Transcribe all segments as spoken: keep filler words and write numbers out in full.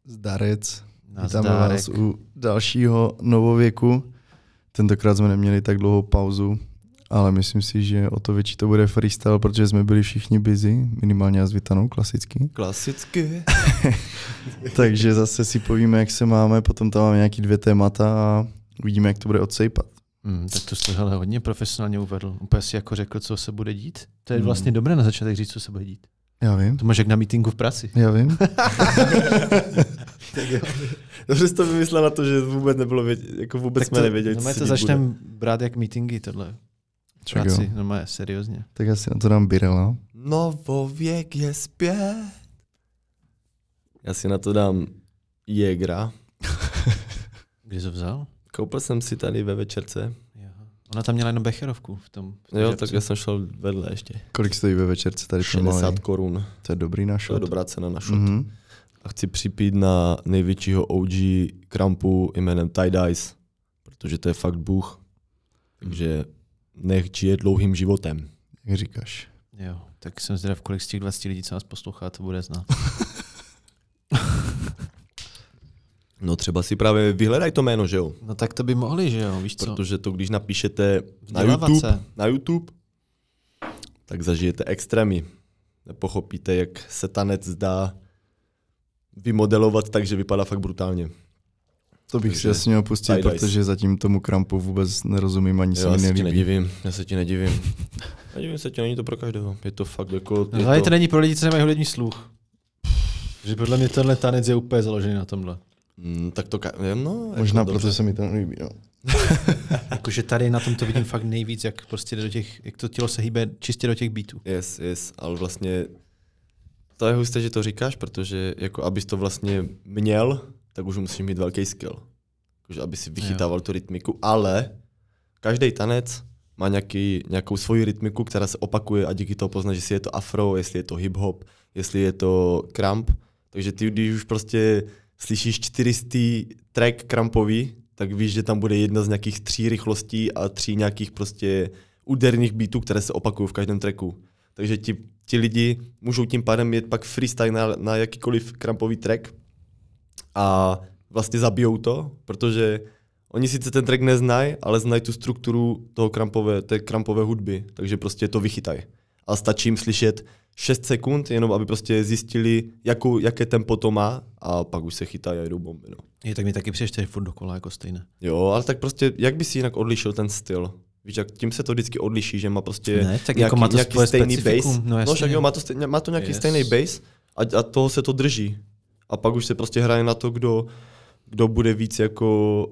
Zdarec. Nazdárek. Vítáme vás u dalšího novověku. Tentokrát jsme neměli tak dlouhou pauzu, ale myslím si, že o to větší to bude freestyle, protože jsme byli všichni busy, minimálně já s Vitanou, klasicky. Klasicky. Takže zase si povíme, jak se máme, potom tam máme nějaký dvě témata a uvidíme, jak to bude odsejpat. Hmm, tak to jste hele, hodně profesionálně uvedl. Úplně si jako řekl, co se bude dít. To je vlastně hmm. dobré na začátek říct, co se bude dít. Já vím. To máš jak na meetingu v práci. Já vím. Tak jo. Dobře jsi to vymyslel na to, že vůbec nebylo vědět, jako vůbec tak jsme to, nevěděli, no co se to začneme brát jak meetingy tohle. V práci, no má seriózně. Tak já si na to dám birela. Novověk je zpět. Já si na to dám Jägra. Kdy jsi to vzal? Koupil jsem si tady ve večerce. Jo. Ona tam měla jenom becherovku v tom. V Jo, žebce. tak já jsem šel vedle ještě. Kolik stojí ve večerce tady? šedesát korun. To je dobrý na To je shot. dobrá cena na shot. Mm-hmm. A chci připít na největšího O G krampu jménem Tide Ice, protože to je fakt bůh. Takže nech žije dlouhým životem. Jak říkáš. Jo, tak jsem zvědav, kolik z těch dvacet lidí, co nás poslouchá, to bude znát. No třeba si právě vyhledaj to jméno, že jo? No tak to by mohli, že jo, víš co? Protože to, když napíšete na Vzdělávat YouTube, se. na YouTube, tak zažijete extrémy. Nepochopíte, jak se tanec dá vymodelovat tak, že vypadá fakt brutálně. To bych Takže si jasně měl pustit, Tide Ice. protože zatím tomu krampu vůbec nerozumím, ani se Jo, mi já se ti nelíbí. nedivím, já se ti nedivím. Nedivím se ti, není to pro každého. Je to fakt jako... No, je ale to... to není pro lidi, co nemají hudební sluch. Že podle mě tenhle tanec je úplně založený na tomhle. Mm, tak to... Ka- no, Možná jako proto se mi to nelíbí. No. Jakože tady na tom to vidím fakt nejvíc, jak prostě jde do těch, jak to tělo se hýbe čistě do těch beatů. Yes, yes, ale vlastně to je husté, že to říkáš, protože jako abys to vlastně měl, tak už musíš mít velký skill. Jakože aby si vychytával jo. tu rytmiku, ale každý tanec má nějaký, nějakou svoji rytmiku, která se opakuje a díky toho poznáš, jestli je to afro, jestli je to hip-hop, jestli je to kramp. Takže ty, když už prostě slyšíš čtyřistý track krampový, tak víš, že tam bude jedna z nějakých tří rychlostí a tří nějakých prostě úderných beatů, které se opakují v každém tracku. Takže ti, ti lidi můžou tím pádem jet pak freestyle na, na jakýkoliv krampový track a vlastně zabijou to, protože oni sice ten track neznají, ale znají tu strukturu toho krampové, té krampové hudby, takže prostě to vychytají. A stačí jim slyšet šest sekund, jenom aby prostě zjistili, jakou, jaké tempo to má a pak už se chytají a jdou bomby. No. Je, tak mi taky přijde, že furt dokola jako stejné. Jo, ale tak prostě, jak by si jinak odlišil ten styl? Víš, jak tím se to vždycky odliší, že má prostě ne, tak nějaký, jako má to nějaký svoje stejný specifikum. bass. No, no však jo, má to, stejný, má to nějaký Yes. stejný bass a, a toho se to drží. A pak už se prostě hraje na to, kdo, kdo bude víc jako...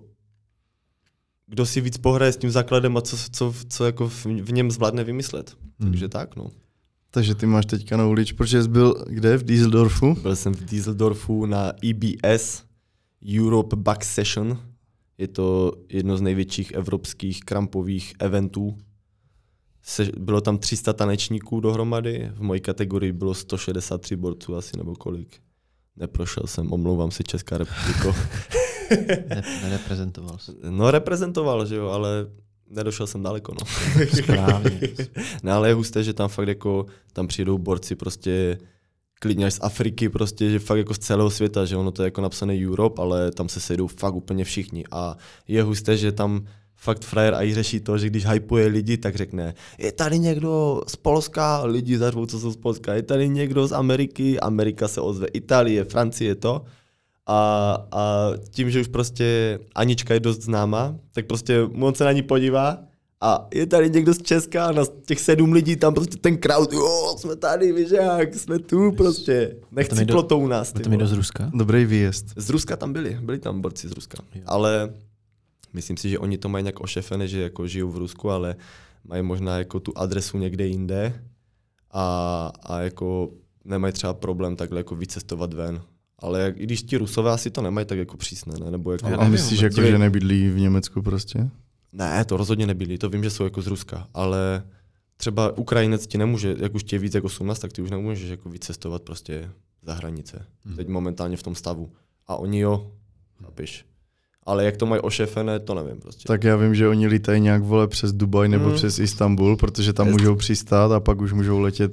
Kdo si víc pohraje s tím základem a co, co, co jako v, v něm zvládne vymyslet. Hmm. Takže tak, no. Takže ty máš teďka na ulič, protože jsi byl kde? V Düsseldorfu? Byl jsem v Düsseldorfu na E B S, Europe Back Session. Je to jedno z největších evropských krampových eventů. Se, bylo tam tři sta tanečníků dohromady, v mojí kategorii bylo sto šedesát tři borců asi nebo kolik. Neprošel jsem, omlouvám se Česká republiko. Ne, nereprezentoval jsem. No reprezentoval, že jo, ale nedošel jsem daleko, no. Správně. No ale je husté, že tam fakt jako, tam přijdou borci prostě klidně až z Afriky, prostě, že fakt jako z celého světa, že ono to je jako napsané Europe, ale tam se sejdou fakt úplně všichni a je husté, že tam fakt frajer a i řeší to, že když hypuje lidi, tak řekne, je tady někdo z Polska, lidi zařvou, co jsou z Polska, je tady někdo z Ameriky, Amerika se ozve, Itálie, Francie, to. A, a tím, že už prostě Anička je dost známá, tak prostě on se na ní podívá a je tady někdo z Česka a na těch sedm lidí tam prostě ten crowd, jo, jsme tady, víš jak, jsme tu prostě. Nechci plotou u nás. To mi do z Ruska? Dobrý výjezd. Z Ruska tam byli, byli tam borci z Ruska. Jo. Ale myslím si, že oni to mají nějak ošefené, že jako žijou v Rusku, ale mají možná jako tu adresu někde jinde a, a jako nemají třeba problém takhle jako vycestovat ven. Ale jak, i když ti Rusové asi to nemají tak jako přísné, ne? Nebo jako, A myslíš, jako, že nebydlí v Německu prostě? Ne, to rozhodně nebyli, to vím, že jsou jako z Ruska, ale třeba Ukrajinec ti nemůže, jak už ti je víc jako osmnáct, tak ty už nemůžeš jako vycestovat prostě za hranice. Hmm. Teď momentálně v tom stavu. A oni jo, napíš. Ale jak to mají ošefené, to nevím prostě. Tak já vím, že oni lítají nějak vole přes Dubaj nebo hmm. přes Istanbul, protože tam Jest. můžou přistát a pak už můžou letět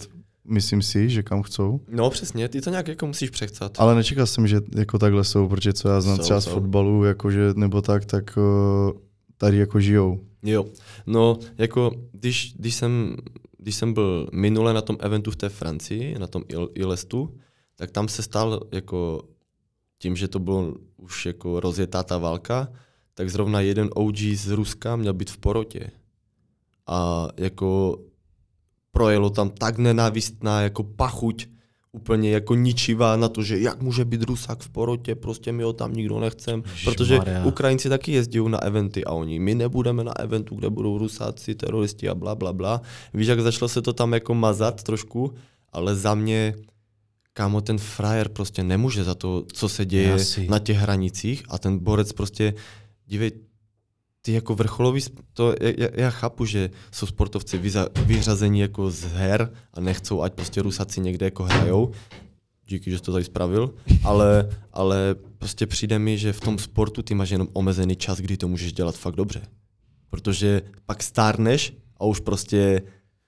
myslím si, že kam chcou. No přesně, ty to nějak jako musíš přechcat. Ale nečekal jsem, že jako takhle jsou, protože co já znám Jsou, třeba z jsou. fotbalu, jakože, nebo tak, tak uh, tady jako žijou. Jo, no jako když, když, jsem, když jsem byl minule na tom eventu v té Francii, na tom Il- Ilestu, tak tam se stal jako tím, že to bylo už jako rozjetá ta válka, tak zrovna jeden O G z Ruska měl být v porotě. A jako projelo tam tak nenávistná jako pachuť, úplně jako ničivá na to, že jak může být Rusák v porotě, prostě my ho tam nikdo nechcem, protože Ukrajinci taky jezdí na eventy a oni, my nebudeme na eventu, kde budou Rusáci, teroristi a bla, bla, bla. Víš, jak začalo se to tam jako mazat trošku, ale za mě, kámo, ten frajer prostě nemůže za to, co se děje Asi. na těch hranicích a ten borec prostě, dívej, ty jako vrcholový, to, já, já chápu, že jsou sportovci vyza, vyřazení jako z her a nechcou, ať prostě Rusáci někde jako hrajou. Díky, že jsi to tady spravil. Ale, ale prostě přijde mi, že v tom sportu ty máš jenom omezený čas, kdy to můžeš dělat fakt dobře. Protože pak stárneš a už prostě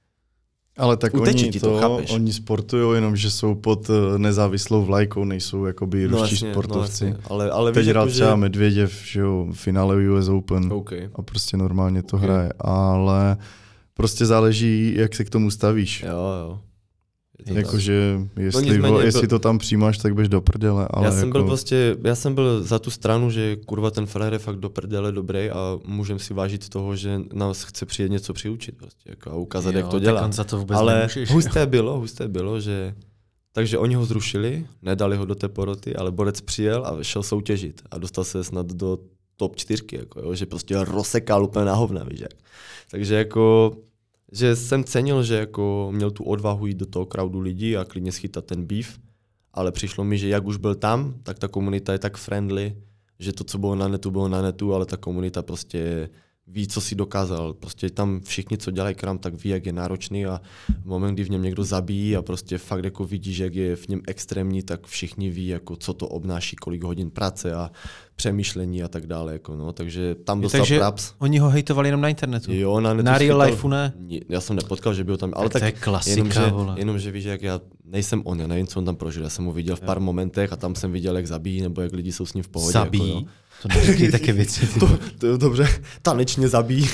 Ale tak uteče oni, ti to, to, chápeš? oni sportují jenom, že jsou pod nezávislou vlajkou, nejsou jakoby no ruští jasně, sportovci. No jasně, ale, ale Teď víš, hrál jako, třeba že... Medvěděv, že jo, v finále U S Open Okay. a prostě normálně to Okay. hraje, ale prostě záleží, jak se k tomu stavíš. Jo, jo. Je to Jakože jestli, nicméně vo, jestli byl- to tam přijímáš, tak běž do prdele. Ale Já jsem jako, byl prostě, já jsem byl za tu stranu, že kurva ten frajer je fakt do prdele dobrý a můžem si vážit toho, že nás chce přijet něco přiučit prostě, jako a ukázat, Jo, jak to tak dělá. on za to vůbec Ale nemůžeš. husté bylo, husté bylo, že takže oni ho zrušili, nedali ho do té poroty, ale borec přijel a šel soutěžit a dostal se snad do top čtyřky, jako, jo, že prostě rozsekal úplně na hovna, víš jak. Takže jako že jsem cenil, že jako měl tu odvahu jít do toho crowdu lidí a klidně schytat ten beef, ale přišlo mi, že jak už byl tam, tak ta komunita je tak friendly, že to, co bylo na netu, bylo na netu, ale ta komunita prostě ví, co si dokázal. Prostě tam všichni, co dělají kram, tak ví, jak je náročný a v moment, kdy v něm někdo zabíjí a prostě fakt jako vidí, že jak je v něm extrémní, tak všichni ví, jako co to obnáší, kolik hodin práce a přemýšlení a tak dále. Jako no. Takže tam dostal Takže praps. oni ho hejtovali jenom na internetu. Jo, na, netu Na real schytal- lifeu ne? Ni- Já jsem nepotkal, že by ho tam... Ale Tak tak, to je klasika, jenomže, vole. jenomže víš, jak já nejsem on, já nevím, co on tam prožil. Já jsem ho viděl v pár momentech a tam jsem viděl, jak zabíjí, nebo jak lidi jsou s ním v pohodě. Zabíjí? Jako, jo. To neříkej také věci. ty. To, to je dobře, tanečně zabíjí.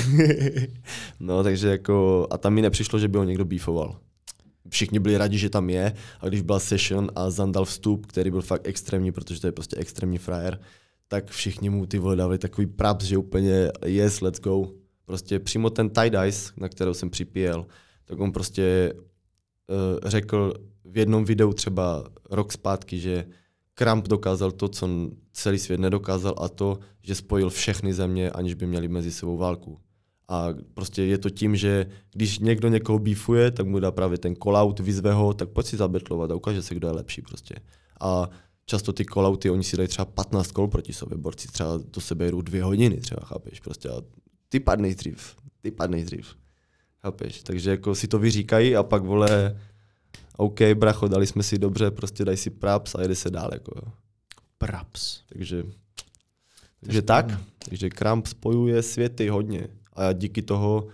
No, takže jako... A tam mi nepřišlo, že by ho někdo beefoval. Všichni byli rádi, že tam je a když byla session a Zandal vstup, který byl fakt extrémní, protože to je prostě extrémní frajer, tak všichni mu ty vole dávali takový praps, že úplně yes, let's go. Prostě přímo ten Tide Ice, na kterou jsem připěl, tak on prostě uh, řekl v jednom videu třeba rok zpátky, že Kramp dokázal to, co celý svět nedokázal, a to, že spojil všechny země, aniž by měli mezi sebou válku. A prostě je to tím, že když někdo někoho beefuje, tak mu dá právě ten call-out, vyzve ho, tak pojď si zabetlovat a ukáže se, kdo je lepší prostě. A často ty call-outy, oni si dají třeba patnáct kol proti sobě, borci třeba do sebe jdou dvě hodiny, třeba, chápeš, prostě a ty padneš dřív, ty padneš dřív, chápeš, takže jako si to vyříkají a pak vole, OK, bracho, dali jsme si dobře, prostě daj si praps a jede se dál, jako jo. Praps. Takže, takže tak, takže Kramp spojuje světy hodně a já díky toho,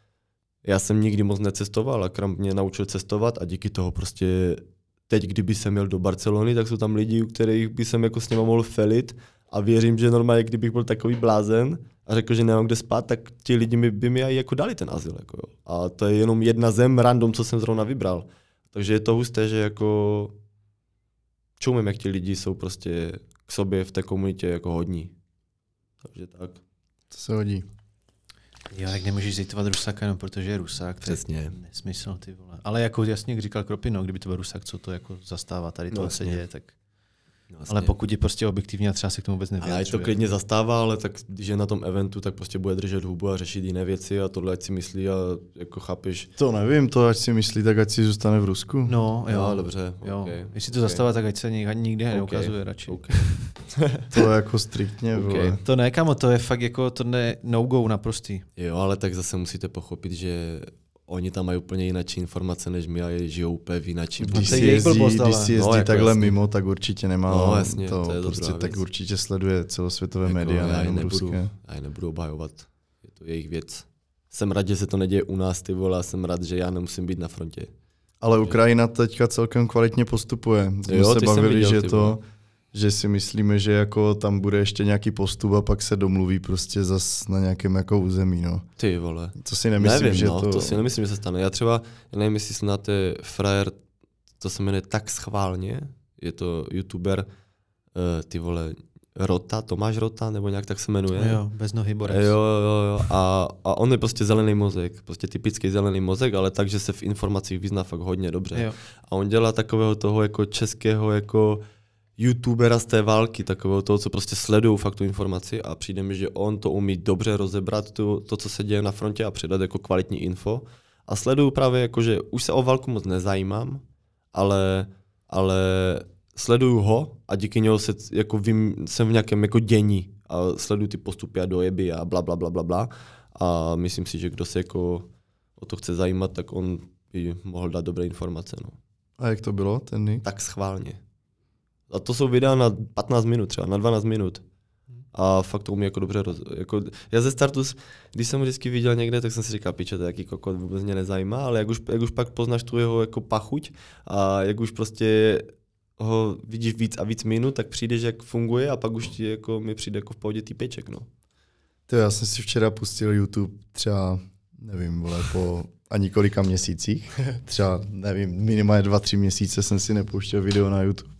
já jsem nikdy moc necestoval a Kramp mě naučil cestovat a díky toho prostě teď, kdyby jsem měl do Barcelony, tak jsou tam lidi, u kterých by jsem jako s nima mohl felit a věřím, že normálně, kdybych byl takový blázen a řekl, že nemám kde spát, tak ti lidi mi, by mi jako dali ten azyl. Jako jo. A to je jenom jedna zem random, co jsem zrovna vybral. Takže je to husté, že jako čumím, jak ti lidi jsou prostě k sobě v té komunitě jako hodní. Takže tak. To se hodí. Jo, jak nemůžeš zjitovat Rusáka jenom protože je Rusák. Přesně. To je nesmysl, ty vole. Ale jako jasně, jak říkal Kropino, kdyby to byl Rusák, co to jako zastává tady, No, to se jasně. děje, tak... Vlastně. Ale pokud je prostě objektivní a třeba se k tomu vůbec A ať to nevyjadřuje. klidně zastává, ale tak když je na tom eventu, tak prostě bude držet hubu a řešit jiné věci a tohle ať si myslí a jako chápeš. To nevím, to ať si myslí, tak ať si zůstane v Rusku. No, jo. Jo, dobře. Jo. Okay. Jestli to okay. zastává, tak ať se nikdy, nikdy Okay. neukazuje radši. Okay. To je jako striktně, Ok. vole. To ne, kamo, to je fakt jako, to ne no-go naprostý. Jo, ale tak zase musíte pochopit, že oni tam mají úplně jináčí informace než my a je žijou úplně v jináčí. Když to je si jejich jezdí, blbost, když ale- si jezdí No, jako takhle jasně. mimo, tak určitě nemá No, jasně, to, to je dobrá prostě tak věc. určitě sleduje celosvětové Jako, média, já je nejenom nebudu, ruské. já je nebudu obhajovat. Je to jejich věc. Jsem rád, že se to neděje u nás, ty vole, a jsem rád, že já nemusím být na frontě. Ale Ukrajina teďka celkem kvalitně postupuje. Jsme Jo, se ty jsem bavili, viděl, že ty to, vole. že si myslíme, že jako tam bude ještě nějaký postup a pak se domluví prostě zas na nějakém jako území, no. Ty vole. To si nemyslím, Nevím, že no, to... to si nemyslím, že se stane. Já třeba, já nevím, jestli znáte frajer, to se jmenuje Tak schválně, je to youtuber, uh, ty vole, Rota, Tomáš Rota, nebo nějak tak se jmenuje. Jo, bez nohy borec. Jo, jo, jo. A, a on je prostě zelený mozek, prostě typický zelený mozek, ale takže se v informacích vyzná fakt hodně dobře. Jo. A on dělá takového toho jako českého jako youtubera z té války, takového toho, co prostě sledují fakt tu informaci a přijde mi, že on to umí dobře rozebrat, tu, to, co se děje na frontě a předat jako kvalitní info. A sleduju právě jako, že už se o válku moc nezajímám, ale, ale sleduju ho a díky němu se jako vím, jsem v nějakém jako dění a sleduju ty postupy a dojeby a bla, bla, bla, bla, bla. A myslím si, že kdo se jako o to chce zajímat, tak on by mohl dát dobré informace. No. A jak to bylo, ten nick? Tak schválně. A to jsou videa na patnáct minut třeba, na dvanáct minut. A fakt to umí jako dobře roz... Jako, já ze startu, když jsem ho vždycky viděl někde, tak jsem si říkal, piče, to je jaký kokot, vůbec mě nezajímá, ale jak už, jak už pak poznáš tu jeho jako pachuť a jak už prostě ho vidíš víc a víc minut, tak přijdeš, jak funguje a pak už ti jako mi přijde jako v pohodě týpeček, no. To já jsem si včera pustil YouTube třeba, nevím, vole, po a několika měsících. Třeba, nevím, minimálně dva, tři měsíce jsem si nepouštěl video na YouTube.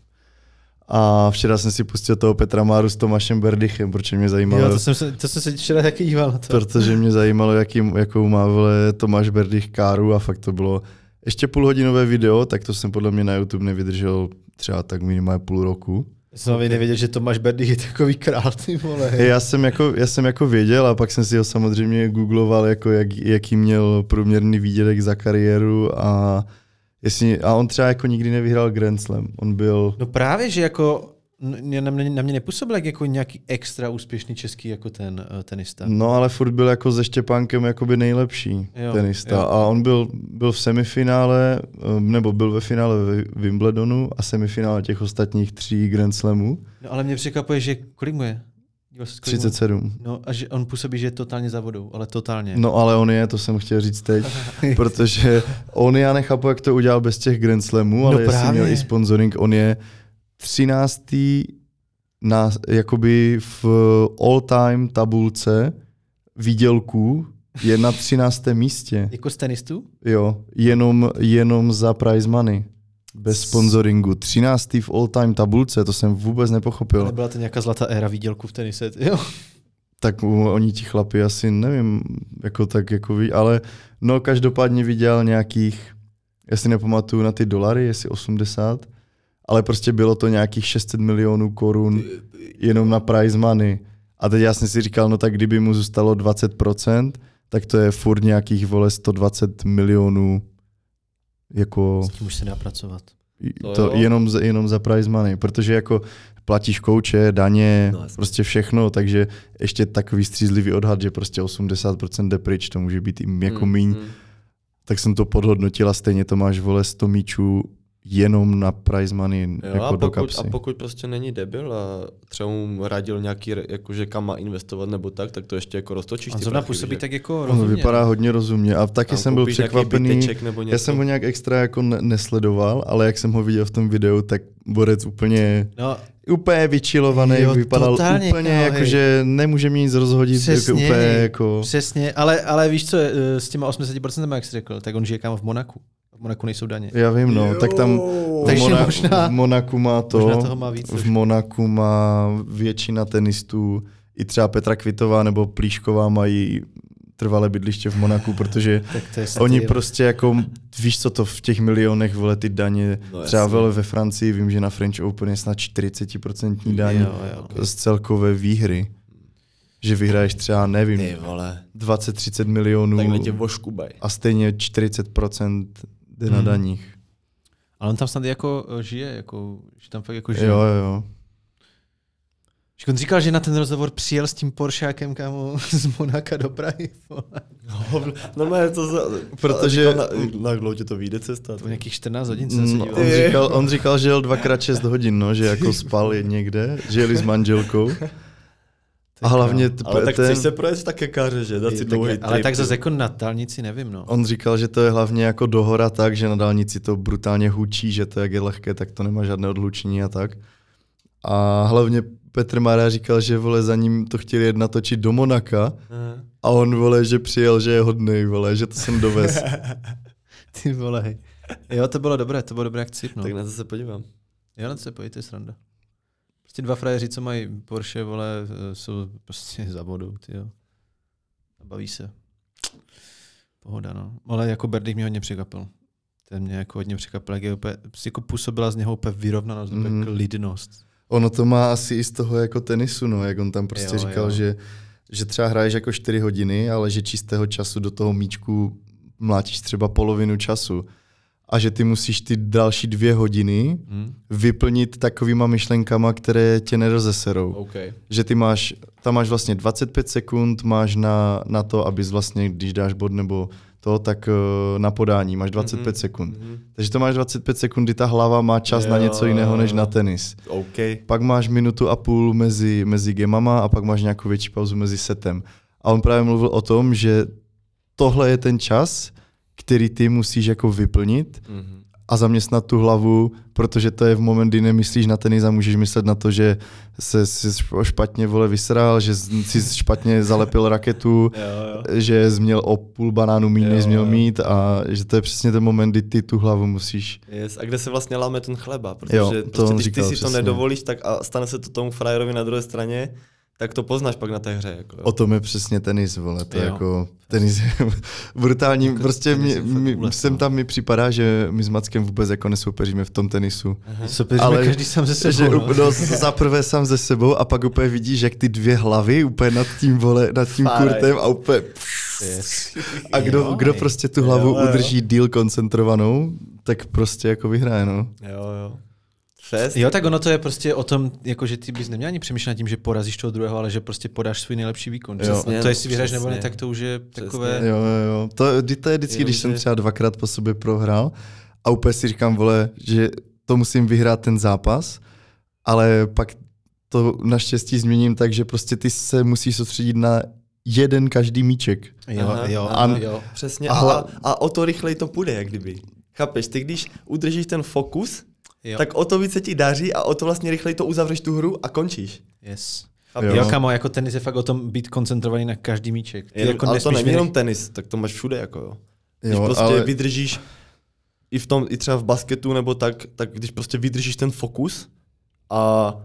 A včera jsem si pustil toho Petra Máru s Tomášem Berdychem, protože mě zajímalo... Jo, to jsem se, to jsem se včera taky díval na to. Protože mě zajímalo, jaký, jakou má vole Tomáš Berdych káru a fakt to bylo ještě půlhodinové video, tak to jsem podle mě na YouTube nevydržel třeba tak minimálně půl roku. Já jsem okay. nevěděl, že Tomáš Berdych je takový král, ty vole. Já jsem, jako, já jsem jako věděl a pak jsem si ho samozřejmě googloval, jako jak, jaký měl průměrný výdělek za kariéru a, jestli, a on třeba jako nikdy nevyhrál Grand Slam. On byl... No právě, že jako na mě, na mě nepůsobil jako nějaký extra úspěšný český jako ten uh, tenista. No ale furt byl jako se Štěpánkem jakoby nejlepší jo, tenista. Jo. A on byl, byl v semifinále, nebo byl ve finále ve Wimbledonu a semifinále těch ostatních tří Grand Slamů. No ale mě překvapuje, že kolik mu je? třicet sedm. No a že on působí, že je totálně za vodou, ale totálně. No ale on je, to jsem chtěl říct teď, protože on, já nechápu, jak to udělal bez těch Grand Slamů, ale no jestli měl i sponsoring, on je třináctý na, jakoby v all-time tabulce výdělků je na třináctém místě. Jako z tenistů? Jo, jenom, jenom za prize money. Bez sponsoringu. třináctý v all-time tabulce, to jsem vůbec nepochopil. Nebyla to nějaká zlatá éra výdělků v tenise, jo? Tak oni ti chlapi asi, nevím, jako tak jako ví, ale no každopádně viděl nějakých, já si nepamatuju na ty dolary, jestli osmdesát, ale prostě bylo to nějakých šest set milionů korun jenom na prize money. A teď já jsem si říkal, no tak kdyby mu zůstalo dvacet procent, tak to je furt nějakých, vole, sto dvacet milionů jako... S tím už se dá pracovat. To jenom, jenom za prize money, protože jako platíš kouče, daně, no, prostě všechno, takže ještě takový střízlivý odhad, že prostě osmdesát procent jde pryč, to může být i jako mm, míň. Mm. Tak jsem to podhodnotil a stejně to máš, vole, sto míčů jenom na prize money jo, jako a pokud, do kapsy. A pokud prostě není debil a třeba mu radil nějaký, jakože kam má investovat nebo tak, tak to ještě jako roztočíš. On zrovna působí tak jako rozumně. On vypadá hodně rozumně a taky tam jsem byl překvapený. Já jsem ho nějak extra jako nesledoval, ale jak jsem ho viděl v tom videu, tak borec úplně... No. Úplně vyčilovaný, jo, vypadal totálně, úplně jako, že nemůže mě nic rozhodit. Přesně, úplně jako... přesně, ale, ale víš co, s těma osmdesát procent, jak jsi řekl, tak on žije kam v Monaku. V Monaku nejsou daně. Já vím, no, jo. Tak tam v, Mona- možná, v Monaku má to, toho má víc, v Monaku má většina tenistů, i třeba Petra Kvitová nebo Plíšková mají trvalé bydliště v Monaku, protože oni prostě jako, víš co to v těch milionech, vole, ty daně, no, třeba vole ve Francii, vím, že na French Open je snad čtyřicet procent daň jo, jo, okay. z celkové výhry. Že vyhraješ třeba, nevím, dvacet třicet milionů a stejně čtyřicet procent jde hmm. na daních. Ale on tam snad jako žije, jako, že tam fakt jako žije. Jo, jo, jo. On říkal, že na ten rozhovor přijel s tím Poršákem, kámo, z Monaka do Prahy. No, normálně to za... Protože... Na, na gloutě to vyjde cesta. To nějakých čtrnáct hodin jsem se díval. On říkal, on říkal, že jel dvakrát šest hodin, no, že jako spal někde, že jeli s manželkou. A hlavně t- ale tak ten, chceš se projet také káře, že? Dát si dlouhý trip. Ale tak zase jako na dálnici nevím, no. on říkal, že to je hlavně jako do hora tak, že na dálnici to brutálně hučí, že to jak je lehké, tak to nemá žádné odlučení a tak. A hlavně Petr Mára říkal, že vole za ním to chtěli jet natočit do Monaka a on vole, že přijel, že je hodnej, vole, že to jsem dovez. Ty vole, hej. Jo, to bylo dobré, to bylo dobré jak cip, no. Tak na to se podívám. Jo, na to se pojďte, sranda. Prostě dva frajeři, co mají Porsche, vole, jsou prostě za vodou, tyjo. A baví se. Pohoda, no. Ale jako Berdych mě hodně překvapil. Ten mě jako hodně překvapil, jak je úplně, jako působila z něho úplně vyrovnanost, mm. úplně klidnost. Ono to má asi i z toho jako tenisu, no, jak on tam prostě Jo, říkal, jo. že, že třeba hraješ jako čtyři hodiny, ale že čistého času do toho míčku mlátíš třeba polovinu času. A že ty musíš ty další dvě hodiny Hmm. vyplnit takovýma myšlenkama, které tě nerozeserou. Okay. Že ty máš, tam máš vlastně dvacet pět sekund, máš na, na to, abys vlastně, když dáš bod nebo to, tak uh, na podání máš dvacet pět mm-hmm. sekund. Mm-hmm. Takže to máš dvacet pět sekund, kdy ta hlava má čas jo, na něco jiného než na tenis. Okay. Pak máš minutu a půl mezi, mezi gemama a pak máš nějakou větší pauzu mezi setem. A on právě mluvil o tom, že tohle je ten čas, který ty musíš jako vyplnit mm-hmm. a zaměstnat tu hlavu, protože to je v moment, kdy nemyslíš na tenis a můžeš myslet na to, že se si špatně vole vysral, že si špatně zalepil raketu, jo, jo. že jsi měl o půl banánu míň, než měl mít a že to je přesně ten moment, kdy ty tu hlavu musíš. Yes. A kde se vlastně láme ten chleba, protože jo, prostě, když říkal, ty si přesně. to nedovolíš, tak a stane se to tomu frajerovi na druhé straně, tak to poznáš pak na té hře. Jako, jo. O tom je přesně tenis, vole, to je Jo. jako tenis je brutální, jako prostě tenis mi, je fakt mi, úlet, sem no. tam mi připadá, že my s Mackem vůbec jako nesoupeříme v tom tenisu. Soupeříme Ale každý sám ze sebou, že no. no, za prvé sám ze sebou a pak úplně vidíš, jak ty dvě hlavy úplně nad tím, vole, nad tím Fáraj. kurtem a úplně Yes. a kdo, Jo, kdo hej. prostě tu hlavu Jo, jo. udrží díl koncentrovanou, tak prostě jako vyhraje, no. Jo, jo. Fest. Jo, tak ono to je prostě o tom, jako, že ty bys neměl ani přemýšlet nad tím, že porazíš toho druhého, ale že prostě podáš svůj nejlepší výkon. Přesně, A to, no, jestli vyhráš nebo ne, přesně. tak to už je Přesně. takové... Jo, jo, jo. To, to je vždycky, Jenom, když jsem že- třeba dvakrát po sobě prohrál a úplně si říkám, vole, že to musím vyhrát ten zápas, ale pak to naštěstí změním tak, že prostě ty se musíš soustředit na jeden každý míček. Jo, Aha, jo, aha. jo. Přesně. A A, hla- a o to rychleji to půjde, jak kdyby. Chápeš, ty když udržíš ten fokus, Jo. tak o to více ti daří a o to vlastně rychleji to uzavřeš tu hru a končíš. Yes. Chápeš? Jo. Jo, kamo, jako tenis je fakt o tom být koncentrovaný na každý míček. Ty Jenom, jako ale to nesmíš není jenom vynech- tenis, tak to máš všude, jako jo. Když Jo, prostě ale- vydržíš i v tom, i třeba v basketu nebo tak, tak když prostě vydržíš ten fokus a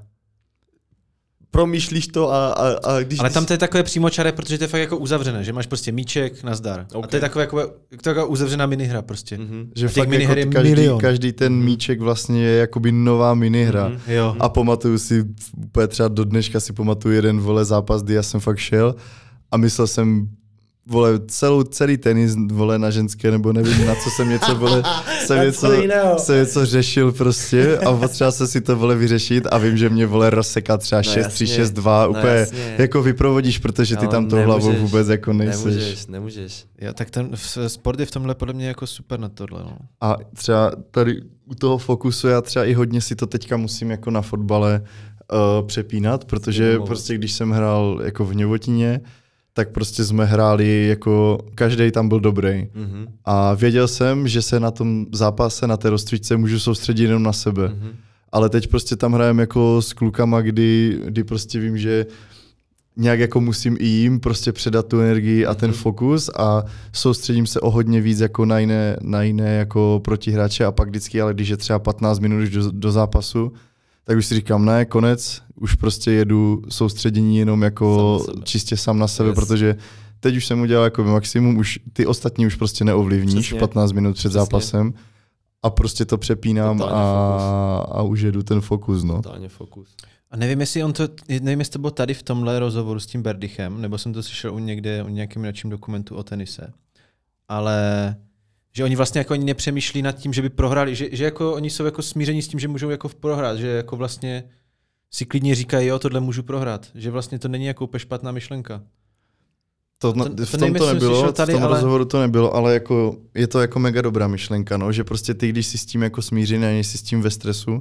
promýšlíš to a, a, a když... Ale tam to je takové přímočaré, protože to je fakt jako uzavřené, že máš prostě míček, nazdar. Okay. A to je takové jako, taková uzavřená minihra prostě. Mhm. Že A těch fakt miniher jako je každý, milion. každý ten míček vlastně je jakoby nová minihra. Mhm. Jo. A pamatuju si, úplně třeba do dneška si pamatuju jeden vole zápas, kdy já jsem fakt šel a myslel jsem, vole, celou, celý tenis, vole, na ženské, nebo nevím, na co jsem něco, vole, jsem Na něco, co jiného. jsem něco řešil prostě a potřeba se si to, vole, vyřešit a vím, že mě, vole, rozseká třeba No šest tři, jasně, šest dva, no úplně jasně. jako vyprovodíš, protože ty No, tam tou nemůžeš, hlavou vůbec jako nejseš. Nemůžeš, nemůžeš. Jo, tak ten v- sport je v tomhle podle mě jako super na tohle. No. A třeba tady u toho fokusu já třeba i hodně si to teďka musím jako na fotbale uh, přepínat, protože Uvědomovat. prostě když jsem hrál jako v Něvotině, tak prostě jsme hráli jako, každý tam byl dobrý. Mhm. A věděl jsem, že se na tom zápase, na té rozstříčce můžu soustředit jenom na sebe. Mhm. Ale teď prostě tam hrajem jako s klukama, kdy, kdy prostě vím, že nějak jako musím i jim prostě předat tu energii a ten fokus a soustředím se o hodně víc jako na jiné, na jiné jako protihráče a pak vždycky, ale když je třeba patnáct minut už do, do zápasu, tak už si říkám, ne, konec, už prostě jedu soustředění jenom jako Sám na sebe. čistě sám na sebe, Yes. protože teď už jsem udělal jako maximum, už ty ostatní už prostě neovlivníš Přesně. patnáct minut před Přesně. zápasem a prostě to přepínám Totálně a, a už jedu ten fokus, no. Totálně fokus. A nevím, jestli on to, nevím, jestli to bylo tady v tomhle rozhovoru s tím Berdychem, nebo jsem to slyšel u někde, u nějakém naším dokumentu o tenise. Ale že oni vlastně jako oni nepřemýšlí nad tím, že by prohráli, že, že jako oni jsou jako smíření s tím, že můžou jako prohrát, že jako vlastně si klidně říkají, jo, tohle můžu prohrát, že vlastně to není jako úplně špatná myšlenka. To, To- na, to v tom nevím, to jestli jsem nebylo, slyšel tady, v tom ale- rozhovoru to nebylo, ale jako, je to jako mega dobrá myšlenka, no, že prostě ty, když jsi s tím jako smířený a nejsi s tím ve stresu,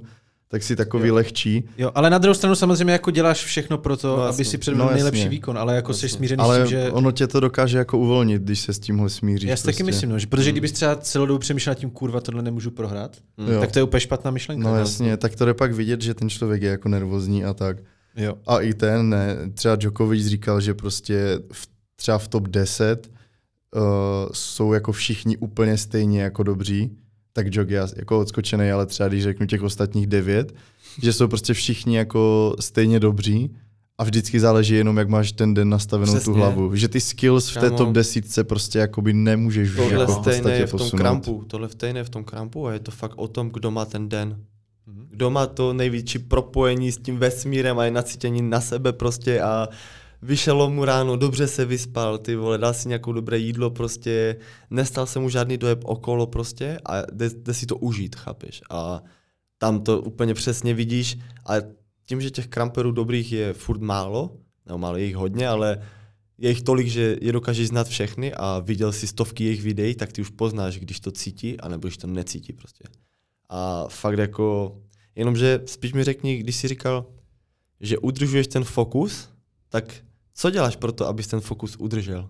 tak si takový jo. lehčí. Jo, ale na druhou stranu samozřejmě jako děláš všechno pro to, No, aby jasně. si předvedl No, nejlepší jasně. výkon, ale jako jsi smířený Ale s tím, že... ono tě to dokáže jako uvolnit, když se s tímhle smíříš. Já si prostě. taky myslím, no, že protože kdybys třeba celou dobu přemýšlel nad tím, kurva, tohle nemůžu prohrát, Jo. tak to je úplně špatná myšlenka. No jasně, tak to jde pak vidět, že ten člověk je jako nervózní a tak. Jo. A i ten, ne, třeba Djokovic říkal, že prostě v, třeba v top deset uh, jsou jako všichni úplně stejně jako dobří, tak Djok je jako odskočený, ale třeba když řeknu těch ostatních devět, že jsou prostě všichni jako stejně dobří a vždycky záleží jenom, jak máš ten den nastavenou Přesně. tu hlavu. Že ty skills v té Kámo. top desítce prostě jakoby nemůžeš Tohle jako v stejné podstatě je v tom posunout. krampu, tohle stejné je v tom krampu a je to fakt o tom, kdo má ten den. Kdo má to největší propojení s tím vesmírem a je nacítění na sebe prostě a vyšelo mu ráno, dobře se vyspal, ty vole, dal si nějakou dobré jídlo prostě, nestal se mu žádný dojeb okolo prostě a jde, jde si to užít, chápeš? A tam to úplně přesně vidíš a tím, že těch kramperů dobrých je furt málo, nebo málo je jich hodně, ale je jich tolik, že je dokážeš znát všechny a viděl si stovky jejich videí, tak ty už poznáš, když to cítí, anebo když to necítí prostě. A fakt jako, jenomže spíš mi řekni, když jsi říkal, že udržuješ ten fokus, tak co děláš pro to, abys ten fokus udržel?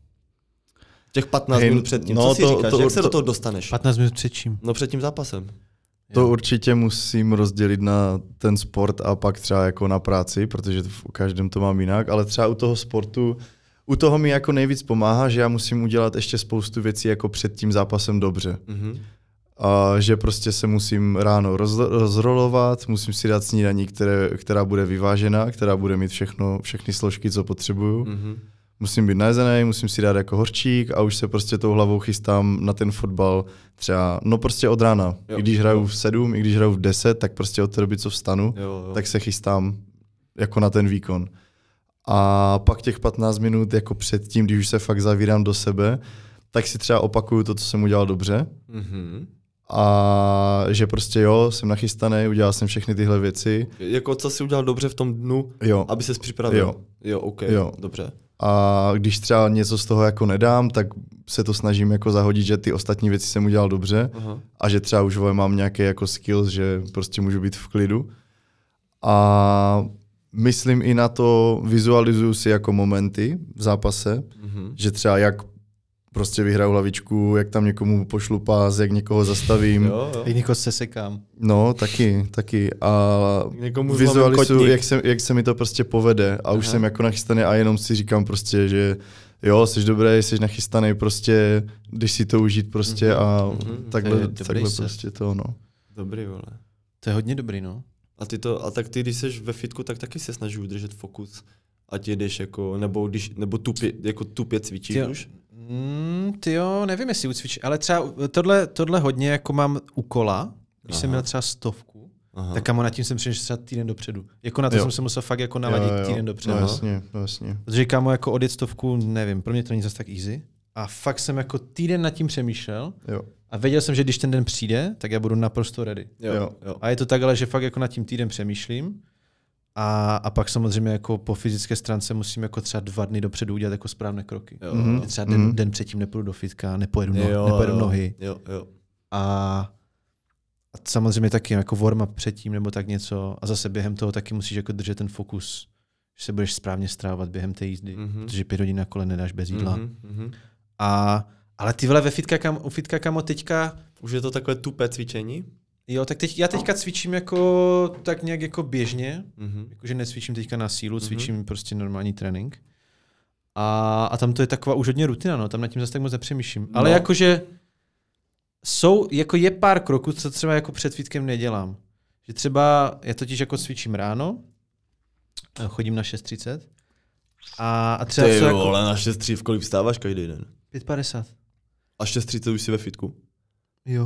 Těch patnáct Hej, minut předtím, no co si to- říkáš, to- jak se to- do toho dostaneš? patnáct minut před čím? No před tím zápasem. To Jo. určitě musím rozdělit na ten sport a pak třeba jako na práci, protože v každém to mám jinak, ale třeba u toho sportu, u toho mi jako nejvíc pomáhá, že já musím udělat ještě spoustu věcí jako před tím zápasem dobře. Mhm. A že prostě se musím ráno roz, rozrolovat, musím si dát snídaní, které, která bude vyvážená, která bude mít všechno, všechny složky, co potřebuju. Mhm. Musím být najezený, musím si dát jako horčík a už se prostě tou hlavou chystám na ten fotbal třeba, no prostě od rána. Jo. I když hraju v sedm, i když hraju v deset, tak prostě od té doby, co vstanu, Jo, jo. tak se chystám jako na ten výkon. A pak těch patnáct minut jako předtím, když už se fakt zavírám do sebe, tak si třeba opakuju to, co jsem udělal dobře. Mhm. A že prostě jo, jsem nachystaný, udělal jsem všechny tyhle věci. Jako co jsi udělal dobře v tom dnu, Jo. aby ses připravil? Jo. Jo, OK, Jo. dobře. A když třeba něco z toho jako nedám, tak se to snažím jako zahodit, že ty ostatní věci jsem udělal dobře Aha. a že třeba už vole, mám nějaký jako skills, že prostě můžu být v klidu. A myslím i na to, vizualizuju si jako momenty v zápase, Mhm. že třeba jak prostě vyhraju hlavičku, jak tam někomu pošlu pás, jak někoho zastavím. Jo, jo. Jak někoho se sekám. No, taky, taky. A Někomu zlomím vizualizuju, kotník. jak se, jak se mi to prostě povede. A už Aha. jsem jako nachystaný a jenom si říkám prostě, že jo, jsi dobrý, jsi nachystaný, prostě, když si to užít prostě a Mhm. takhle, To je dobrý takhle set. prostě to, no. Dobrý, vole. To je hodně dobrý, no. A ty to, a tak ty, když jsi ve fitku, tak taky se snažíš udržet fokus. Ať jedeš jako, nebo, když, nebo tupě, jako tupě cvičíš Ty jo. už? Mm, ty jo, nevím, jestli ucvičíš, ale třeba tohle, tohle hodně jako mám u kola, když Aha. jsem měl třeba stovku, Aha. tak kamo nad tím jsem přemýšlel třeba týden dopředu. Jako na to Jo. jsem se musel fakt jako naladit Jo, jo, týden dopředu. No Aha. jasně, no jasně. Protože kámo jako odjet stovku, nevím, pro mě to není zase tak easy. A fakt jsem jako týden nad tím přemýšlel Jo. a věděl jsem, že když ten den přijde, tak já budu naprosto ready. Jo, Jo. jo. A je to tak, ale že fakt jako nad tím týden přemýšlím a, a pak samozřejmě jako po fyzické stránce musím jako třeba dva dny dopředu udělat jako správné kroky. Jo, Mhm. jo. Třeba den, Mhm. den předtím nepůjdu do fitka, nepojedu, no, Jo, nepojedu jo. nohy. Jo, jo. A, a samozřejmě taky jako warm-up předtím nebo tak něco. A zase během toho taky musíš jako držet ten fokus, že se budeš správně strávovat během té jízdy, Mhm. protože pět hodin na kole nedáš bez jídla. Mhm, mhm. A, ale ty vole, ve fitka, kam, u fitka kamo teďka, Už je to takové tupé cvičení? jo, tak teď, já teďka cvičím jako tak nějak jako běžně, Mhm. jakože necvičím teďka na sílu, Mhm. cvičím prostě normální trénink. A, a tam to je taková už hodně rutina, no, tam nad tím zase tak moc nepřemýšlím. Ale No. jakože jsou, jako je pár kroků, co třeba jako před fitkem nedělám. Že třeba, já totiž jako cvičím ráno, chodím na šest třicet a, a třeba Ty co jako vole, na šest třicet v kolik vstáváš každý den? pět padesát. A šest třicet už jsi ve fitku? Jo.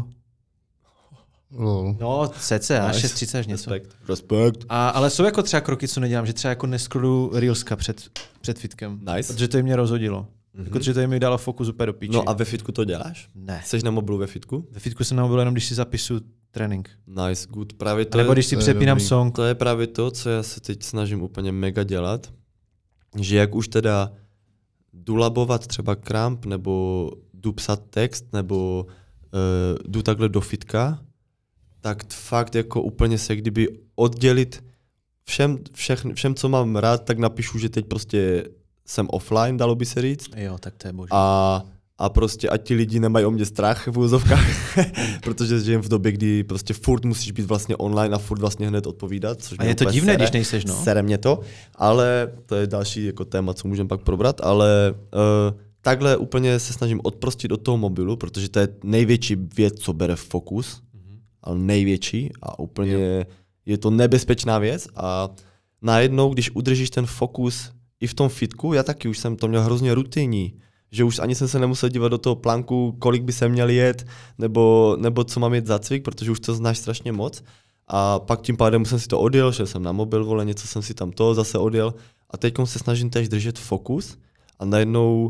Lol. No, cca, Nice. šest třicet až něco. Respekt. Respekt. A, ale jsou jako třeba kroky, co nedělám, že třeba jako neskludu reelska před, před fitkem. Nice. Protože to jim mě rozhodilo. Mhm. Jako, protože to jim mi dalo fokus úplně do píči. No a ve fitku to děláš? Ne. Jsi na mobilu ve fitku? Ve fitku jsem na mobilu jenom, když si zapisuju trénink. Nice, good. Právě to To nebo je, když si to je přepínám dobrý. song. to je právě to, co já se teď snažím úplně mega dělat, že jak už teda jdu labovat třeba kramp, nebo jdu psat text, nebo uh, jdu takhle do fitka, tak fakt jako úplně se kdyby oddělit všem, všech, všem, co mám rád, tak napíšu, že teď prostě jsem offline, dalo by se říct. Jo, tak to je boží. A, a prostě ať ti lidi nemají o mě strach v úzovkách, protože žijem v době, kdy prostě furt musíš být vlastně online a furt vlastně hned odpovídat. Což a je to divné, sere, když nejseš, no? Sere mě to, ale to je další jako téma, co můžeme pak probrat, ale uh, takhle úplně se snažím odprostit od toho mobilu, protože to je největší věc, co bere fokus, mm-hmm. ale největší a úplně jo. je to nebezpečná věc a najednou, když udržíš ten fokus i v tom fitku, já taky už jsem to měl hrozně rutinní, že už ani jsem se nemusel dívat do toho plánku, kolik by se měl jet, nebo, nebo co mám jet za cvik, protože už to znáš strašně moc. A pak tím pádem jsem si to odjel, šel jsem na mobil, vole, něco jsem si tam to zase odjel. A teď se snažím též držet fokus a najednou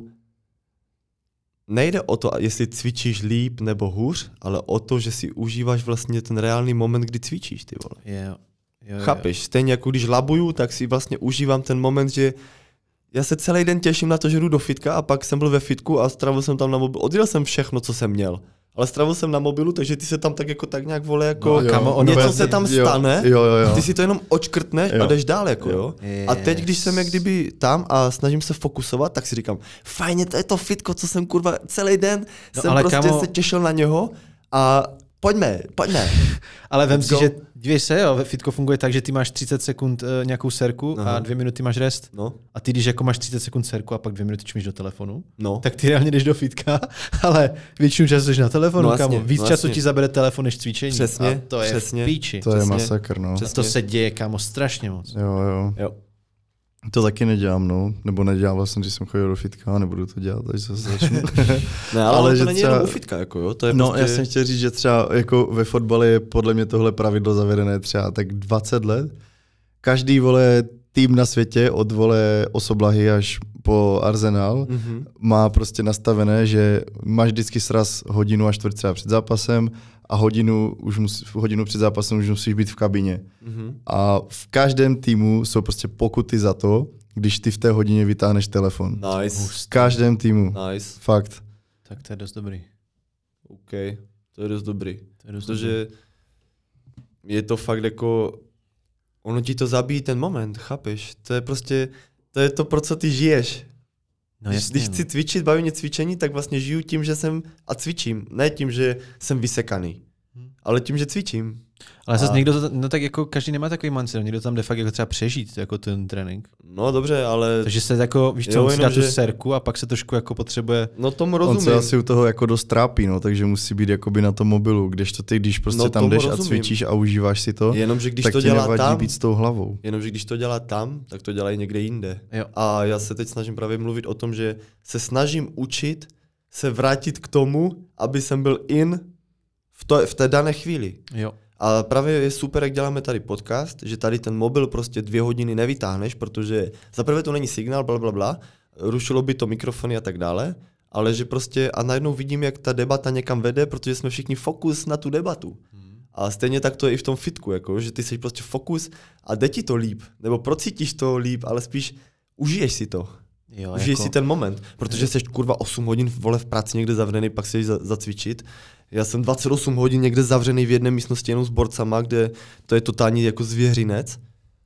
nejde o to, jestli cvičíš líp nebo hůř, ale o to, že si užíváš vlastně ten reálný moment, kdy cvičíš, ty vole. Jo, jo, Chápeš? Stejně jako když labuju, tak si vlastně užívám ten moment, že já se celý den těším na to, že jdu do fitka a pak jsem byl ve fitku a stravil jsem tam na mobilu. Odjel jsem všechno, co jsem měl. Ale stravil jsem na mobilu, takže ty se tam tak jako tak nějak vole, jako no, kamo, něco ono se tam stane, jo, jo, jo. ty si to jenom očkrtneš jo. a jdeš dál, jako jo. Yes. A teď, když jsem jak kdyby tam a snažím se fokusovat, tak si říkám, fajně, to je to fitko, co jsem kurva celý den no, jsem prostě kamo... se těšil na něho a pojďme, pojďme. Ale vem si, že dívej se, jo, fitko funguje tak, že ty máš třicet sekund uh, nějakou serku Aha. a dvě minuty máš rest. No. A ty, když jako máš třicet sekund serku a pak dvě minuty čumíš do telefonu, no. tak ty reálně jdeš do fitka, ale většinu času jsi na telefonu, no, kamo. Víc no, času ti zabere telefon než cvičení. Přesně, a to je přesně, v píči. To je přesně, masakr, no. A to se děje, kamo, strašně moc. Jo, jo. jo. To taky nedělám, no. Nebo nedělal jsem, když jsem chodil do fitka, nebudu to dělat, až zase začnu. ne, ale, ale to že není třeba... jenom u fitka, jako jo. To je no, prostě... já jsem chtěl říct, že třeba jako ve fotbale je podle mě tohle pravidlo zavedené třeba tak dvacet let. Každý, vole, tým na světě, od, vole, Osoblahy až po Arsenal, mm-hmm. má prostě nastavené, že máš vždycky sraz hodinu a čtvrt třeba před zápasem a hodinu, už musí, hodinu před zápasem už musíš být v kabině. Mm-hmm. A v každém týmu jsou prostě pokuty za to, když ty v té hodině vytáhneš telefon. Nice. V každém týmu. Nice. Fakt. Tak to je dost dobrý. OK, to je dost dobrý. To je dost Protože dobrý. je to fakt jako, ono ti to zabíjí ten moment, chápeš? To je prostě, to je to, pro co ty žiješ. No, když, jasně, když no. chci cvičit, baví mě cvičení, tak vlastně žiju tím, že jsem a cvičím. Ne tím, že jsem vysekaný, hmm. ale tím, že cvičím. Ale zase a... někdo, no tak jako každý nemá takový mindset, někdo tam jde fakt jako třeba přežít jako ten trénink. No dobře, ale... Takže se jako, víš co, on si dá tu serku a pak se trošku jako potřebuje... No tomu rozumím. On se asi u toho jako dost trápí, no, takže musí být jakoby na tom mobilu, kdežto ty, když prostě no, tam jdeš rozumím. a cvičíš a užíváš si to, Jenomže když tak to ti dělá nevadí tam, být s tou hlavou. Jenomže když to dělá tam, tak to dělají někde jinde. Jo. A já se teď snažím právě mluvit o tom, že se snažím učit se vrátit k tomu, aby jsem byl in v, to, v té dané chvíli. Jo. A právě je super, jak děláme tady podcast, že tady ten mobil prostě dvě hodiny nevytáhneš, protože zaprvé to není signál, bla, bla, bla, rušilo by to mikrofony a tak dále, ale že prostě a najednou vidím, jak ta debata někam vede, protože jsme všichni fokus na tu debatu. Hmm. A stejně tak to je i v tom fitku, jako, že ty jsi prostě fokus a jde ti to líp, nebo procítíš to líp, ale spíš užiješ si to. Jo, užiješ jako... si ten moment, protože jsi kurva osm hodin vole v práci někde zavřený, pak si za, zacvičit. Já jsem dvacet osm hodin někde zavřený v jedné místnosti jenom s borcama, kde to je totální jako zvěřinec.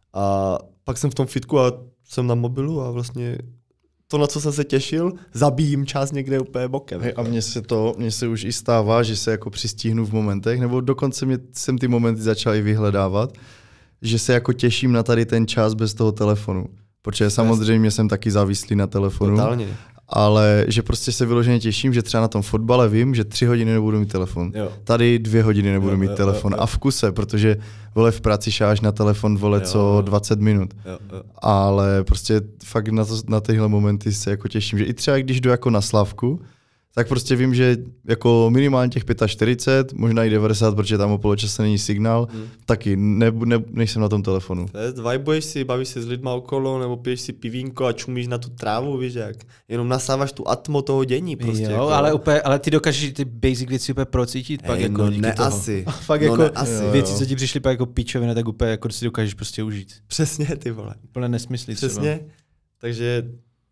A pak jsem v tom fitku a jsem na mobilu a vlastně to, na co jsem se těšil, zabijím čas někde úplně bokem. Hey, a mně se to, mně se už i stává, že se jako přistíhnu v momentech, nebo dokonce mě, jsem ty momenty začal i vyhledávat, že se jako těším na tady ten čas bez toho telefonu. Protože samozřejmě jsem taky závislý na telefonu. Totálně. Ale že prostě se vyloženě těším, že třeba na tom fotbale vím, že tři hodiny nebudu mít telefon. Jo. Tady dvě hodiny nebudu jo, mít jo, telefon. Jo, jo. A v kuse, protože vole v práci šáš na telefon vole jo, co jo. dvacet minut. Jo, jo. Ale prostě fakt na, to, na tyhle momenty se jako těším, že i třeba když jdu jako na Slavku, tak prostě vím, že jako minimálně těch čtyřicet pět, možná i devadesát, protože tam o poločase není signál, hmm. taky ne, ne, nejsem na tom telefonu. Vibuješ si, bavíš se s lidma okolo, nebo piješ si pivínko a čumíš na tu trávu, víš jak. Jenom nasáváš tu atmo toho dění prostě. Jo, jako. ale, úplně, ale ty dokážeš ty basic věci úplně procítit. Pak Ej, jako no díky ne toho. asi. Fakt no jako ne asi. věci, co ti přišly pak jako pičovina, tak úplně jako si dokážeš prostě užít. Přesně, ty vole. Úplně nesmyslí. Přesně. Třeba. Takže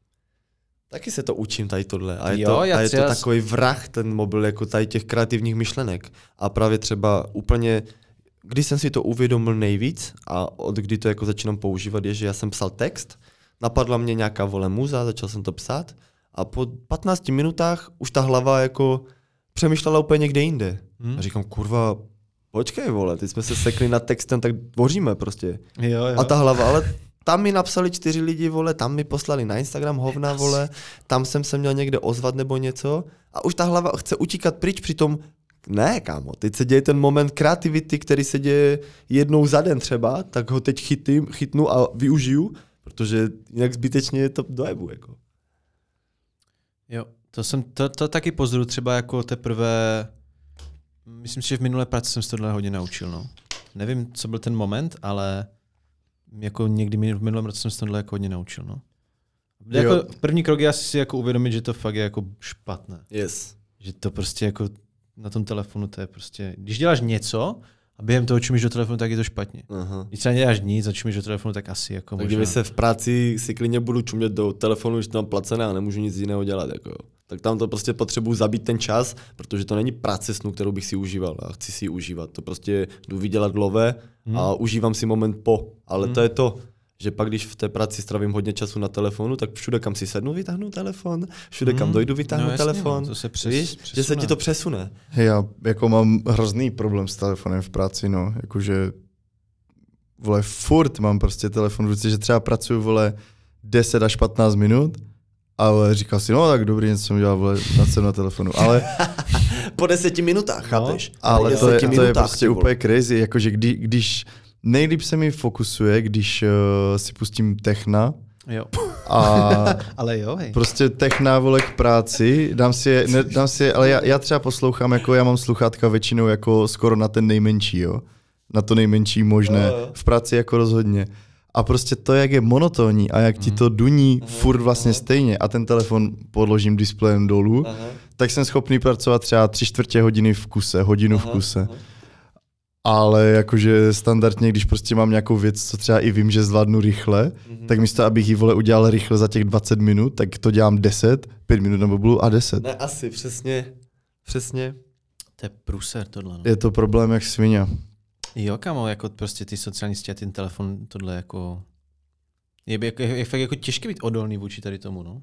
taky se to učím tady tohle. A je, jo, to, a je třeba... to takový vrah, ten mobil, jako tady těch kreativních myšlenek. A právě třeba úplně, když jsem si to uvědomil nejvíc a od kdy to jako začínám používat, je, že já jsem psal text, napadla mě nějaká vole muza, začal jsem to psát a po patnácti minutách už ta hlava jako přemýšlela úplně někde jinde. Hmm. A říkám, kurva, počkej vole, teď jsme se sekli nad textem, tak tvoříme prostě. Jo, jo. A ta hlava, ale tam mi napsali čtyři lidi, vole, tam mi poslali na Instagram hovna, vole, tam jsem se měl někde ozvat nebo něco a už ta hlava chce utíkat pryč, přitom ne, kámo, teď se děje ten moment kreativity, který se děje jednou za den třeba, tak ho teď chytím, chytnu a využiju, protože jinak zbytečně je to dojebu, jako. Jo, to jsem, to, to taky pozoruju třeba jako teprve, myslím si, že v minulé práci jsem se tohle hodně naučil, no. Nevím, co byl ten moment, ale jako někdy v minulém roce jsem se tohle jako hodně naučil, no. Jako první krok je asi si jako uvědomit, že to fakt je jako špatné. Yes. Že to prostě jako na tom telefonu to je prostě, když děláš něco a během toho čumíš do telefonu, tak je to špatně. Aha. Když třeba neděláš nic a čumíš do telefonu, tak asi jako tak možná. Kdyby se v práci si klidně budu čumět do telefonu, když tam placené a nemůžu nic jiného dělat, jako jo. Tak tam to prostě potřebuji zabít ten čas, protože to není práce snu, kterou bych si užíval a chci si ji užívat. To prostě jdu vydělat lové hmm. a užívám si moment po. Ale hmm. to je to, že pak, když v té práci strávím hodně času na telefonu, tak všude, kam si sednu, vytáhnu telefon, všude, kam dojdu, vytáhnu no, jasně, telefon. No, to se přes, Víš, že se ti to přesune. Já jako mám hrozný problém s telefonem v práci, no, jakože vole, furt mám prostě telefon v ruce, že třeba pracuju, vole, deset až patnáct minut, ale říkal si, no tak dobrý, něco jsem dělal, vole, na na telefonu, ale... po deseti minutách, chápeš? No, ale to je, to je prostě úplně crazy, jakože kdy, když nejlíp se mi fokusuje, když uh, si pustím techna. Jo. A ale jo, hej. Prostě techna, vole, k práci, dám si je, ne, dám si je, ale já, já třeba poslouchám, jako já mám sluchátka většinou jako skoro na ten nejmenší, jo. Na to nejmenší možné. V práci jako rozhodně. A prostě to, jak je monotónní a jak ti to duní aha, furt vlastně aha. stejně a ten telefon podložím displejem dolů, aha. tak jsem schopný pracovat třeba tři čtvrtě hodiny v kuse, hodinu aha, v kuse. Aha. Ale jakože standardně, když prostě mám nějakou věc, co třeba i vím, že zvládnu rychle, mm-hmm. tak místo, abych ji vole udělal rychle za těch dvacet minut, tak to dělám deset, pět minut na mobilu a deset. Ne, asi, přesně, přesně. To je průser tohle. No. Je to problém jak svině. Jo, kámo, jako prostě ty sociální sítě a ten telefon, tohle jako... Je, je, je, je fakt jako těžké být odolný vůči tady tomu, no?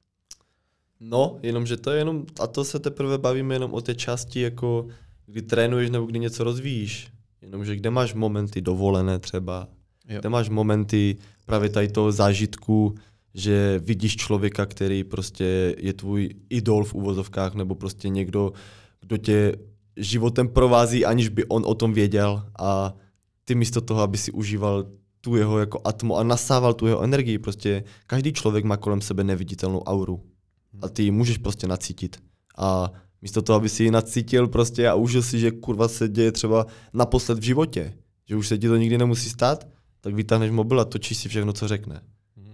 No, jenomže to je jenom, a to se teprve bavíme jenom o té části, jako kdy trénuješ nebo kdy něco rozvíjíš. Jenomže kde máš momenty dovolené třeba, jo. kde máš momenty právě tady toho zážitku, že vidíš člověka, který prostě je tvůj idol v uvozovkách, nebo prostě někdo, kdo tě životem provází, aniž by on o tom věděl a ty místo toho, aby si užíval tu jeho jako atmo a nasával tu jeho energii, prostě každý člověk má kolem sebe neviditelnou auru a ty ji můžeš prostě nacítit a místo toho, aby si ji nacítil prostě a užil si, že kurva se děje třeba naposled v životě, že už se ti to nikdy nemusí stát, tak vytáhneš mobil a točíš si všechno, co řekne.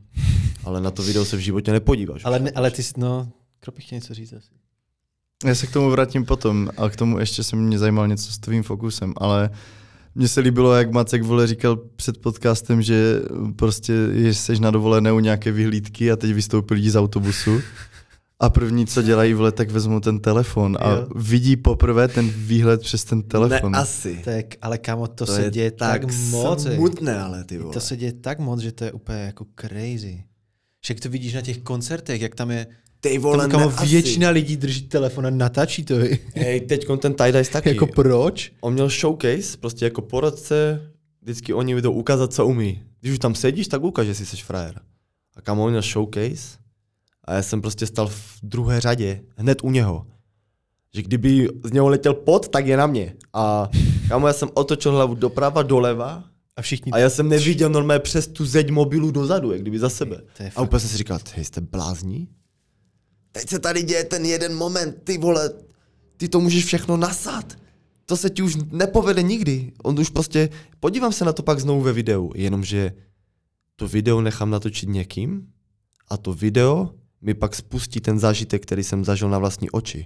Ale na to video se v životě nepodíváš. Ale, ne, ale ty jsi, no, Kropy chtěl něco říct asi. Já se k tomu vrátím potom, ale k tomu ještě se mě zajímalo něco s tvým fokusem, ale mně se líbilo, jak Macek vole říkal před podcastem, že prostě jsi na dovolené u nějaké vyhlídky a teď vystoupí lidi z autobusu a první, co dělají, vole, tak vezmou ten telefon a jo. vidí poprvé ten výhled přes ten telefon. Ne, asi. Tak, ale kámo, to, to se děje tak, tak moc. Smutné, ale ty vole. To se děje tak moc, že to je úplně jako crazy. Však to vidíš na těch koncertech, jak tam je Ty vole, tam, kámo, většina lidí drží telefon a natáčí to. Hej, teď ten tie-dye taky. Jako proč? On měl showcase, prostě jako poradce, vždycky oni jdou ukázat, co umí. Když už tam sedíš, tak ukáže, že jsi frajer. A kámo, on měl showcase a já jsem prostě stal v druhé řadě, hned u něho. Že kdyby z něho letěl pot, tak je na mě. A kámo, já jsem otočil hlavu doprava, doleva a všichni... A já jsem neviděl normálně přes tu zeď mobilu dozadu, jak kdyby za sebe. A úplně jsem si říkal, hej, jste blázní? Teď se tady děje ten jeden moment, ty vole, ty to můžeš všechno nasát. To se ti už nepovede nikdy. On už prostě, podívám se na to pak znovu ve videu, jenomže to video nechám natočit někým a to video mi pak spustí ten zážitek, který jsem zažil na vlastní oči.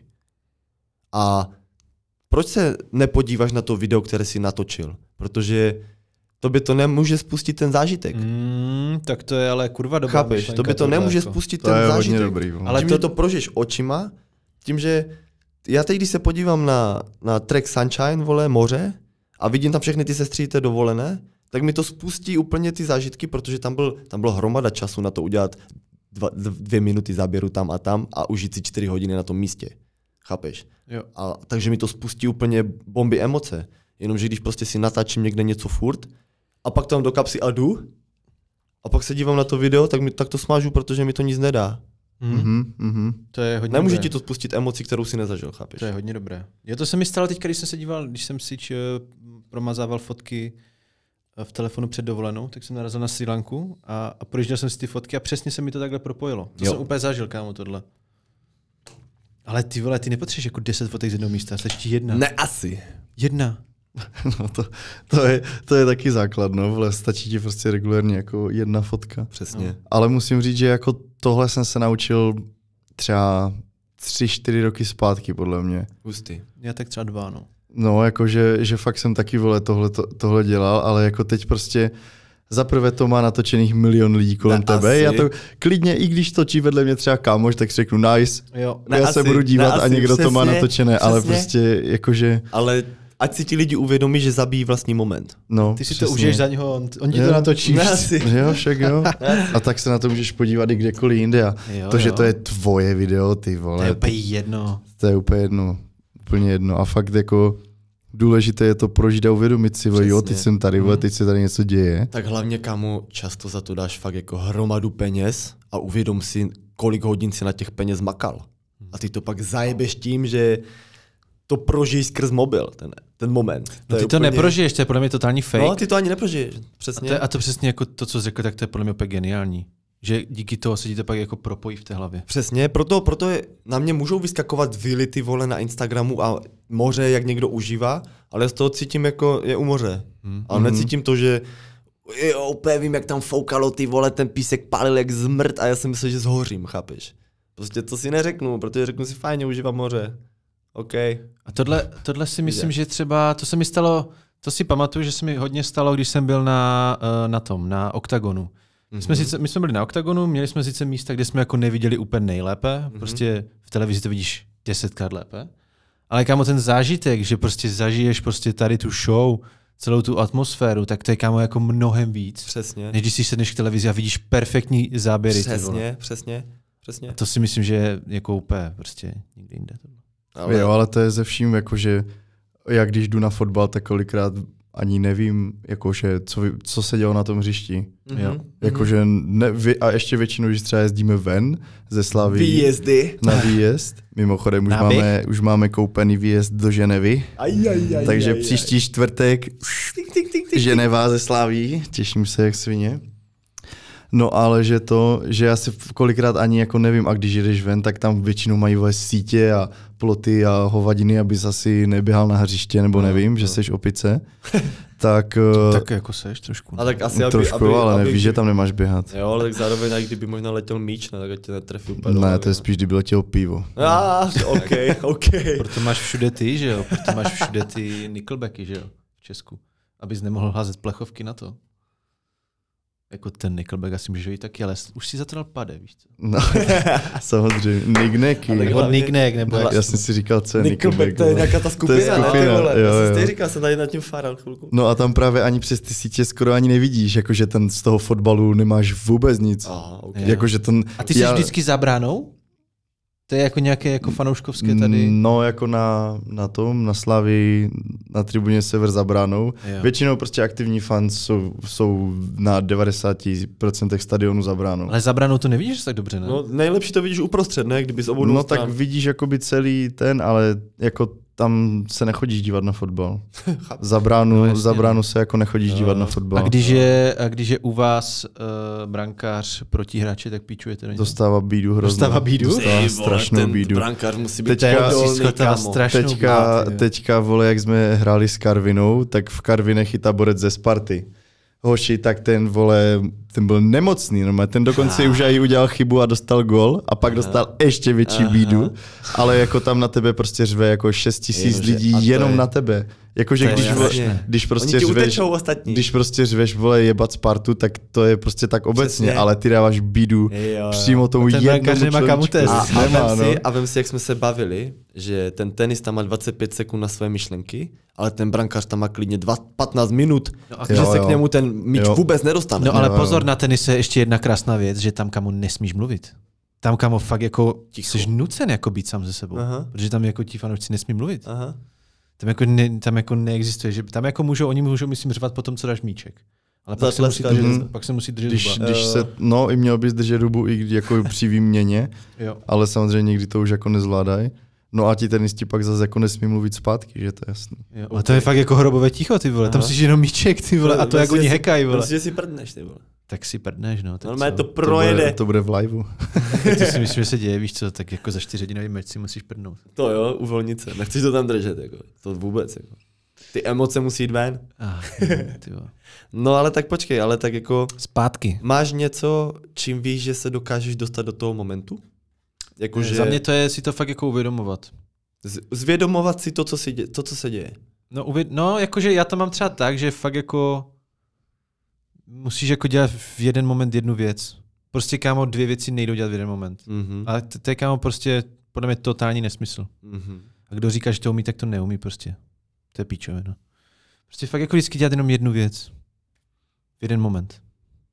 A proč se nepodíváš na to video, které jsi natočil? Protože tobě to nemůže spustit ten zážitek. Mm, tak to je ale kurva dobrá Chápeš, myšlenka, tobě to nemůže jako spustit to ten zážitek. Dobrý, ale tím, to... že to prožiješ očima, tím, že já teď, když se podívám na, na track Sunshine, vole, moře, a vidím tam všechny ty sestry té dovolené, tak mi to spustí úplně ty zážitky, protože tam, byl, tam bylo hromada času na to udělat dva, dvě minuty záběru tam a tam a užít si čtyři hodiny na tom místě. Chápeš? Jo. A, takže mi to spustí úplně bomby emoce. Jenomže když prostě si natáčím někde něco furt a pak to mám do kapsy a jdu a pak se dívám na to video, tak, mi, tak to smážu, protože mi to nic nedá. Mm-hmm. Mm-hmm. To je hodně Nemůže dobré. ti to spustit emoci, kterou si nezažil, chápeš? To je hodně dobré. Jo, to se mi stalo teď, když jsem se díval, když jsem si č, promazával fotky v telefonu před dovolenou, tak jsem narazil na Srí Lanku a, a projížděl jsem si ty fotky a přesně se mi to takhle propojilo. To Jo. jsem úplně zažil, kámo, tohle. Ale ty vole, ty nepotřebuješ jako deset fotek z jednoho místa, stačí jedna. Ne, asi. Jedna. No to, to, je, to je taky základ, no, vole, stačí ti prostě regulérně jako jedna fotka. Přesně. No. Ale musím říct, že jako tohle jsem se naučil třeba tři, čtyři roky zpátky, podle mě. Hustý. Já tak třeba dva, no. No, jako že, že fakt jsem taky, vole, tohle, to, tohle dělal, ale jako teď prostě zaprvé to má natočených milion lidí kolem Ne, tebe. asi. Já to klidně, i když točí vedle mě třeba kámoš, tak si řeknu nice. Jo. Ne, Já asi, se budu dívat ne, a asi, někdo to má přesně, natočené, ale přesně. prostě jakože, Ale ať si ti lidi uvědomí, že zabíjí vlastní moment. no. Ty si přesně. to užiješ za něho, on, on ti Jo. to natočí. Ne, asi. Jo, však jo. A tak se na to můžeš podívat i kdekoliv jinde. A Jo, to, že jo. to je tvoje video, ty To vole, je úplně jedno. to je úplně jedno. Úplně jedno. A fakt jako důležité je to prožít a uvědomit si, vole, jo, teď Přesně. jsem tady, vole, teď se tady něco děje. Tak hlavně, kámo, často za to dáš fakt jako hromadu peněz a uvědom si, kolik hodin si na těch peněz makal. A ty to pak zajebeš tím, že to prožiješ skrz mobil, ten, ten moment. No je ty to úplně... neprožiješ, to je podle mě totální fake. No, ty to ani neprožiješ, a, přesně. to je, a to přesně jako to, co jsi řekl, tak to je podle mě úplně geniální. Že díky toho se ti to pak jako propojí v té hlavě. Přesně, proto, proto je, na mě můžou vyskakovat vily, ty vole, na Instagramu a moře, jak někdo užívá, ale z toho cítím, jako je u moře. Hmm. Ale necítím to, že jo, úplně vím, jak tam foukalo, ty vole, ten písek pálil jak zmrt a já jsem myslel, že zhořím, chápeš? Prostě to si neřeknu, protože řeknu si fajně, užívám moře. OK. A tohle, tohle si myslím, že třeba, to se mi stalo, to si pamatuju, že se mi hodně stalo, když jsem byl na, na tom, na Oktagonu. My jsme, sice, my jsme byli na Oktagonu, měli jsme sice místa, kde jsme jako neviděli úplně nejlépe, mm-hmm. prostě v televizi to vidíš desetkrát lépe, ale kámo ten zážitek, že prostě zažiješ prostě tady tu show, celou tu atmosféru, tak to je kámo jako mnohem víc, Přesně. než když si sedneš k televizi a vidíš perfektní záběry. Přesně, přesně, přesně. A to si myslím, že je jako úplně prostě nikdy jinde. Ale... Jo, ale to je ze vším, jakože jak když jdu na fotbal, tak kolikrát ani nevím, jakože, co, co se dělo na tom hřišti. Mm-hmm. Jo. Jakože ne, vy, a ještě většinou, když třeba jezdíme ven ze Slavy Výjezdy. na výjezd. Mimochodem, už Na máme, už máme koupený výjezd do Ženevy. Aj, aj, aj, Takže aj, aj. příští čtvrtek Tik, tik, tik, tik. Ženeva ze Slaví, těším se jak svině. No ale že to, že já si kolikrát ani jako nevím, a když jdeš ven, tak tam většinou mají vole sítě a ploty a hovadiny, abys asi neběhal na hřiště, nebo nevím, no, že seš opice. tak, Tak jako seš trošku. A tak asi, aby, trošku, aby, ale aby, nevíš, že tam nemáš běhat. Jo, ale tak zároveň, jak kdyby možná letěl míč, ne, tak ať tě netrefí úplně. Ne, to je spíš, kdyby letělo pivo. Ah, OK, OK. Proto máš všude ty, že jo? Proto máš všude ty Nickelbacky, že jo? V Česku. Abys nemohl házet plechovky na to. Jako ten Nickelback asi může jít taky, ale už si za to dal pade, víš co? No, samozřejmě. Nicknecky. Ale Nebo hlavně- Nicknack, nebo jak Já jsem si říkal, co je Nickelback, Nickelback. to je vole. nějaká ta skupina, To je ne, skupina, ty vole. jo, Já jsem jo. si říkal, jsem tady nad tím fáral chvilku. No a tam právě ani přes ty sítě skoro ani nevidíš, jakože ten z toho fotbalu nemáš vůbec nic. Aha, OK. Jo. Jakože ten, A ty jsi já- vždycky za bránou? To je jako nějaké jako fanouškovské tady? No, jako na, na tom, na Slavii, na tribuně Sever za bránou. Jo. Většinou prostě aktivní fans jsou, jsou na devadesát procent stadionu za bránou. Ale za bránou to nevidíš tak dobře, ne? No, nejlepší to vidíš uprostřed, ne? Kdyby z obou No dvou tak stran. vidíš jakoby celý ten, ale jako tam se nechodíš dívat na fotbal. Za bránu, No, jasně, za no. bránu se jako nechodíš Jo, dívat na jo. fotbal. A když je, a když je u vás uh, brankář proti hráči, tak píčujete do něj. Dostává bídu hroznou. Dostává bídu? Dostává Ty vole, strašnou ten bídu. brankář musí být Teďka- odolný, Skotova kámo. strašnou Teďka, bídu, ty. teďka, vole, jak jsme hráli s Karvinou, tak v Karvine chytá borec ze Sparty. Hoši, tak ten, vole, ten byl nemocný, no, ten dokonce už i udělal chybu a dostal gol a pak dostal ještě větší Aha. bídu, ale jako tam na tebe prostě řve jako šest tisíc Jenomže- lidí a to jenom je- na tebe. Jakože To je když, jasné. vole, když prostě Oni ti řveš, utečou ostatní. když prostě řveš, vole, jebat Spartu, tak to je prostě tak obecně, Přesně. ale ty dáváš bídu Jo, jo. přímo tomu Ten jednomu brankář nemá kam človíčku. utéct. A, a, Nemá, vem no. si, a vem si, jak jsme se bavili, že ten tenista má dvacet pět sekund na své myšlenky, ale ten brankář tam má klidně dva, patnáct minut, No a že jo, se jo. k němu ten míč Jo. vůbec nedostane. No ale Jo, jo. pozor, na tenise ještě jedna krásná věc, že tam kamo nesmíš mluvit. Tam kamo fakt jako, jsi nucen jako být sám ze sebou, Aha. protože tam jako ti fanoušci nesmí mluvit. Aha. Tam jako, ne, tam jako neexistuje, že tam jako můžou, oni můžou myslím řvat po tom, co dáš míček. Ale pak se, musí Zatleskat, držet, že? pak se musí držet Když, zuba. když Jo. se, no i měl bys držet rubu i kdy- jako při výměně, Jo. ale samozřejmě někdy to už jako nezvládají. No a ti tenisti pak zase jako nesmí mluvit zpátky, že to je jasný. Jo. A to je fakt jako hrobové ticho, ty vole. Tam Aha. musíš jenom míček, ty vole. A to, jak Myslím, oni že si- hekají, vole. Myslím, že si prdneš, ty vole. Tak si prdneš, no. Tak Normálně co? to To bude, projede. to bude v liveu. To si myslím, že se děje, víš co, tak jako za čtyřhodinový meč si musíš prdnout. To jo, uvolnit se. Nechceš to tam držet, jako. To vůbec, jako. Ty emoce musí jít ven. Ah, ty vole. No ale tak počkej, ale tak jako Zpátky. máš něco, čím víš, že se dokážeš dostat do toho momentu? Jakože Za mě to je si to fakt jako uvědomovat. z- zvědomovat si to, co, si dě, to, co se děje. No, uvěd... no, jakože já to mám třeba tak, že fakt jako musíš jako dělat v jeden moment jednu věc. Prostě kámo, dvě věci nejdou dělat v jeden moment. Mhm. Ale to, to je kámo prostě podle mě totální nesmysl. Mhm. A kdo říká, že to umí, tak to neumí prostě. To je píčovina. Prostě fakt jako vždycky dělat jenom jednu věc. V jeden moment.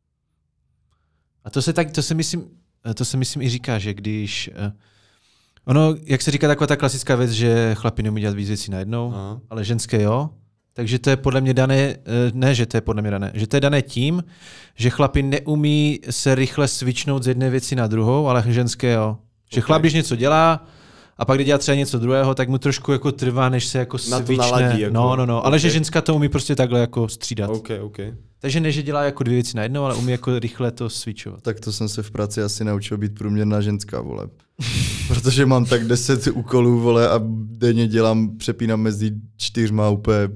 A to se tak, to se myslím, to se myslím i říká, že když, eh, ono, jak se říká taková ta klasická věc, že chlapi neumí dělat víc věcí najednou, Aha. ale ženské jo, takže to je podle mě dané, eh, ne, že to je podle mě dané, že to je dané tím, že chlapi neumí se rychle switchnout z jedné věci na druhou, ale ženské jo. Že Ok. chlap, když něco dělá, a pak, když dělá třeba něco druhého, tak mu trošku jako trvá, než se jako Na to switchne. naladí, jako. No, no, no. Ale Ok. že ženská to umí prostě takhle jako střídat. OK, OK. Takže ne, že dělá jako dvě věci najednou, ale umí jako rychle to switchovat. Tak to jsem se v práci asi naučil být průměrná ženská, vole. Protože mám tak deset úkolů, vole, a denně dělám, přepínám mezi čtyřma úplně.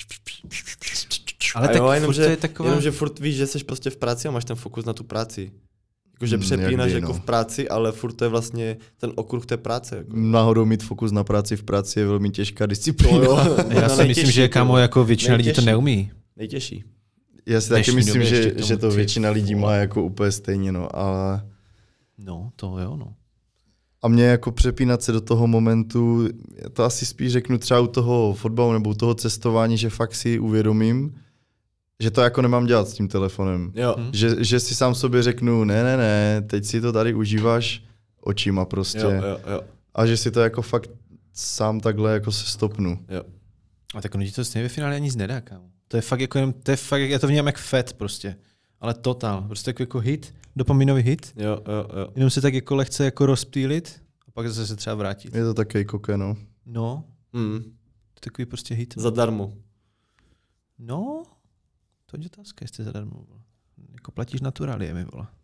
Ale A tak jo, jenom, furt že, to je taková... jenom, že furt víš, že jsi prostě v práci a máš ten fokus na tu práci. Jakože Hmm, přepínáš jak kdy, jako no. v práci, ale furt to je vlastně ten okruh té práce. Jako. Náhodou mít fokus na práci v práci je velmi těžká disciplína. To jo. Já si myslím, že kámo jako většina lidí to Nejtěžší. neumí. Nejtěžší. Já si taky dnešní myslím, době že, ještě k tomu že to ty většina lidí má vole. jako úplně stejně, no, ale... No, to jo, no. A mě jako přepínat se do toho momentu, já to asi spíš řeknu třeba u toho fotbalu nebo u toho cestování, že fakt si uvědomím, že to jako nemám dělat s tím telefonem. Jo. Hm. Že, že si sám sobě řeknu, ne, ne, ne, teď si to tady užíváš očima prostě. Jo, jo, jo. A že si to jako fakt sám takhle jako se stopnu. jo. A tak ono ti to stejně ve finále nic nedá, kámo. To je fakt jako jenom, to je fakt, já to vnímám jak fet prostě. Ale totál. Prostě jako, jako hit, dopaminový hit. Jo, jo, jo. Jenom se tak jako lehce jako rozptýlit a pak zase se třeba vrátit. Je to takový koke, no. No, Hmm. to je takový prostě hit. Zadarmo. No, to je otázka, jestli zadarmo. Vole. Jako platíš naturálie, mi vole.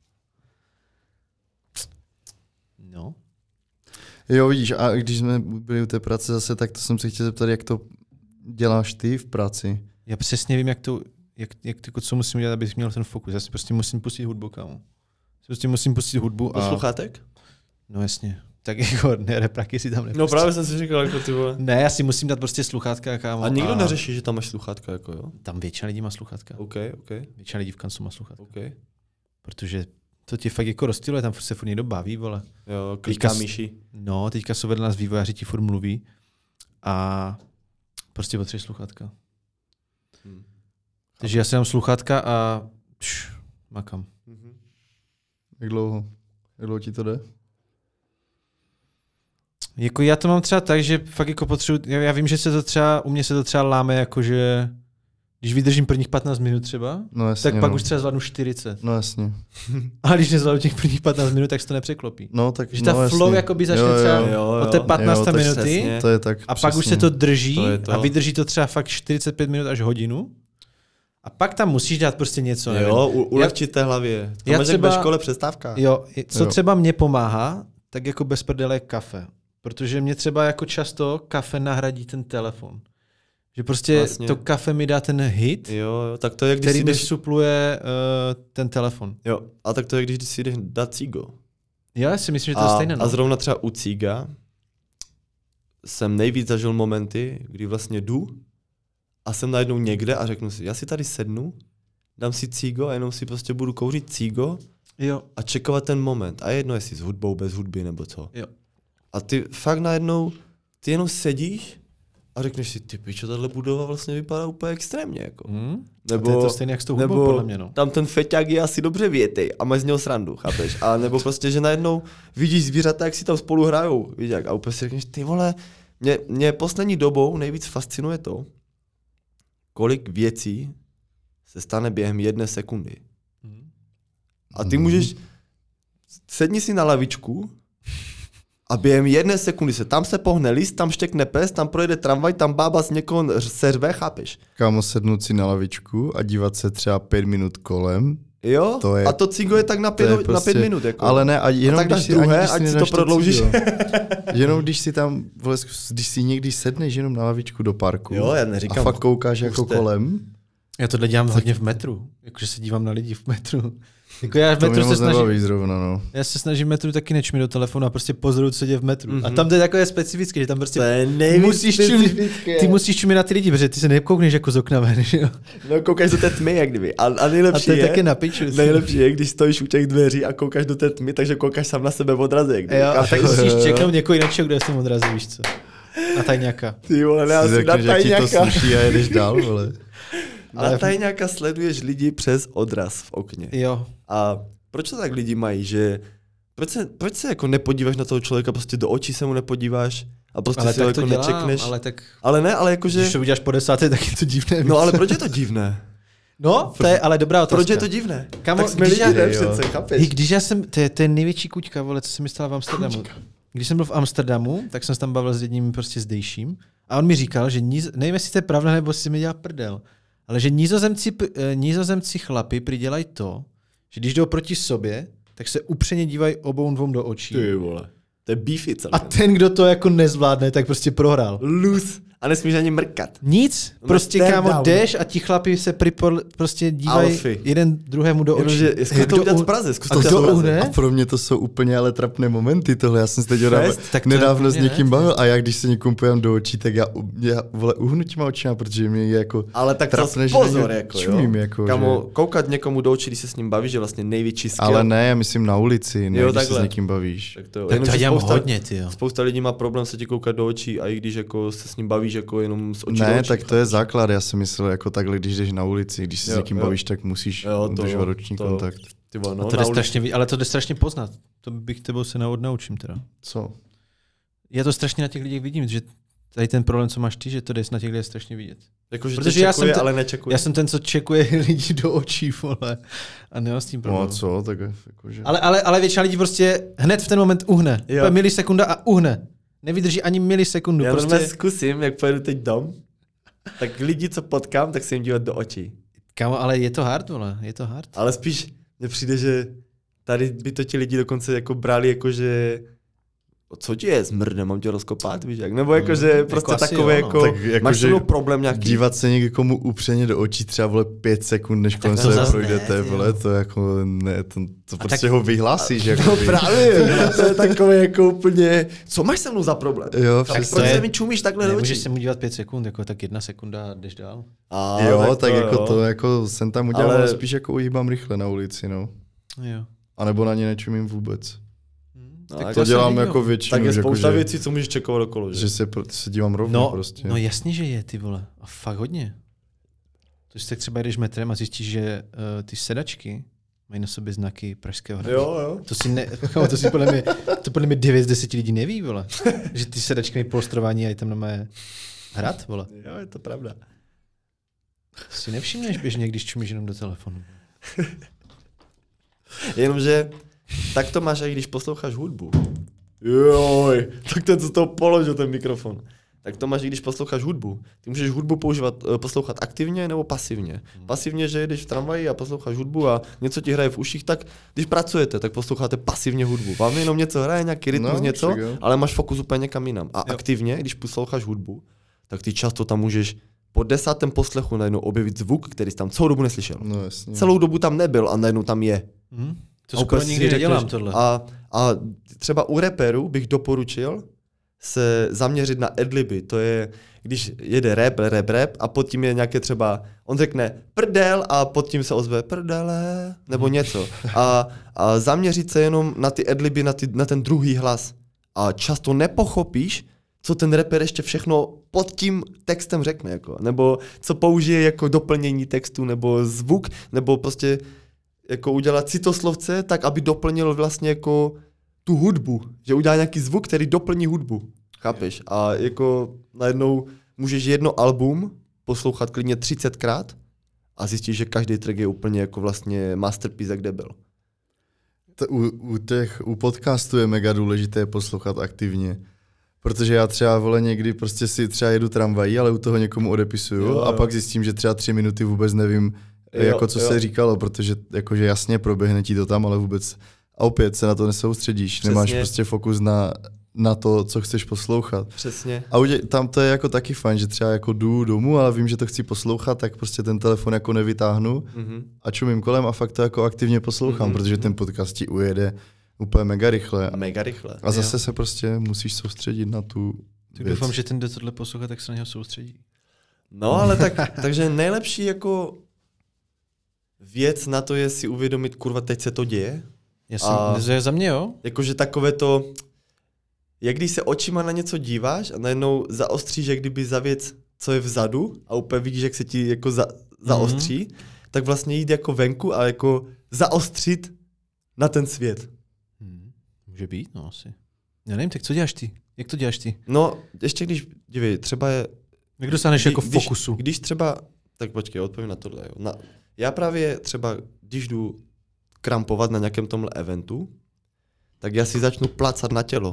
No. Jo, vidíš, a když jsme byli u té práce zase, tak to jsem se chtěl zeptat, jak to děláš ty v práci. Já přesně vím, jak to, jak, jak, jako, co musím dělat, abych měl ten fokus. Já si prostě musím pustit hudbu, kámo. Prostě musím pustit hudbu Do a... sluchátek? No jasně. Tak jako ne, repraky si tam nepustím. No právě jsem si říkal, jako ty vole. Ne, já si musím dát prostě sluchátka, kámo. A nikdo neřeší, že tam máš sluchátka, jako jo? Tam většina lidí má sluchátka. OK, OK, Většina lidí v kanclu má sluchátka. OK. Protože to tě fakt jako rozstyluje, tam se furt někdo baví, vole. Jo, kliká Teďka s- myší. No, teďka jsou vedle nás vývojáři, ti furt mluví a prostě potřebuješ sluchátka. Hmm. Takže já si dám sluchátka a pš, makám. Mhm. Jak dlouho? Jak dlouho ti to jde? Jako já to mám třeba tak, že fakt jako potřebuji, já, já vím, že se to třeba, u mě se to třeba láme jakože, když vydržím prvních patnáct minut třeba, No jasně, tak pak no. už třeba zvládnu čtyřicet. No jasně. A když nezvládnu těch prvních patnáct minut, tak se to nepřeklopí. No tak Že no, ta jasně. flow jakoby začne Jo, jo, třeba jo. Jo, od jo. té patnácté Jo, tak minuty přesně. To je tak a pak už přesně. se to drží To je to. a vydrží to třeba fakt čtyřicet pět minut až hodinu. A pak tam musíš dát prostě něco. nevím. Jo, u, ulehčit té hlavě. To já máš třeba- jak ve škole přestávka. Jo, i- co Jo. třeba mě pomáhá, tak jako bez prdele je kafe. Protože mě třeba jako často kafe nahradí ten telefon. Že prostě Vlastně. to kafe mi dá ten hit, Jo, jo, tak to je, když který si mi jdeš... supluje uh, ten telefon. Jo, a tak to je, když si jdeš dát cigo. Já si myslím, že to je A, stejné. No. a zrovna třeba u ciga jsem nejvíc zažil momenty, kdy vlastně jdu a jsem najednou někde a řeknu si, já si tady sednu, dám si cígo a jenom si prostě budu kouřit cígo jo. a čekovat ten moment. A jedno jestli s hudbou, bez hudby nebo co. Jo. A ty fakt najednou, ty jenom sedíš a řekneš si, ty pičo, tahle budova vlastně vypadá úplně extrémně. Jako. Hmm? Nebo, to je to stejné jak s tou hudbou, nebo podle mě. No. tam ten feťák je asi dobře větej a máš z něho srandu, chápeš? A nebo prostě, že najednou vidíš zvířata, jak si tam spolu hrajou. Víš jak? A úplně si řekneš, ty vole, mě, mě poslední dobou nejvíc fascinuje to, kolik věcí se stane během jedné sekundy. A ty můžeš, sedni si na lavičku a během jedné sekundy se tam se pohne list, tam štěkne pes, tam projede tramvaj, tam bába z někoho seřve, chápeš? Kámo, sednout si na lavičku a dívat se třeba pět minut kolem. Jo, to je, a to cigo je tak na pět, prostě, na pět minut. Jako. Ale ne, a jenom a tak když si, druhé, ani, když ať si to prodloužíš. Jenom když si tam, vole, když si někdy sedneš jenom na lavičku do parku jo, já neříkám, a fakt koukáš jako puste. kolem. Já tohle dělám hodně v metru, jakože se dívám na lidi v metru. Jako já v to metru mě se moc snažím, zrovna, no. já se snažím v metru taky nečmi do telefonu a prostě pozoruju, co děje v metru. Mm-hmm. A tam to je takové specifické, že tam prostě to je musíš čumit, ty musíš čumit na ty lidi, protože ty se nekoukneš jako z okna ven, že jo? No koukáš do té tmy, jak kdyby. A, a nejlepší a to je, je, taky na piču. nejlepší je, když stojíš u těch dveří a koukáš do té tmy, takže koukáš sám na sebe v odraze. Jak kdyby. Jo, a tak musíš čeknout někoho jiného, kdo je s tím odrazí, víš co? A tajňáka. Ty vole, ne, asi na tajňáka. Ti to sluší a jedeš dál, vole. Na tajňáka sleduješ lidi přes odraz v okně. Jo. A proč to tak lidi mají, že proč se, proč se jako nepodíváš na toho člověka, prostě do očí se mu nepodíváš a prostě ale si ho jako dělám, nečekneš. Ale, tak... ale ne, ale jakože... Když to uděláš po desáté, tak je to divné. No ale proč je to divné? No, to je ale dobrá otázka. Proč je to divné? Kamo, tak jsme když lidi, já, ne, přece, chápeš? Když já jsem, to je, to je největší kuťka, vole, co se mi stalo v Amsterdamu. Kuťka. Když jsem byl v Amsterdamu, tak jsem se tam bavil s jedním prostě zdejším a on mi říkal, že níz, nevím, jestli to je pravda, nebo si mi dělá prdel, ale že nízozemci, nízozemci chlapi přidělají to, že když jdou proti sobě, tak se upřeně dívají obou dvou do očí. Ty vole, to je beefy celé. A ten, kdo to jako nezvládne, tak prostě prohrál. Luz. A nesmíš ani mrkat. Nic, no prostě kámo jdeš a ti chlapi se pripor, prostě dívají Alfy. jeden druhému do očí. Jenomže, zkus to udělat v Praze. Zkus a kdo uhne? A pro mě to jsou úplně ale trapné momenty tohle. Já jsem se teď nedávno s někým ne? bavil a já když se někomu pojím do očí, tak já, já vole, uhnu těma očima, protože mě je jako ale tak trapné, to pozor, jako, čumím, jo. Jako, Kamo, že... koukat někomu do očí, když se s ním bavíš, je vlastně největší skill. Ale ne, já myslím na ulici, ne, jo, když se s někým bavíš. Tak to, tak to dělám hodně, ty jo. Spousta lidí má problém se ti koukat do očí a i když jako se s ním bavíš jako jenom s očí ne, do očí, tak to je základ, já si myslel jako takhle, když jdeš na ulici, když se s někým bavíš, tak musíš udržovat oční to, kontakt. Ty vole, no, to jde strašně, ale to jde strašně poznat. To bych tebou se naučím teda. Co? Já to strašně na těch lidech vidím, že tady ten problém, co máš ty, že to jde na těch lidech strašně vidět. Jako, že protože čekuje, já jsem ten, ale nečekuje. Já jsem ten, co čekuje lidi do očí, vole. A nemám s tím problém. No a co? Tak jakože... ale, ale, ale většina lidí prostě hned v ten moment uhne. Milisekunda a uhne. Nevydrží ani milisekundu. Já prostě... zkusím, jak pojedu teď dom, tak lidi, co potkám, tak se jim dívat do očí. Kámo, ale je to hard, vole, je to hard. Ale spíš mně přijde, že tady by to ti lidi dokonce jako brali jako, že co ti je, zmrdne, mám tě rozkopat, víš jak? Nebo jako, že prostě jako takové jo, no. jako, tak jako, máš že problém nějaký. Dívat se někomu upřeně do očí třeba vole pět sekund, než kolem sebe projdete, ne, vole, to jako ne, to, to prostě tak, ho vyhlásíš. A, jako no právě, to je takové jako úplně, co máš se mnou za problém? Jo, tak proč se mi čumíš takhle do očí? Nemůžeš se mu dívat pět sekund, jako tak jedna sekunda a jdeš dál. A, jo, tak, to, tak jako jo. to jako jsem tam udělal, ale spíš jako uhýbám rychle na ulici, no. Jo. A nebo na ně nečumím vůbec. No, tak to dělám jako většinu. Tak je spousta jako, věcí, co můžeš čekovat okolo. Že, že se, se dívám rovně no, prostě. No jasně, že je, ty vole. A fakt hodně. To si tak třeba jdeš metrem a zjistíš, že uh, ty sedačky mají na sobě znaky Pražského hradu. Jo, jo. To si, ne, to si podle mě, to podle mě devět z deseti lidí neví, vole. Že ty sedačky mají polstrování a je tam máme hrad, vole. Jo, je to pravda. To si nevšimneš běžně, když čumíš jenom do telefonu. Jenomže tak to máš, i když posloucháš hudbu. Joj, tak ten, co z toho položil ten mikrofon. Tak to máš, i když posloucháš hudbu. Ty můžeš hudbu používat, poslouchat aktivně nebo pasivně. Hmm. Pasivně, že jdeš v tramvaji a posloucháš hudbu a něco ti hraje v uších, tak když pracujete, tak posloucháte pasivně hudbu. Vám jenom něco hraje, nějaký rytmus, no, něco, ale máš fokus úplně někam jinam. A jo. Aktivně, když posloucháš hudbu, tak ty často tam můžeš po desátém poslechu najednou objevit zvuk, který jsi tam celou dobu neslyšel. No, jasně. Celou dobu tam nebyl a najednou tam je. Hmm. To skoro nikdy nedělám tohle. A, a třeba u reperů bych doporučil se zaměřit na adliby. To je, když jede rap, rap, rap a pod tím je nějaké třeba, on řekne prdel a pod tím se ozve prdele nebo něco. A, a zaměřit se jenom na ty adliby, na, ty, na ten druhý hlas. A často nepochopíš, co ten rapper ještě všechno pod tím textem řekne. Jako. Nebo co použije jako doplnění textu, nebo zvuk, nebo prostě jako udělat citoslovce tak, aby doplnil vlastně jako tu hudbu. Že udělá nějaký zvuk, který doplní hudbu. Chápeš? A jako najednou můžeš jedno album poslouchat klidně třicetkrát a zjistíš, že každý track je úplně jako vlastně masterpiece, jak kde byl. To u, u, těch, u podcastu je mega důležité poslouchat aktivně. Protože já třeba vole někdy prostě si třeba jedu tramvají, ale u toho někomu odepisuju jo, a jo. pak zjistím, že třeba tři minuty vůbec nevím, jo, jako co jo. se říkalo, protože jakože jasně proběhne ti to tam, ale vůbec a opět se na to nesoustředíš, Přesně. nemáš prostě fokus na, na to, co chceš poslouchat. Přesně. A udě, tam to je jako taky fajn, že třeba jako jdu domů, ale vím, že to chci poslouchat, tak prostě ten telefon jako nevytáhnu mm-hmm. a čumím kolem a fakt to jako aktivně poslouchám, mm-hmm. protože ten podcast ti ujede úplně mega rychle. Mega rychle. A zase jo. se prostě musíš soustředit na tu Tak věc. Doufám, že ten jde tohle poslouchat, tak se na něho soustředí. No, ale tak, takže nejlepší jako věc na to je si uvědomit, kurva, teď se to děje. Já jsem, a za mě, jo? Jakože takové to, jak když se očima na něco díváš a najednou zaostříš, jak kdyby za věc, co je vzadu a úplně vidíš, jak se ti jako za, zaostří, mm-hmm. tak vlastně jít jako venku a jako zaostřit na ten svět. Hmm. Může být, no asi. Já nevím, tak co děláš ty? Jak to děláš ty? No, ještě když, dívej, třeba je... Jak dostaneš jako když, fokusu? Když třeba, tak počkej, odpovím na tohle. Jo. Na, já právě třeba, když jdu krampovat na nějakém tomhle eventu, tak já si začnu plácat na tělo.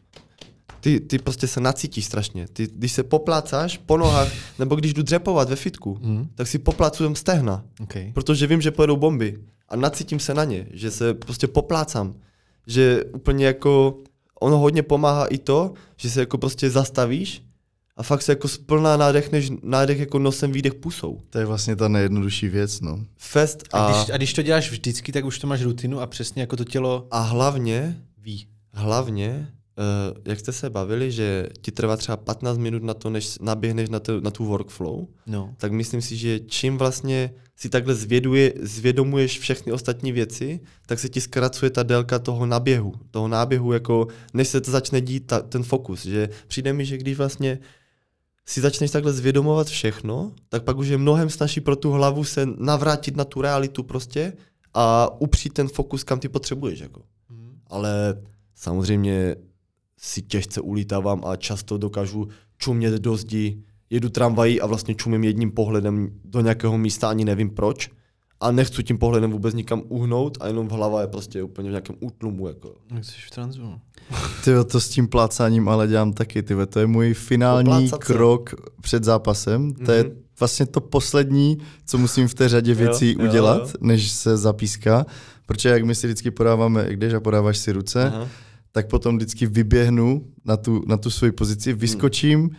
Ty, ty prostě se nacítíš strašně. Ty, když se poplácáš po nohách, nebo když jdu dřepovat ve fitku, hmm. tak si poplácujem stehna. Okay. Protože vím, že pojedou bomby. A nacítím se na ně, že se prostě poplácám. Že úplně jako, ono hodně pomáhá i to, že se jako prostě zastavíš a fakt se jako splná nádechneš, nádech jako nosem, výdech pusou. To je vlastně ta nejjednodušší věc, no. Fest a... A když, a když to děláš vždycky, tak už to máš rutinu a přesně jako to tělo a hlavně, ví. Hlavně, uh, jak jste se bavili, že ti trvá třeba patnáct minut na to, než naběhneš na, to, na tu workflow, no. tak myslím si, že čím vlastně si takhle zvěduje, zvědomuješ všechny ostatní věci, tak se ti zkracuje ta délka toho naběhu. Toho náběhu, jako než se to začne dít ta, ten fokus. Že přijde mi, že když vlastně si začneš takhle zvědomovat všechno, tak pak už je mnohem snazší pro tu hlavu se navrátit na tu realitu prostě a upřít ten fokus, kam ty potřebuješ. Jako. Hmm. Ale samozřejmě si těžce ulítávám a často dokážu čumět do zdi, jedu tramvají a vlastně čumím jedním pohledem do nějakého místa, ani nevím proč. A nechci tím pohledem vůbec nikam uhnout a jenom hlava je prostě úplně v nějakém útlumu. Jako. Jak jsi v transu. Tyjo, to s tím plácáním ale dělám taky. Tyjo, to je můj finální krok před zápasem. To je mm-hmm. vlastně to poslední, co musím v té řadě věcí jo, udělat, jo, jo. než se zapíská. Protože jak my si vždycky podáváme, když a podáváš si ruce, aha. tak potom vždycky vyběhnu na tu, na tu svoji pozici, vyskočím, hmm.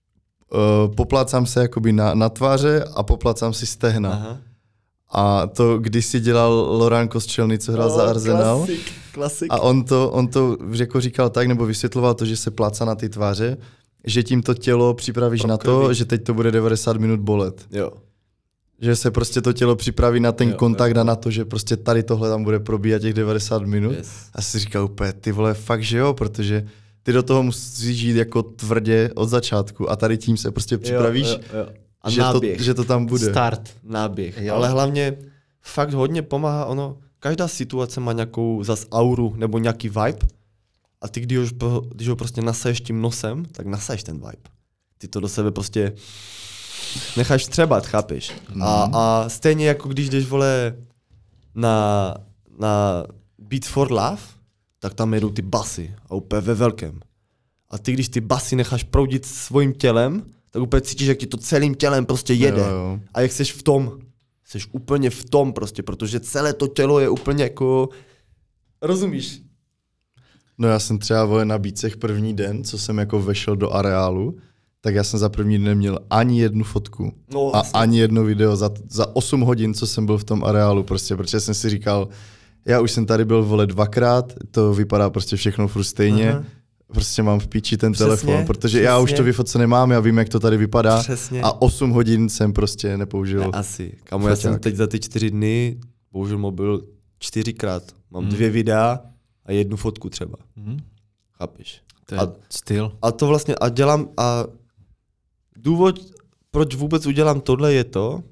uh, poplácám se jakoby na, na tváře a poplácám si stehna. Aha. A to kdysi dělal Loran Kostřelný, co hrál oh, za Arsenal. Klasik, klasik. A on to, on to jako říkal tak, nebo vysvětloval to, že se plácá na ty tváře, že tím to tělo připravíš Pro na krví. To, že teď to bude devadesát minut bolet. Jo. Že se prostě to tělo připraví na ten jo, kontakt jo. a na to, že prostě tady tohle tam bude probíhat těch devadesát minut. Yes. A si říkal úplně, ty vole, fakt že jo, protože ty do toho musíš žít jako tvrdě od začátku a tady tím se prostě připravíš, jo, jo, jo. A že, to, že to tam bude. Start. Náběh. Jo. Ale hlavně fakt hodně pomáhá ono, každá situace má nějakou zas auru nebo nějaký vibe a ty když ho, když ho prostě nasaješ tím nosem, tak nasaješ ten vibe. Ty to do sebe prostě necháš třebat, chápeš? Mm. A, a stejně jako když jdeš, vole, na, na Beats for Love, tak tam jedou ty basy a úplně ve velkém. A ty když ty basy necháš proudit svým tělem, tak úplně cítíš, jak ti to celým tělem prostě jede. Jo, jo. A jak jsi v tom, jsi úplně v tom prostě, protože celé to tělo je úplně jako, rozumíš? No já jsem třeba, vole, na Beatsech první den, co jsem jako vešel do areálu, tak já jsem za první den neměl ani jednu fotku no, a vlastně. ani jedno video za, za osm hodin, co jsem byl v tom areálu prostě, protože jsem si říkal, já už jsem tady byl, vole, dvakrát, to vypadá prostě všechno furt stejně, uh-huh. prostě mám v píči ten Přesně, telefon, protože přesně. já už to vyfocené mám, já vím, jak to tady vypadá. Přesně. A osm hodin jsem prostě nepoužil. Ne, asi. Kamo, já jsem Foťák. teď za ty čtyři dny použil mobil čtyřikrát. Mám Hmm. dvě videa a jednu fotku třeba. Mhm. Chápeš? To je A- styl. A to vlastně, a dělám, a důvod, proč vůbec udělám tohle je to,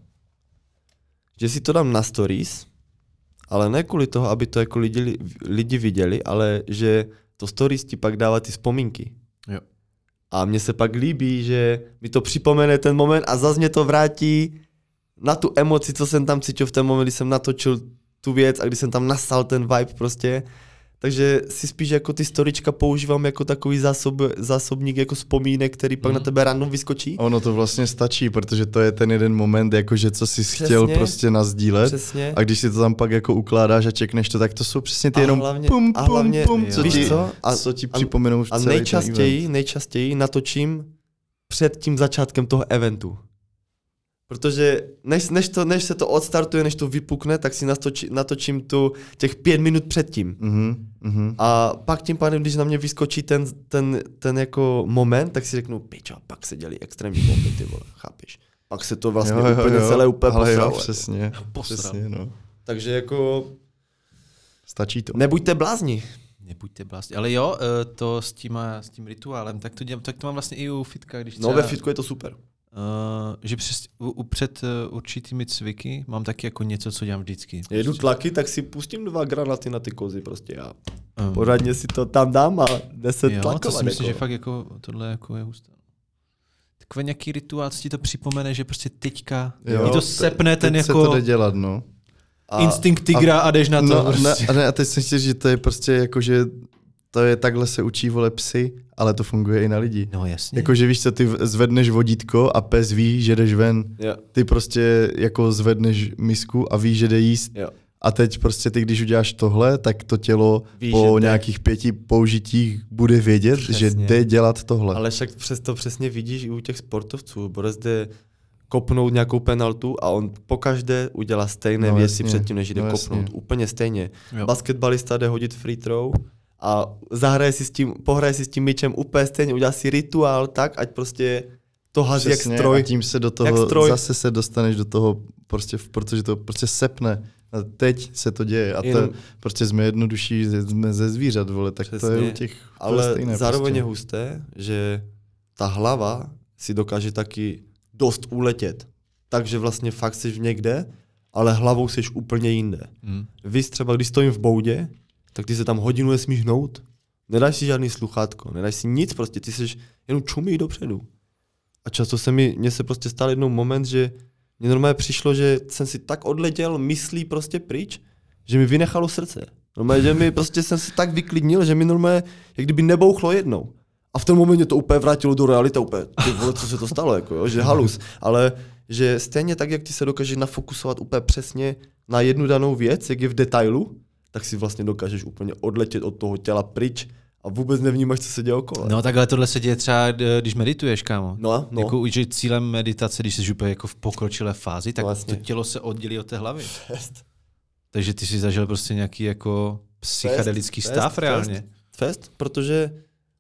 že si to dám na stories, ale ne kvůli toho, aby to jako lidi, lidi viděli, ale že to stories ti pak dává ty vzpomínky. Jo. A mně se pak líbí, že mi to připomene ten moment a zase mě to vrátí na tu emoci, co jsem tam cítil v ten moment, kdy jsem natočil tu věc a když jsem tam nasal ten vibe prostě. Takže si spíš jako ty storička používám jako takový zásob, zásobník jako vzpomínek, který pak Mhm. na tebe random vyskočí. Ono to vlastně stačí, protože to je ten jeden moment, jakože co jsi Přesně. chtěl prostě nazdílet. Přesně. A když si to tam pak jako ukládáš a čekneš to, tak to jsou přesně ty A jenom hlavně- pum, a pum, hlavně- pum, jo. co Víš ti, co? A- co ti a- připomenou A celý ten nejčastěji, event. nejčastěji natočím před tím začátkem toho eventu. Protože než, než, to, než se to odstartuje, než to vypukne, tak si natoči, natočím tu těch pět minut předtím. Mhm, mhm. A pak tím pádem, když na mě vyskočí ten, ten, ten jako moment, tak si řeknu, pičo, pak se dělí extrémní bomby, ty vole, chápeš? Pak se to vlastně Jo, jo, úplně jo, celé úplně ale jo, posralo. přesně, Posral. přesně, no. Takže jako Stačí to. nebuďte blázni. Nebuďte blázni. Ale jo, eh, to s tím, s tím rituálem, tak to, dělám, tak to mám vlastně i u fitka, když No třeba, ve fitku je to super. Uh, že přes, u, u, před uh, určitými cviky mám taky jako něco, co dělám vždycky. Jedu tlaky, tak si pustím dva granaty na ty kozy prostě já. Um, Pořádně si to tam dám a deset jo, tlakovat. to si myslím, jako. že fakt jako tohle jako je husté. Takové nějaký rituál, co ti to připomene, že prostě teďka Jo, ti to te- sepne ten teď se jako to jde dělat, no. A- instinkt tygra a, a jdeš na to. No, prostě. ne, a, ne, a teď jsem chtěl, že to je prostě jako, že to je takhle se učí, vole, psy, ale to funguje i na lidi. No jasně. Jakože víš co, ty v- zvedneš vodítko a pes ví, že jdeš ven. Jo, Ty prostě jako zvedneš misku a ví, že jde jíst. jo. A teď prostě ty, když uděláš tohle, tak to tělo Ví, po že jde. nějakých pěti použitích bude vědět, Přesně. že jde dělat tohle. Ale však přesto přesně vidíš i u těch sportovců. Boris jde kopnout nějakou penaltu a on pokaždé udělá stejné No, věci jasně. předtím, než jde No, kopnout. jasně. Úplně stejně. Jo. Basketbalista jde hodit free throw a zahraje si s tím, pohraje si s tím míčem úplně stejně, udělá si rituál tak, ať prostě to hází jak Přesně, stroj. a tím se do Jak toho, stroj. zase se dostaneš do toho, prostě, protože to prostě sepne. A teď se to děje a to Jenom- prostě jsme jednodušší, jsme ze zvířat, vole, tak to Přesně. je u těch to je Ale stejné zároveň prostě. je husté, že ta hlava si dokáže taky dost uletět. Takže vlastně fakt jsi někde, ale hlavou jsi úplně jinde. Hmm. Víš, třeba když stojím v boudě, tak ty se tam hodinu nesmíš hnout. Nedáš si žádný sluchátko, nedáš si nic, prostě ty jsi jenom čumí dopředu. A často se mi, mně se prostě stal jednou moment, že mně normálně přišlo, že jsem si tak odletěl myslí prostě pryč, že mi vynechalo srdce. Normálně, že mi prostě jsem se tak vyklidnil, že mi normálně, jak kdyby nebouchlo jednou. A v tom momentě to úplně vrátilo do reality, úplně, ty vole, co se to stalo, jako, jo, že halus. Ale že stejně tak, jak ty se dokážeš nafokusovat úplně přesně na jednu danou věc, jak je v detailu, tak si vlastně dokážeš úplně odletět od toho těla pryč a vůbec nevnímáš, co se děje okolo. No takhle tohle se děje třeba, eh, když medituješ, kámo. No, no. Jako, že cílem meditace, když jsi úplně jako v pokročilé fázi, tak Vlastně. to tělo se oddělí od té hlavy. Fest. Takže ty si zažil prostě nějaký jako psychedelický Fest, stav fest, reálně. Fest, protože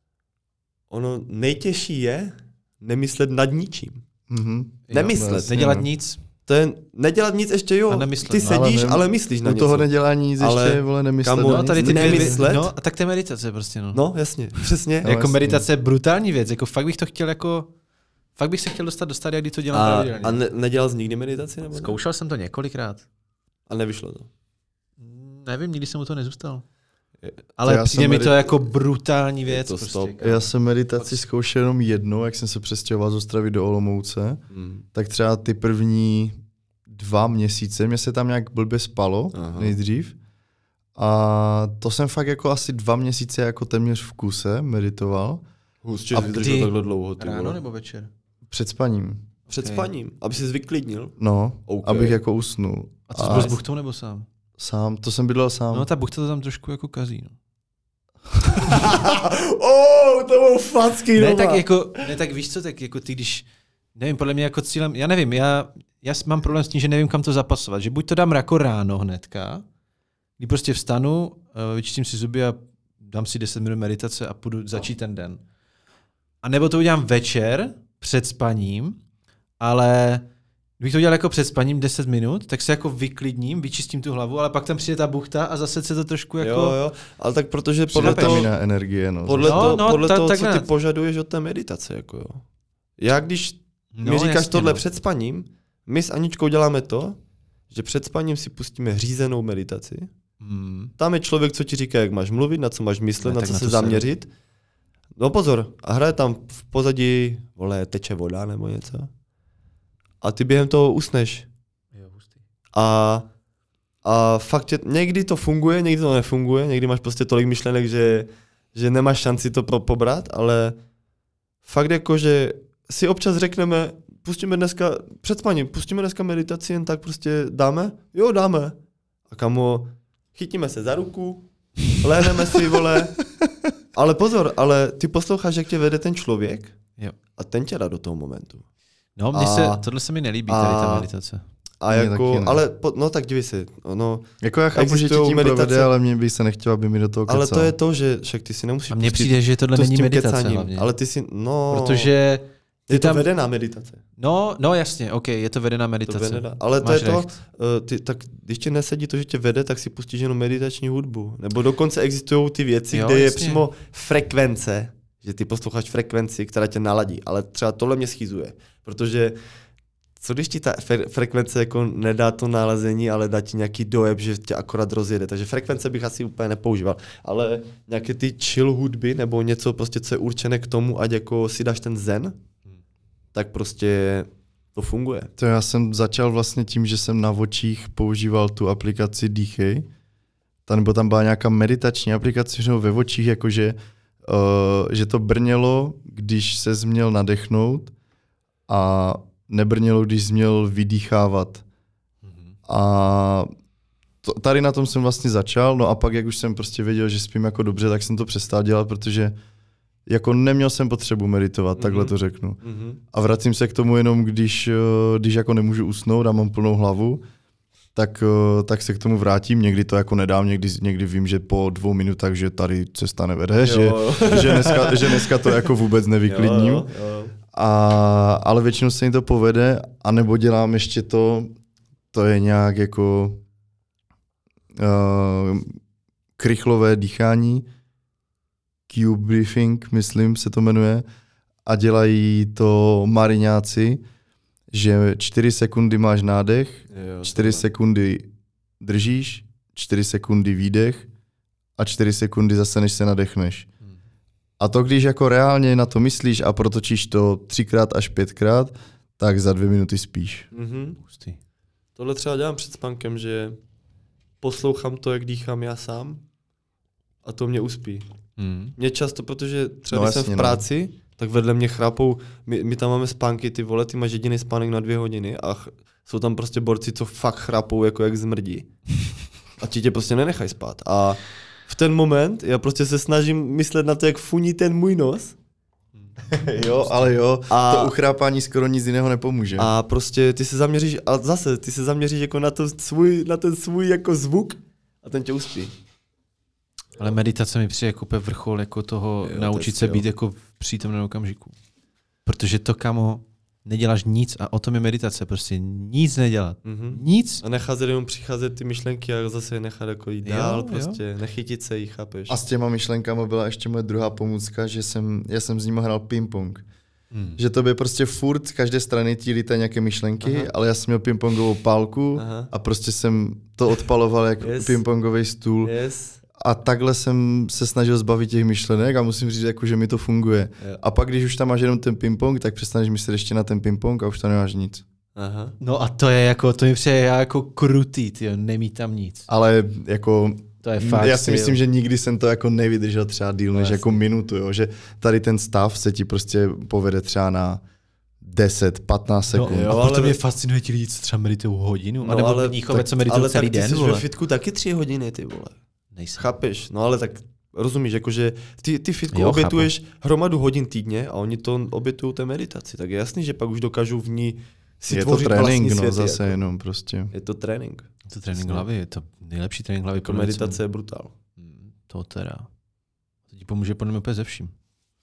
ono nejtěžší je nemyslet nad ničím. Mhm. Nemyslet. vlastně, Nedělat no. nic. To je nedělat nic ještě jo. A nemyslet, Ty no. sedíš, Ale ale, nem- myslíš na U něco. toho nedělání nic Ale ještě, vole, nemyslet kamo, na No, nic. tady ty dvě Nemyslet? věci- No, a tak to je meditace prostě, no. No, jasně, přesně. No, jako jasně. meditace je brutální věc, jako fakt bych to chtěl jako, fakt bych se chtěl dostat do stadia, kdy to dělám A, pravidelně. a ne, nedělal jsi nikdy meditaci? Nebo ne? Zkoušel jsem to několikrát. A nevyšlo to. Nevím, nikdy jsem u toho nezůstal. Je- Ale já přijde jsem mi medi- to jako brutální věc. to prostě, stop. kámo. Já jsem meditaci zkoušel jenom jednou, jak jsem se přestěhoval z Ostravy do Olomouce, Mm. tak třeba ty první dva měsíce mě se tam nějak blbě spalo Aha. nejdřív. A to jsem fakt jako asi dva měsíce jako téměř v kuse meditoval Hustě A vydržel kdy? takhle dlouho. Ty Ráno vole. nebo večer? před spaním. Před Ok. spaním, aby si vyklidnil. No, OK. abych jako usnul. A to jsi byl s buchtou nebo sám? Sám, to jsem bydlel sám. No ta buchta to tam trošku jako kazí. No. oh, to bylo facky, Ne, tak jako, ne, tak víš co, tak jako ty, když, nevím, podle mě jako cílem, já nevím, já, já mám problém s tím, že nevím, kam to zapasovat, že buď to dám jako ráno hnedka, kdy prostě vstanu, eh, vyčistím si zuby a dám si deset minut meditace a půjdu začít ten den. A nebo to udělám večer před spaním, ale kdybych to udělal jako před spaním deset minut, tak se jako vyklidním, vyčistím tu hlavu, ale pak tam přijde ta buchta a zase se to trošku jako... Jo, jo, ale tak protože podle toho, energie, no. podle no, toho, no, podle ta, toho tak co ne. ty požaduješ od té meditace, jako jo. Já když no, mi říkáš jasně, tohle no. před spaním, my s Aničkou děláme to, že před spaním si pustíme řízenou meditaci. Hmm. Tam je člověk, co ti říká, jak máš mluvit, na co máš myslet, Ne, na tak co na se to zaměřit. No pozor, a hraje tam v pozadí, vole, teče voda nebo něco. A ty během toho usneš. Jo, hustý. A, a fakt, že někdy to funguje, někdy to nefunguje, někdy máš prostě tolik myšlenek, že, že nemáš šanci to pro, pobrat, ale fakt jako, že si občas řekneme, pustíme dneska, před spaním, pustíme dneska meditaci, jen tak prostě dáme? Jo, dáme. A kamo, chytíme se za ruku, lehneme si, vole. Ale pozor, ale ty posloucháš, jak tě vede ten člověk Jo. a ten tě dá do toho momentu. No, mně A- se, tohle se mi nelíbí, tady ta a- meditace. A Mně jako, taky ne. ale, po, no tak dívej se, no, Jako já chápu, že tě Existujou tím meditace- provede, ale mě by se nechtělo, aby mi do toho kecal. ale to je to, že však ty si nemusíš A mně pustit přijde, že tohle to s není tím meditace kecaním, hlavně. ale ty si, no, Protože ty je to tam... vedená meditace. No, no jasně, ok, je to vedená To meditace. vedená, ale to Máš je to, recht. uh, ty, tak když tě nesedí to, že tě vede, tak si pustíš jenom meditační hudbu. Nebo dokonce existují ty věci, Jo, kde je jasně. přímo frekvence, že ty posloucháš frekvenci, která tě naladí, ale třeba tohle mě schizuje, protože co když ti ta fre- frekvence jako nedá to nalezení, ale dá ti nějaký dojeb, že tě akorát rozjede, takže frekvence bych asi úplně nepoužíval, ale nějaké ty chill hudby nebo něco prostě, co je určené k tomu, ať jako si dáš ten zen, tak prostě to funguje. To já jsem začal vlastně tím, že jsem na očích používal tu aplikaci Dýchej. Ta, nebo tam byla nějaká meditační aplikace no, ve očích, jakože uh, že to brnělo, když se měl nadechnout a nebrnělo, když jsi měl vydýchávat. A to, tady na tom jsem vlastně začal, no a pak, jak už jsem prostě věděl, že spím jako dobře, tak jsem to přestal dělat, protože jako neměl jsem potřebu meditovat, mm-hmm. takhle to řeknu. Mm-hmm. A vracím se k tomu jenom, když, eh, když jako nemůžu usnout a mám plnou hlavu, tak, eh, tak se k tomu vrátím. Někdy to jako nedám, někdy, někdy vím, že po dvou minutách, že tady cesta nevede, že, jo. že, dneska, že dneska to jako vůbec nevyklidním. Jo, jo, jo. A, ale většinou se mi to povede, anebo dělám ještě to, to je nějak jako uh, krychlové dýchání, Q-breathing, myslím, se to jmenuje, a dělají to mariňáci, že čtyři sekundy máš nádech, Jo, čtyři tohle. sekundy držíš, čtyři sekundy výdech a čtyři sekundy zase, než se nadechneš. A to, když jako reálně na to myslíš a protočíš to třikrát až pětkrát, tak za dvě minuty spíš. Mhm. Hustý. Tohle třeba dělám před spánkem, že poslouchám to, jak dýchám já sám a to mě uspí. Hmm. Mě často, protože třeba No když jsem jasně, v no. práci, tak vedle mě chrápou, my, my tam máme spánky, ty vole, ty máš jediný spánek na dvě hodiny a ch- jsou tam prostě borci, co fakt chrápou jako jak zmrdí. A ti tě prostě nenechají spát. A v ten moment já prostě se snažím myslet na to, jak funí ten můj nos. Jo, ale jo, A- to uchrápání skoro nic jiného nepomůže. A prostě ty se zaměříš, a zase, ty se zaměříš jako na, to svůj, na ten svůj jako zvuk a ten tě uspí. Ale meditace mi přijde jako úplně vrchol jako toho Jo, naučit to se je být jo. jako v přítomném okamžiku. Protože to, kamo, neděláš nic a o tom je meditace, prostě nic nedělat. Mhm. Nic. A necházet jenom přicházet ty myšlenky a zase je nechat jako jít Jo, dál, jo. prostě nechytit se jich, chápeš? A s těma myšlenkama byla ještě moje druhá pomůcka, že jsem, já jsem s nimi hrál ping-pong. Hmm. Že to by prostě furt z každé strany ti lítají nějaké myšlenky, Aha. ale já jsem měl ping-pongovou pálku Aha. a prostě jsem to odpaloval jako Yes. ping-pongový stůl. Yes. A takhle jsem se snažil zbavit těch myšlenek a musím říct, jako, že mi to funguje. Jo. A pak, když už tam máš jenom ten ping-pong, tak přestaneš myslet ještě na ten ping-pong a už tam nemáš nic. Aha. No a to je jako, to mi přijde jako krutý, tyjo, nemít tam nic. Ale jako, To je fakt. já si tyjo. myslím, že nikdy jsem to jako nevydržel třeba díl než No, jako minutu, jo? Že tady ten stav se ti prostě povede třeba na deset patnáct No, sekund. jo, a ale- proto mě fascinuje ti lidi, co třeba meditují hodinu, no, nebo ale mníchové, tak- co meditují ale celý tak ty den. jsi Vole. ve fitku taky tři hodiny, ty vole. Nejsem. Chápeš? No ale tak rozumíš, jakože ty, ty fitku Jo, obětuješ hromadu hodin týdně a oni to obětují té meditaci. Tak je jasný, že pak už dokážou v ní si Je to tvořit trénink, vlastní no světy, zase jako. jenom prostě. Je to trénink. To trénink Jasně. hlavy, je to nejlepší trénink hlavy. Jako podle mě, meditace co- je brutál. Hmm, To teda. ti pomůže podle mě úplně ze vším.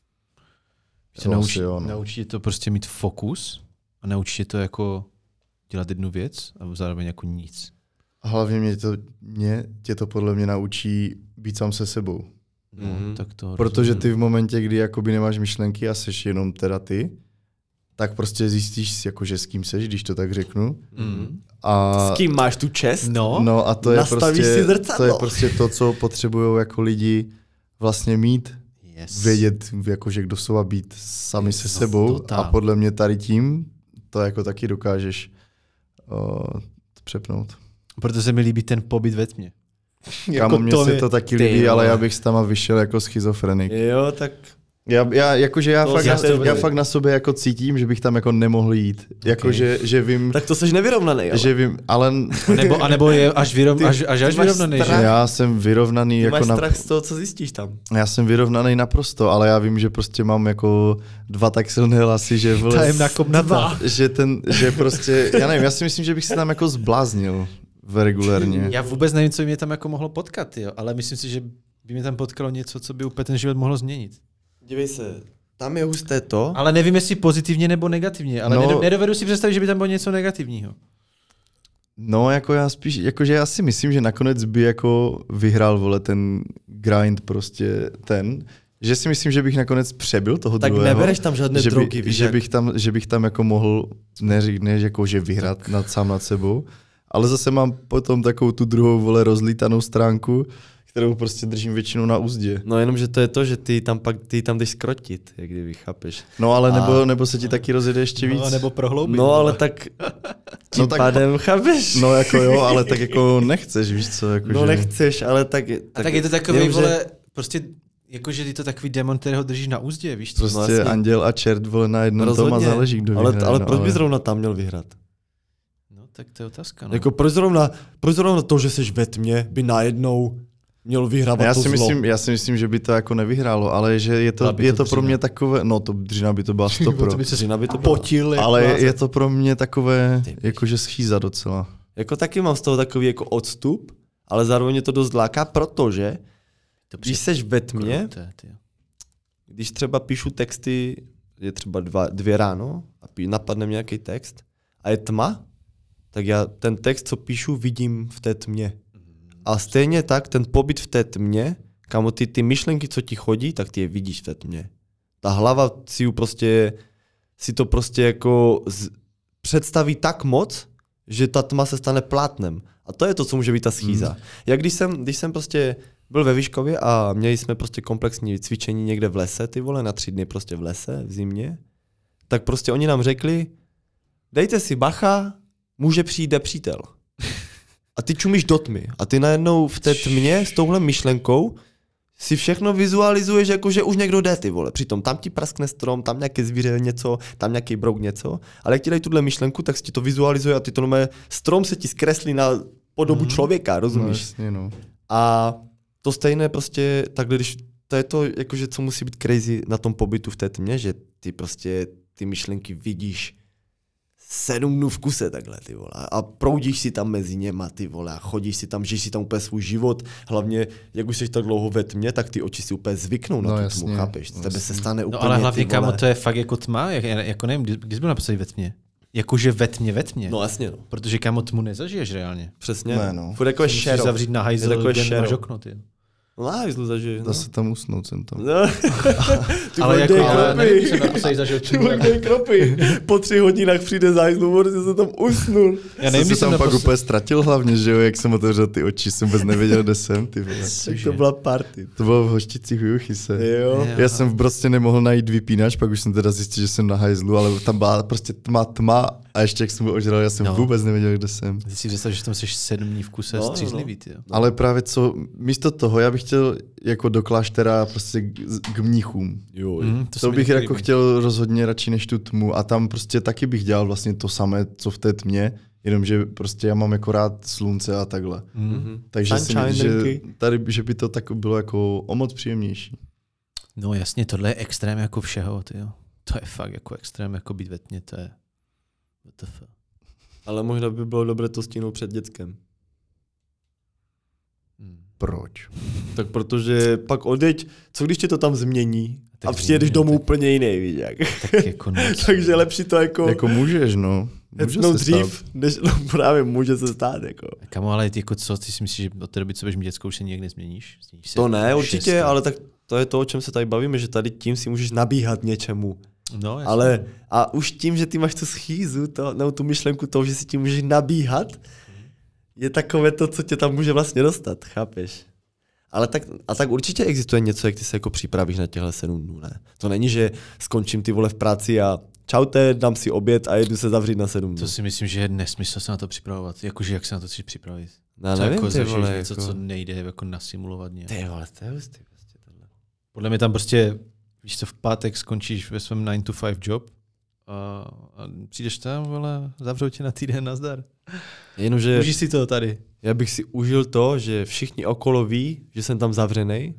Se To naučí, asi jo, no. naučí tě to prostě mít fokus a naučí tě to jako dělat jednu věc a zároveň jako nic. A hlavně mě, to, mě tě to podle mě naučí být sám se sebou. No, Mhm. tak to Protože rozumím. ty v momentě, kdy jakoby nemáš myšlenky a seš jenom teda ty, tak prostě zjistíš, jakože s kým seš, když to tak řeknu. Mm. A, S kým máš tu čest? No, no a to je, Nastavíš prostě, si zrcadlo. to je prostě to, co potřebují jako lidi vlastně mít, yes. vědět, jakože kdo jsou a být sami se sebou. totál. A podle mě tady tím to jako taky dokážeš uh, přepnout. Proto se mi líbí ten pobyt ve tmě. Kámo, mně se je- to taky ty líbí, ale vole. já bych s tama vyšel jako schizofrenik. Jo, tak Já, já, jakože já, To fakt já na, si já dovolím. fakt na sobě jako cítím, že bych tam jako nemohl jít. Jakože, že vím, tak to seš nevyrovnaný, ale. že vím, ale A nebo, a nebo je až, vyrov, Ty- až, až, ty až máš vyrovnaný, že? strach. já jsem vyrovnaný Ty jako máš na, strach z toho, co zjistíš tam. já jsem vyrovnaný naprosto, ale já vím, že prostě mám jako dva tak silné hlasy, že vole, Tajemná komnata. že ten, že prostě, já nevím, já si myslím, že bych se tam jako zbláznil v regulérně. Já vůbec nevím, co by mě tam jako mohlo potkat, jo, ale myslím si, že by mě tam potkalo něco, co by úplně ten život mohlo změnit. Dívej se, tam je husté to. Ale nevím, jestli pozitivně nebo negativně, ale No. no, nedovedu si představit, že by tam bylo něco negativního. No, jako já spíš, jakože já si myslím, že nakonec by jako vyhrál, vole, ten grind prostě ten, že si myslím, že bych nakonec přebyl toho Tak druhého. nebereš tam žádné že, drogy, by, víš že, jak? bych tam, že bych tam jako mohl, neřík, ne, jako, že vyhrát nad, sám nad sebou, ale zase mám potom takovou tu druhou, vole, rozlítanou stránku, kterou prostě držím většinou na úzdě. No jenom, že to je to, že ty tam pak ty tam jdeš skrotit, jak kdyby, chápeš. No ale A- nebo, nebo se ti taky rozjede ještě víc. No, nebo prohloubit. No ale tak tím No tak- pádem, chápeš? No jako jo, ale tak jako nechceš, víš co, jako no že... nechceš, ale tak... A tak je to takový, jenom, že- vole, prostě, jakože je to takový demon, kterého držíš na úzdě, víš co? Prostě No jasně. anděl a čert, vole, na jednom tom a Rozhodně. záleží, kdo ale, vyhraje. ale no, proč by zrovna tam měl vyhrát? No, tak to je otázka, no. Jako proč zrovna, proč zrovna to, že jsi ve tmě, by najednou měl vyhrávat já to si, zlo? myslím, já si myslím, že by to jako nevyhrálo, ale že je Byla to, by je to to pro dřina. mě takové, no to dřina by to byla stopro, To by se Dřina by to byla. potil, ale je to pro mě takové, Ty jakože schýza docela. Jako taky mám z toho takový jako odstup, ale zároveň mě to dost láká, protože to když seš ve tmě, kruté, ty jo. když třeba píšu texty, je třeba dva, dvě ráno a pí, napadne mě nějaký text a je tma, tak já ten text, co píšu, vidím v té tmě. A stejně tak ten pobyt v té tmě, kamo ty, ty myšlenky, co ti chodí, tak ty je vidíš v té tmě. Ta hlava si ju prostě, si to prostě jako z, představí tak moc, že ta tma se stane plátnem. A to je to, co může být ta schýza. Mm. Jak když jsem, když jsem prostě byl ve Výškově a měli jsme prostě komplexní cvičení někde v lese, ty vole, na tři dny prostě v lese, v zimě, tak prostě oni nám řekli, dejte si bacha, může přijít nepřítel. A ty čumíš do tmy. A ty najednou v té tmě s touhle myšlenkou si všechno vizualizuješ, jako že už někdo jde, ty vole. Přitom tam ti praskne strom, tam nějaké zvíře něco, tam nějaký brouk něco. Ale jak ti dají tuhle myšlenku, tak si ti to vizualizuje a ty to nové, strom se ti zkreslí na podobu mm. člověka, No, rozumíš? jasně, no. A to stejné prostě takhle, když to je to, jakože co musí být crazy na tom pobytu v té tmě, že ty prostě ty myšlenky vidíš sedm dnů v kuse takhle, ty vole. A proudíš si tam mezi něma, ty vole, a chodíš si tam, žiješ si tam úplně svůj život. Hlavně, jak už jsi tak dlouho ve tmě, tak ty oči si úplně zvyknou na No, tu jasně, tmu, chápeš? Z tebe jasně. se stane úplně, No ale hlavně, ty vole. kámo, to je fakt jako tma, jak, jako nevím, kdy, kdy jsi byl napsaný ve tmě? Jakože ve tmě, ve tmě. No jasně, no. Protože kámo tmu nezažiješ reálně. Přesně. Ne, no. Furt jako je Musíš šero. zavřít na hajzl, takové kde šero. máš okno, ty. No na hajzlu zažiješ, no. Zase tam usnout jsem tam. No. Ty Ale vole, jako, dej ale kropy. nevím, jsem naposledy zažil Ty čemu. vole, dej kropy. Po tři hodinách přijde z hajzlu, protože se tam usnul. Já nevím, jsem když se tam jsem pak naposledy... úplně ztratil hlavně, že jo, jak jsem otevřel ty oči, jsem vůbec nevěděl, kde jsem, ty vole. Tak to byla party. To bylo v Hošticích u Juchyse. Jo. Jo. Já jsem prostě nemohl najít vypínač, pak už jsem teda zjistil, že jsem na hajzlu, ale tam byla prostě tma, tma a ještě jak jsem byl ožral, já jsem No. no. vůbec nevěděl, kde jsem. Ty si představ, že tam jsi sedm dní v kuse No, no, no. střízlivý, ty jo. Ale právě co, místo toho, já bych chtěl jako do kláštera prostě k, k mnichům. Jo. Mm, To, se to mi bych taky jako líbí. chtěl rozhodně radši než tu tmu a tam prostě taky bych dělal vlastně to samé, co v té tmě, jenomže prostě já mám jako rád slunce a takhle. Mm. Mhm. Takže si Sunshine myslím, že drinky. tady, že by to tak bylo jako o moc příjemnější. No jasně, tohle je extrém jako všeho, ty jo. To je fakt jako extrém, jako být ve tmě, to je... W T F. Ale možná by bylo dobré to stínout před dětskem. Hmm. Proč? Tak protože pak odjeď, co když tě to tam změní Tak a přijedeš změní, domů tak- úplně jiný, víš jak. Tak jako noc. Takže lepší to jako, Jako můžeš, no. Může hecnout se dřív, stát. než no, právě může se stát. Jako. Kamo, ale ty jako co, ty si myslíš, že od té doby, co budeš mít dětskou, už se nikdy nezměníš? Změníš se To ne, šest určitě, let. ale tak to je to, o čem se tady bavíme, že tady tím si můžeš nabíhat něčemu. No, jasně. Ale a už tím, že ty máš tu schýzu, to, nebo tu myšlenku toho, že si tím můžeš nabíhat, je takové to, co tě tam může vlastně dostat, chápeš? Ale tak, a tak určitě existuje něco, jak ty se jako připravíš na těchto sedm dnů, ne? To není, že skončím ty vole v práci a čaute, dám si oběd a jedu se zavřít na sedm dnů. To si myslím, že je nesmysl se na to připravovat. Jakože jak se na to chceš připravit? No, Co nevím, jako ty zažiješ vole, něco, jako... co nejde jako nasimulovat nějak. Ty vole, to je hustý prostě tohle. Podle mě tam prostě, víš co, v pátek skončíš ve svém nine to five job a, a přijdeš tam, ale zavřou tě na týden, nazdar. Jenomže Užij si to tady. já bych si užil to, že všichni okolo ví, že jsem tam zavřený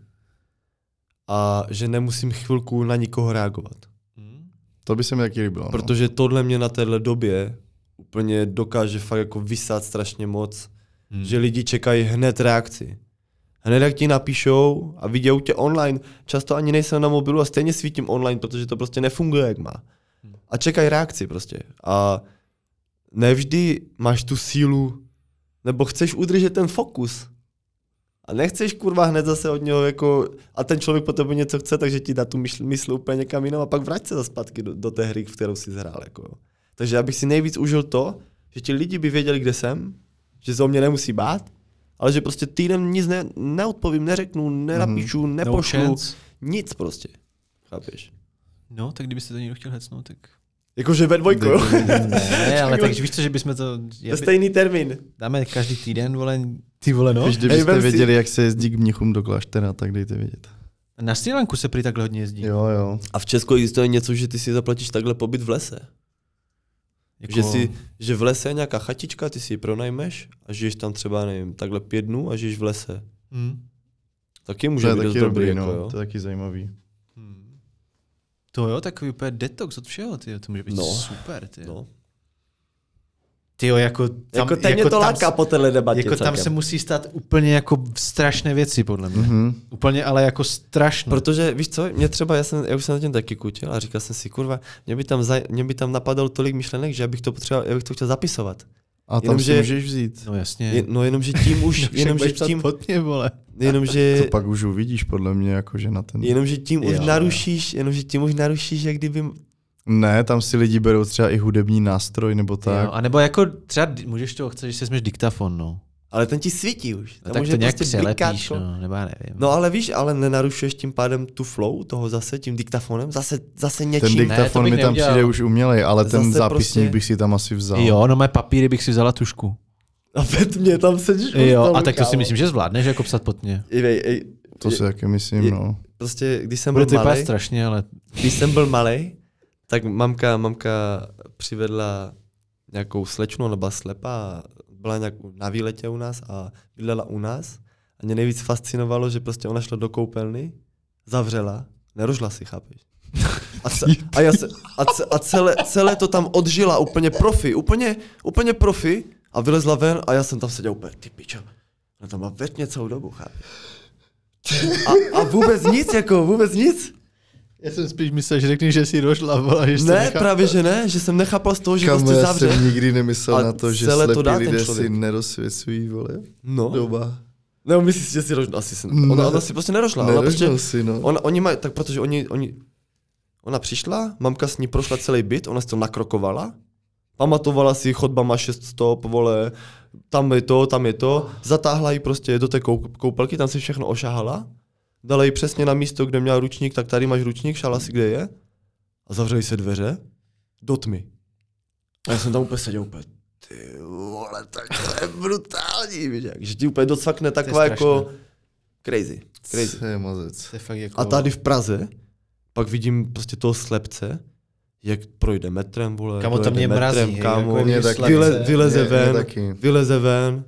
a že nemusím chvilku na nikoho reagovat. To by se mi taky líbilo. No. Protože tohle mě na téhle době úplně dokáže fakt jako vysát strašně moc, Hmm. že lidi čekají hned reakci. Hned jak ti napíšou a vidějí tě online, často ani nejsem na mobilu a stejně svítím online, protože to prostě nefunguje, jak má. A čekají reakci prostě. A nevždy máš tu sílu, nebo chceš udržet ten fokus. A nechceš kurva hned zase od něho jako, a ten člověk po tebe něco chce, takže ti dá tu mysl, mysl úplně někam jinam a pak vrať se zase zpátky do, do té hry, v kterou jsi zhrál. Jako. Takže já bych si nejvíc užil to, že ti lidi by věděli, kde jsem, že se o mě nemusí bát, ale že prostě týden nic ne, neodpovím, neřeknu, nenapíšu, No nepošlu, chance. nic prostě. Chápeš? No, tak kdybyste to někdo chtěl hecnout, tak... Jakože ve dvojku, jo? Ne, ale takže víš co, že bychom to... Ve stejný termín. Dáme každý týden, vole, ty vole, no. Když kdybyste vem si- věděli, jak se jezdí k mnichům do kláštera, tak dejte vědět. Na Srí Lanku se prý takhle hodně jezdí. Jo, jo. A v Česku existuje něco, že ty si zaplatíš takhle pobyt v lese. Jako... Že, si, že v lese je nějaká chatička, ty si ji pronajmeš a žiješ tam třeba, nevím, takhle pět dnů a žiješ v lese. Hmm. Taky To může je být dost taky dobrý, dobrý, jako, no. jo. To je taky zajímavý. Hmm. To jo, takový úplně detox od všeho, ty, to může být No. super, ty. No. Ty jo, jako tam, Jako teď mě to tam, láká po téhle debatě jako tam celkem. se musí stát úplně jako strašné věci, podle mě. Mhm. Úplně, ale jako strašné. Protože víš co, mě třeba, já, jsem, já už jsem na tím taky kutil a říkal jsem si, kurva, mě by tam, zaj, mě by tam napadalo tolik myšlenek, že já bych to potřeboval, já bych to chtěl zapisovat. A tam Jenom, si že- můžeš vzít. No jasně. Je, no jenomže tím už, jenomže tím, pod mě, vole. jenomže, To pak už uvidíš, podle mě, jakože na ten... jenomže tím už Jo, narušíš, jenomže tím už narušíš, jak kdyby, Ne, tam si lidi berou třeba i hudební nástroj, nebo tak. Jo, a nebo jako třeba di- můžeš to, chceš, že si vezmeš diktafon, no. ale ten ti svítí už. No Tam tak může to nějak prostě blikat, přelepíš, ko- no, nebo já nevím. No ale víš, ale nenarušuješ tím pádem tu flow toho zase, tím diktafonem, zase, zase Ten něčím. diktafon bych mi tam neudělal. přijde už umělej, ale ten Zase zápisník prostě- bych si tam asi vzal. Jo, no mé papíry bych si vzala tušku. A ve tmě tam sedíš. Jo, tam, a tak to si kámo. myslím, že zvládneš jako psat pod mě. Ej, ej, ej, To si taky myslím, je- no. Prostě, když jsem Bude byl to vypadat malý, strašně, ale když jsem byl malý, tak mamka, mamka přivedla nějakou slečnu, ona byla slepá, byla nějak na výletě u nás a bydlela u nás. A mě nejvíc fascinovalo, že prostě ona šla do koupelny, zavřela, nerožla si, chápeš? A, ce, a, já se, a, ce, a celé, celé to tam odžila úplně profi, úplně, úplně profi a vylezla ven a já jsem tam seděl úplně, ty pičo, ona tam má ve tmě celou dobu, chápeš? A, a vůbec nic, jako vůbec nic. já jsem spíš myslel, že řekneš, že si rožla, vole, že Ne, právě že ne, že jsem nechápal z toho, že Kamo, prostě já zavře. jsem nikdy nemyslel A na to, že celé to slepí dá ten lidé si člověk. nerozsvěcují, vole. No. Doba. Ne, myslíš, že si rožla, asi jsem. Ne. Ona, ona si prostě nerožla. Ona, prostě, Nerožnul si, no. ona, oni mají, tak protože oni, oni, ona přišla, mamka s ní prošla celý byt, ona si to nakrokovala, pamatovala si, chodba má šest stop, vole, tam je to, tam je to, zatáhla ji prostě do té kou- koupelky, tam si všechno ošahala, dala ji přesně na místo, kde měla ručník, tak tady máš ručník, šala si, kde je, a zavřeli se dveře do tmy. A já jsem tam úplně seděl úplně, ty vole, tak to je brutální, víš, jak, že ti úplně docvakne taková jako crazy, crazy. To je mazec. To je fakt jako... A tady v Praze pak vidím prostě toho slepce, jak projde metrem, vole, Kámo, to projde mě mrazí, metrem, hej, kámo, jako mě když taky. slepce- vyle, vyleze Mě- mě ven, taky. vyleze ven,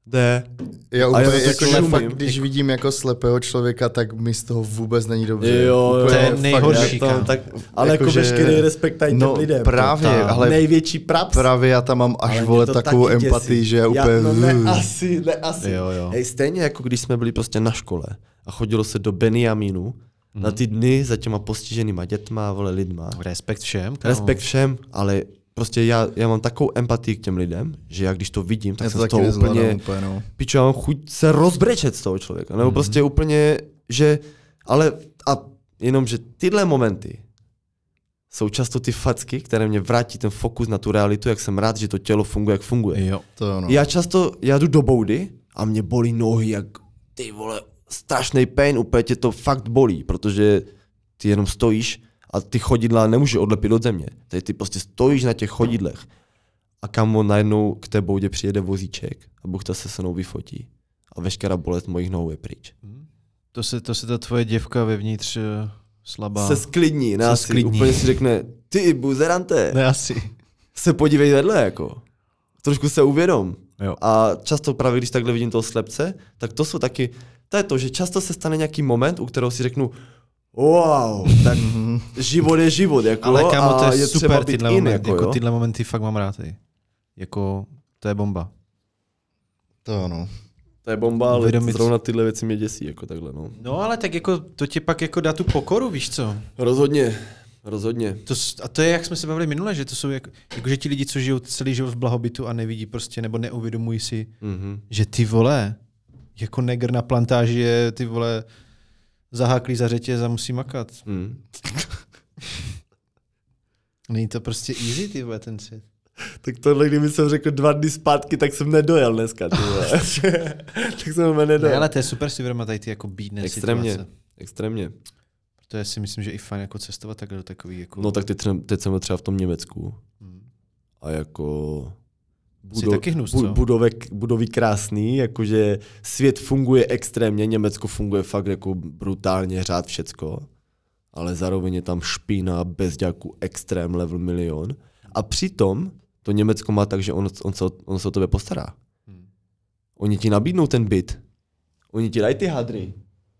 jde. Já A úplně, já to jako, že šumím. fakt, když vidím jako slepého člověka, tak mi z toho vůbec není dobře. Jo, jo, To je fakt nejhorší, ne. To, kámo. tak, ale jako, Jako, jako že- veškerý respekt tady těm No, lidem. právě, To- ale- největší praps. Právě já tam mám až, Ale vole, mě to takovou taky empatii, děsí. že já úplně... Já, no ne, asi, ne, asi. Jo, jo. Hej, stejně jako když jsme byli prostě na škole a chodilo se do Benjamínu mm. na ty dny za těma postiženýma dětma, vole, lidma. Respekt všem. Kámo. Respekt všem, ale prostě já, já mám takovou empatii k těm lidem, že já když to vidím, tak Já jsem to z taky toho nezvládám úplně, úplně, no. piču, já mám chuť se rozbrečet z toho člověka. Nebo mm. prostě úplně, že, ale a jenom, že tyhle momenty jsou často ty facky, které mě vrátí ten fokus na tu realitu, jak jsem rád, že to tělo funguje, jak funguje. Jo. To ano. Já často, já jdu do boudy a mě bolí nohy, jak ty vole, strašný pain, úplně tě to fakt bolí, protože ty jenom stojíš a ty chodidla nemůžeš odlepit od země. Tady ty prostě stojíš na těch chodidlech a kamo najednou k té boudě přijede vozíček a buchta se se mnou vyfotí a veškerá bolest mojich nohou je pryč. To se, to se ta tvoje děvka vevnitř uh, slabá. Se sklidní, ne Se asi, sklidní. úplně si řekne, ty buzerante, Ne asi. se podívej vedle, jako. Trošku se uvědom. Jo. A často právě, když takhle vidím toho slepce, tak to jsou taky, to je to, že často se stane nějaký moment, u kterého si řeknu, wow, tak život je život, jako, Ale kámo, to a je, je třeba super být tyhle in, momenty. jako, Jako, jo. tyhle momenty fakt mám rád. Ej. Jako, to je bomba. To ano. To je bomba, ale Uvědomit- zrovna tyhle věci mě děsí, jako takhle, no. No ale tak jako, to tě pak jako dá tu pokoru, víš co? Rozhodně, rozhodně. To, s- a to je, jak jsme se bavili minule, že to jsou jako, jako že ti lidi, co žijou celý život v blahobytu a nevidí prostě, nebo neuvědomují si, Mhm. že ty vole, jako negr na plantáži je ty vole zaháklý za řetěz a musí makat. Mm. Není to prostě easy, ty vole, ten svět. Tak tohle, kdyby jsem řekl dva dny zpátky, tak jsem nedojel dneska, ty vole. Tak jsem ho nedojel. Ne, ale to je super si uvědomit tady ty jako bídné Extrémně, situace. extrémně. Protože si myslím, že i fajn jako cestovat takhle do takový jako... No tak teď, třeba- teď jsem byl třeba v tom Německu Hmm. a jako Jsi taky hnus, co? budovy, budovy krásný, jakože svět funguje extrémně, Německo funguje fakt jako brutálně, řád všecko, ale zároveň je tam špína, bezďáku, extrém, level milion. A přitom to Německo má tak, že on, on, se, o- on se o tebe postará. Hmm. Oni ti nabídnou ten byt, oni ti dají ty hadry,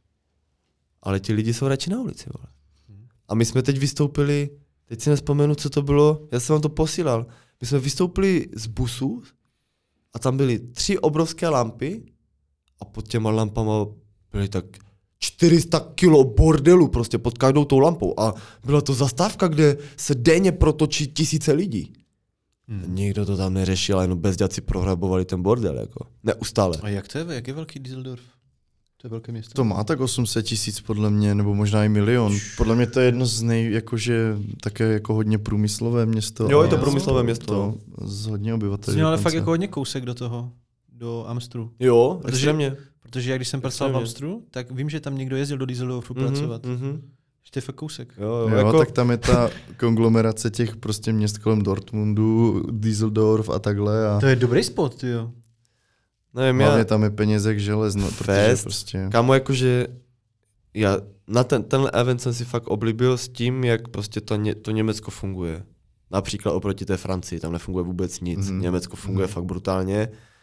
ale ti lidi jsou radši na ulici. Vole. A my jsme teď vystoupili, teď si nespomenu, co to bylo, já jsem vám to posílal. My jsme vystoupili z busu a tam byly tři obrovské lampy a pod těma lampama byly tak čtyři sta kilo bordelu prostě pod každou tou lampou. A byla to zastávka, kde se denně protočí tisíce lidí. Hmm. Nikdo to tam neřešil, a jenom bezďaci prohrabovali ten bordel. Jako. Neustále. A jak to je? Jak je velký Düsseldorf? To je velké město. To má tak osm set tisíc podle mě, nebo možná i milion. Podle mě to je jedno z nej, jakože také jako hodně průmyslové město. Jo, a je to Jo. průmyslové město. To z hodně obyvatel. Jsi měl ale fakt jako hodně kousek do toho, do Amstru. Jo, Protože- extrémně. Protože jak když jsem pracoval v Extrémně. Amstru, tak vím, že tam někdo jezdil do Düsseldorfu Mhm, pracovat. mhm. Že to je fakt kousek. Jo, Jo, jo, jako... jako, tak tam je ta konglomerace těch prostě měst kolem Dortmundu, Düsseldorf a takhle. A To je dobrý spot, jo. nevím, hlavně já, tam je peněz jak železno, protože Fest. prostě... kámo, jakože já na ten, tenhle event jsem si fakt oblíbil s tím, jak prostě to, ně, to Německo funguje. Například oproti té Francii, tam nefunguje vůbec nic. Mhm. Mm-hmm. Německo funguje Mhm. mm-hmm. fakt brutálně.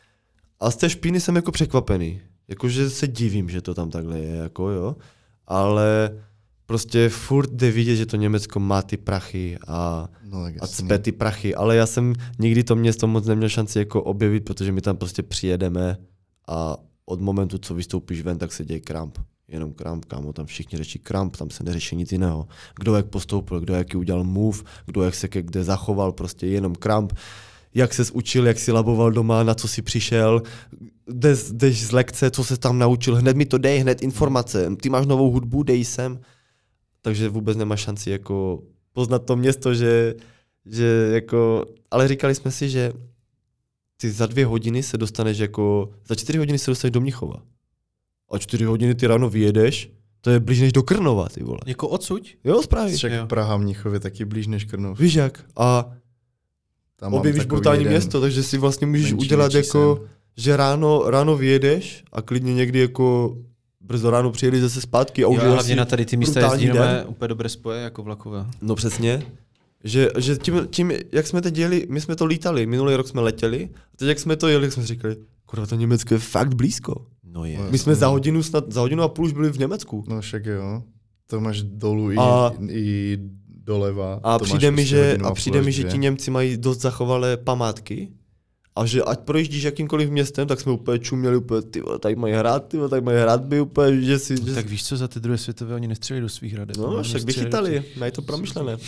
A z té špíny jsem jako překvapený. Jakože se divím, že to tam takhle je, jako jo. Ale prostě furt jde vidět, že to Německo má ty prachy a, No, tak a jasně. cpe ty prachy. Ale já jsem nikdy to město moc neměl šanci jako objevit, protože my tam prostě přijedeme a od momentu, co vystoupíš ven, tak se děje kramp. Jenom kramp, kámo, tam všichni řeší kramp, tam se neřeší nic jiného. Kdo jak postoupil, kdo jaký udělal move, kdo jak se ke kde zachoval, prostě jenom kramp. Jak ses učil, jak si laboval doma, na co si přišel, jdeš, jdeš z lekce, co se tam naučil, hned mi to dej, hned informace, ty máš novou hudbu, dej sem. Takže vůbec nemáš šanci jako poznat to město, že, že jako, ale říkali jsme si, že ty za dvě hodiny se dostaneš jako, za čtyři hodiny se dostaneš do Mnichova. A čtyři hodiny ty ráno vyjedeš, to je blíž než do Krnova, ty vole. Jako odsuť? Jo, správně. Však Jo. Praha Mnichov je taky blíž než Krnov. Víš jak? A Tam mám objevíš takový brutální jeden město, takže si vlastně můžeš menší udělat větší jako, sen. že ráno, ráno vyjedeš a klidně někdy jako brzo ráno přijedeš zase zpátky a Jo, a užiješ hlavně si na tady ty místa brutální jezdí den. nové úplně dobré spoje, jako vlakové. No přesně. Že, že tím, tím, jak jsme teď jeli, my jsme to lítali, minulý rok jsme letěli, a teď jak jsme to jeli, jak jsme si říkali, Kurva, to Německo je fakt blízko. No je. My jsme za hodinu, snad, za hodinu a půl už byli v Německu. No však jo. To máš dolů i, A- i doleva. A to přijde máš mi, prostě že, hodinu a půl přijde až mi, že dvě. ti Němci mají dost zachovalé památky a že ať projíždíš jakýmkoliv městem, tak jsme úplně čuměli úplně, ty vole, tady mají hrad, ty vole, tady mají hradby úplně, že si... Že Tak víš co, za ty druhé světové oni nestřelili do svých hradeb. no, Oni však střelili vychytali, do mají to promyšlené.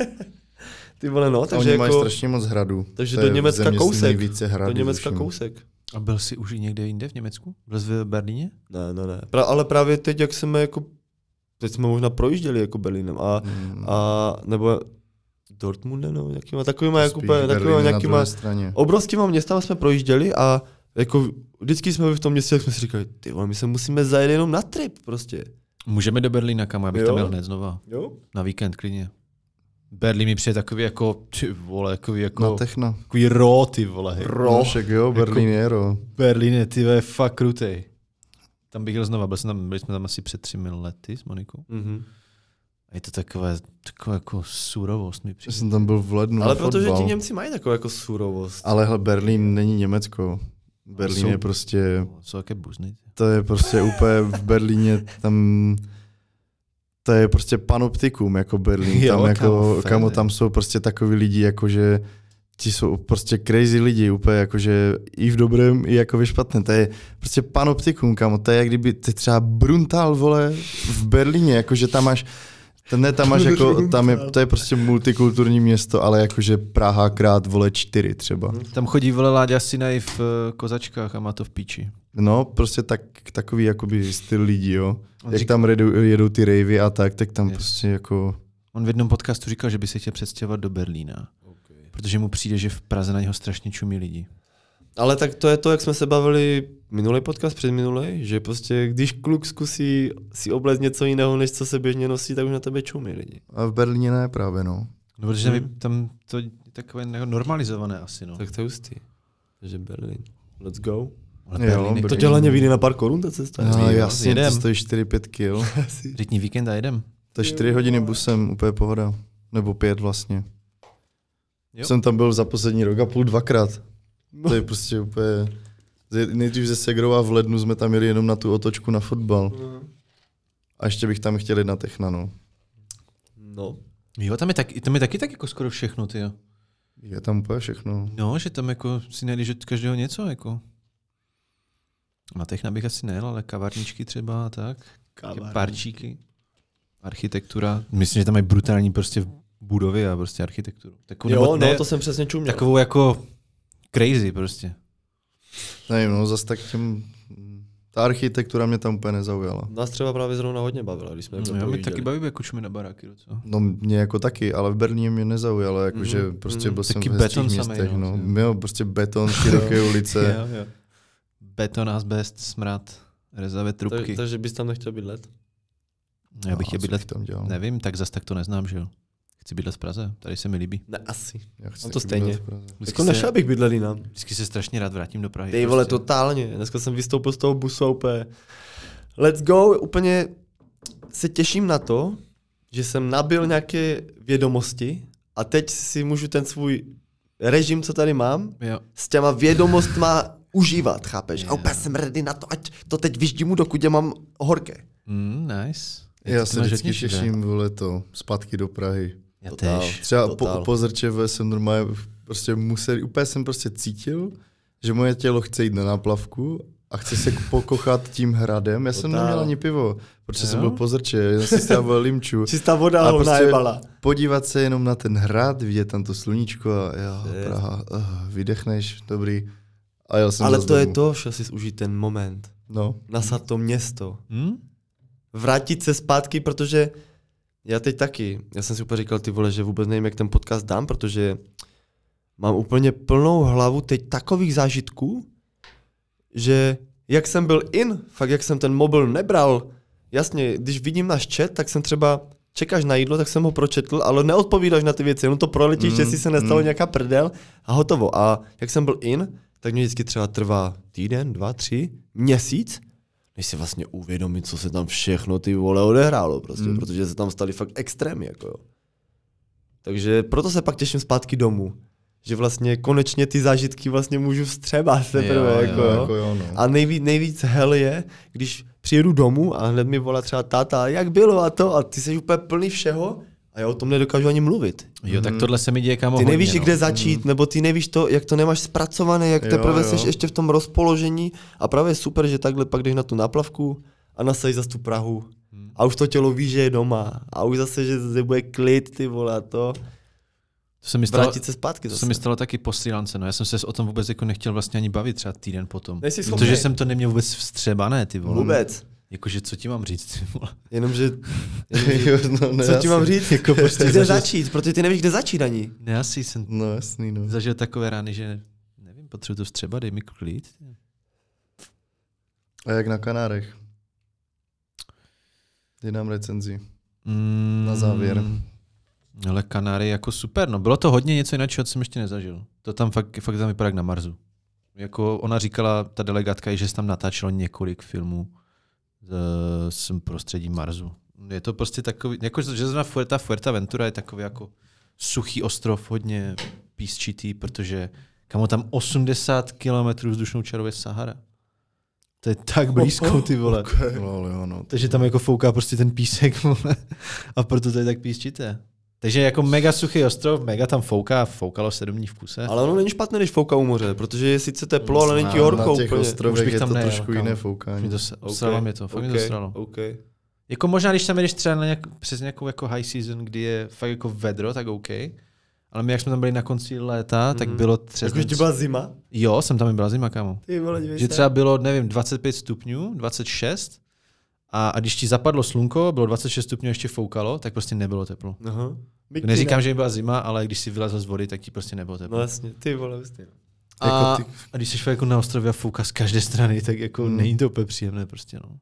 Ty vole, no, A takže oni mají jako... strašně moc hradů. Takže To do je Německa země s kousek. nejvíce Do hradů, Německa tuším. kousek. těch- A byl jsi už i někde jinde v Německu? Byl jsi v Berlíně? Ne, ne, ne. Pra, ale právě teď, jak jsme jako... Teď jsme možná projížděli jako Berlínem a, Hmm. a nebo Dortmundem, no, nějakýma takovýma, jako, Spíš úplně, Berlín takovýma na nějakýma druhé straně. obrovskýma městama jsme projížděli a jako vždycky jsme byli v tom městě, jak jsme si říkali, ty vole, my se musíme zajet jenom na trip prostě. Můžeme do Berlína, kam, abych Jo. tam jel hned znova. Jo? Na víkend klidně. Berlín mi přijde takový jako, ty vole, takový jako, Na techno. takový ro, ty vole. hej. No však jo, Berlín je ro. Berlín je, ty vole, fakt krutej. Tam bych jel znova, byl jsem tam, byli jsme tam asi před třemi lety s Monikou. Mhm. A je to takové, takové jako surovost mi Já přijde. jsem tam byl v lednu Ale na protože fotbal. ti Němci mají takovou jako surovost. Ale hele, Berlín není Německo. Berlín Jsou- je prostě, Jsou také buzny. to je prostě úplně v Berlíně tam, to je prostě panoptikum jako Berlín. Jo, Tam jako, kámo, kamo, fakt. tam jsou prostě takový lidi, jakože ti jsou prostě crazy lidi, úplně jakože i v dobrém, i jako ve špatném. To je prostě panoptikum, kamo. To je jak kdyby, to je třeba Bruntal, vole, v Berlíně, jakože tam máš, ten ne, tam máš jako, tam je, to je prostě multikulturní město, ale jakože Praha krát, vole, čtyři třeba. Tam chodí vole Láďa Sinaj v eh, kozačkách a má to v píči. No, prostě tak, takový jakoby styl lidí, jo. On Jak říká- tam jedou, jedou ty ravey a tak, tak tam Yes. prostě jako... On v jednom podcastu říkal, že by se chtěl přestěhovat do Berlína. Protože mu přijde, že v Praze na něho strašně čumí lidi. Ale tak to je to, jak jsme se bavili minulý podcast, předminulý, že prostě když kluk zkusí si oblézt něco jiného, než co se běžně nosí, tak už na tebe čumí lidi. A v Berlíně ne právě, no. No, protože Hmm. hmm. tam to je takové normalizované asi, no. Tak to je hustý. Takže Berlín. Let's go. Ale Jo, Berlín je Berlín. To tě hlavně vyjde na pár korun, ta cesta. No, jo, jasně, jedem. to stojí čtyři pět kil. Rytní víkend a jedem. To je čtyři hodiny busem, úplně pohoda. Nebo pět vlastně. Jo. Jsem tam byl za poslední rok a půl dvakrát. To je prostě úplně... Nejdřív ze Segrou a v lednu jsme tam jeli jenom na tu otočku na fotbal. A ještě bych tam chtěl jít na techna, no. No. Jo, tam je, tak, tam je taky tak jako skoro všechno, ty jo. Je tam úplně všechno. No, že tam jako si najdeš od každého něco, jako. Na techna bych asi nejel, ale kavárničky třeba a tak. Kavárničky. Parčíky. Architektura. Myslím, že tam mají brutální prostě budovy a prostě architekturu. Takovou, Jo, nebo, no, ne, to jsem přesně čuměl. takovou jako crazy prostě. Nevím, no zase tak těm... Ta architektura mě tam úplně nezaujala. Nás třeba právě zrovna hodně bavila, když jsme No, jako jo, mi projížděli. taky baví, jako čumy na baráky docela. No mě jako taky, ale v Berlíně mě nezaujalo, jakože Mhm, prostě mhm. byl jsem Taky v hezčích beton samej, městech, no, no. jo. Jo, prostě beton, široké ulice. Jo, jo. Beton, asbest, smrad, rezavé trubky. Tak, takže bys tam nechtěl bydlet? Já bych No, chtěl co bydlet, bych tam dělal? nevím, tak zas tak to neznám, že jo. Chci bydlet v Praze, tady se mi líbí. Ne, asi. Já chci No to taky stejně. bydlet v Praze. Jako nešel bych bydlet jinam. Vždycky se strašně rád vrátím do Prahy. Ty vole, prostě. totálně. Dneska jsem vystoupil z toho busu a úplně let's go, úplně se těším na to, že jsem nabil nějaké vědomosti a teď si můžu ten svůj režim, co tady mám, Jo. s těma vědomostma užívat, chápeš? Jo. A úplně jsem ready na to, ať to teď vyždimu, dokud je mám horké. Mm, nice. Já Ty se máš vždycky hodně živé. těším, vole, to, zpátky do Prahy. Já Totál. tež. Třeba po, Totál. po Zrčeve jsem normálně prostě musel, úplně jsem prostě cítil, že moje tělo chce jít na náplavku a chce se pokochat tím hradem. Já jsem Totál. neměl ani pivo, protože Jo? jsem byl po Zrče, já jsem si stával limču. Čistá voda A ho prostě najebala. podívat se jenom na ten hrad, vidět tam to sluníčko a jo, Yes. Praha, uh, vydechneš, dobrý. A jel jsem Ale zas to je domů. to, šel si užít ten moment. No. Nasat to město. Hm? Vrátit se zpátky, protože já teď taky, já jsem si úplně říkal, ty vole, že vůbec nevím, jak ten podcast dám, protože mám úplně plnou hlavu teď takových zážitků, že jak jsem byl in, fakt jak jsem ten mobil nebral, jasně, když vidím náš chat, tak jsem třeba, čekáš na jídlo, tak jsem ho pročetl, ale neodpovídáš na ty věci, jenom to proletíš, Mm, že si se nestalo mm. nějaká prdel a hotovo. A jak jsem byl in, tak mě vždycky třeba trvá týden, dva, tři, měsíc, než si vlastně uvědomit, co se tam všechno ty vole odehrálo, prostě, Mm. protože se tam staly fakt extrémy, jako jo. Takže proto se pak těším zpátky domů. že vlastně konečně ty zážitky vlastně můžu vstřebat teprve. Jo, jako, jo, jo. jako jo, no. A nejvíc, nejvíc hell je, když přijedu domů a hned mi volá třeba táta, jak bylo a to, a ty jsi úplně plný všeho a já o tom nedokážu ani mluvit. Jo, tak tohle se mi děje kámo Ty hodně, nevíš, no. kde začít, nebo ty nevíš to, jak to nemáš zpracované, jak Jo, teprve jo. seš ještě v tom rozpoložení a právě je super, že takhle pak jdeš na tu náplavku a nasadíš zase tu Prahu a už to tělo ví, že je doma a už zase, že zase bude klid, ty vole a to, To se mi stalo, vrátit se zpátky to zase. se mi stalo taky po Srí Lance, no. Já jsem se o tom vůbec jako nechtěl vlastně ani bavit třeba týden potom. Nejsi Protože schopnej. jsem to neměl vůbec vstřebané, ty vole. Vůbec. Jakože co ti mám říct, ty vole. Jenomže, Jo, no, ne, co ti asi. mám říct? Jako prostě Kde zažil, začít, protože ty nevíš, kde začít ani. ne, asi jsem No jasný, no. zažil takové rány, že nevím, potřebuji to vstřebat, dej mi klid. A jak na Kanárech? Dej nám recenzi. Mm, Na závěr. Ale Kanáry jako super, no bylo to hodně něco jiného, co jsem ještě nezažil. To tam fakt, fakt tam vypadá jak na Marsu. Jako ona říkala, ta delegátka, že se tam natáčelo několik filmů s prostředí Marsu. Je to prostě takový, jako že zrovna Fuerta, Fuerteventura je takový jako suchý ostrov, hodně písčitý, protože kamo tam osmdesát kilometrů vzdušnou čarou je Sahara. To je tak blízko, ty vole. Okay. Lol, jo, no. Takže tam jako fouká prostě ten písek, vole. A proto to je tak písčité. Takže jako mega suchý ostrov, mega tam fouká, foukalo sedm dní v kuse. Ale ono není špatné, když fouká u moře, protože je sice teplo, ale není ti Na horko těch úplně. Už ostrovech bych je tam to nejel, trošku kámo. jiné Mě foukání. to sralo mě to, fakt mě to sralo. Okay. Jako možná, když tam jdeš třeba na nějak, přes nějakou jako high season, kdy je fakt jako vedro, tak OK. Ale my, jak jsme tam byli na konci léta, mm-hmm. tak bylo třeba... Jakože ti byla zima? Jo, jsem tam i byla zima, kámo. Ty vole, dívej Že se. třeba bylo, nevím, dvacet pět stupňů, dvacet šest a, a když ti zapadlo slunko, bylo dvacet šest stupňů a ještě foukalo, tak prostě nebylo teplo. Aha. Byť Neříkám, ty že byla zima, ale když si vylezl z vody, tak ti prostě nebylo ne. teplo. No jasně, ty vole, hustý. A, Jako ty- a když jsi fakt jako na ostrově a fouká z každé strany, tak jako Hmm. není to úplně příjemné prostě, no.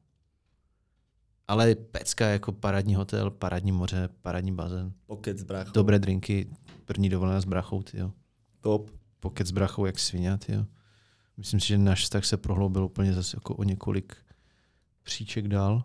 Ale pecka jako parádní hotel, parádní moře, parádní bazén, Pokec, brácho. dobré drinky, první dovolená s brachou, tyjo. Top. Pokec s brachou jak svině, tyjo. Myslím si, že náš vztah se prohloubil úplně zase jako o několik příček dál.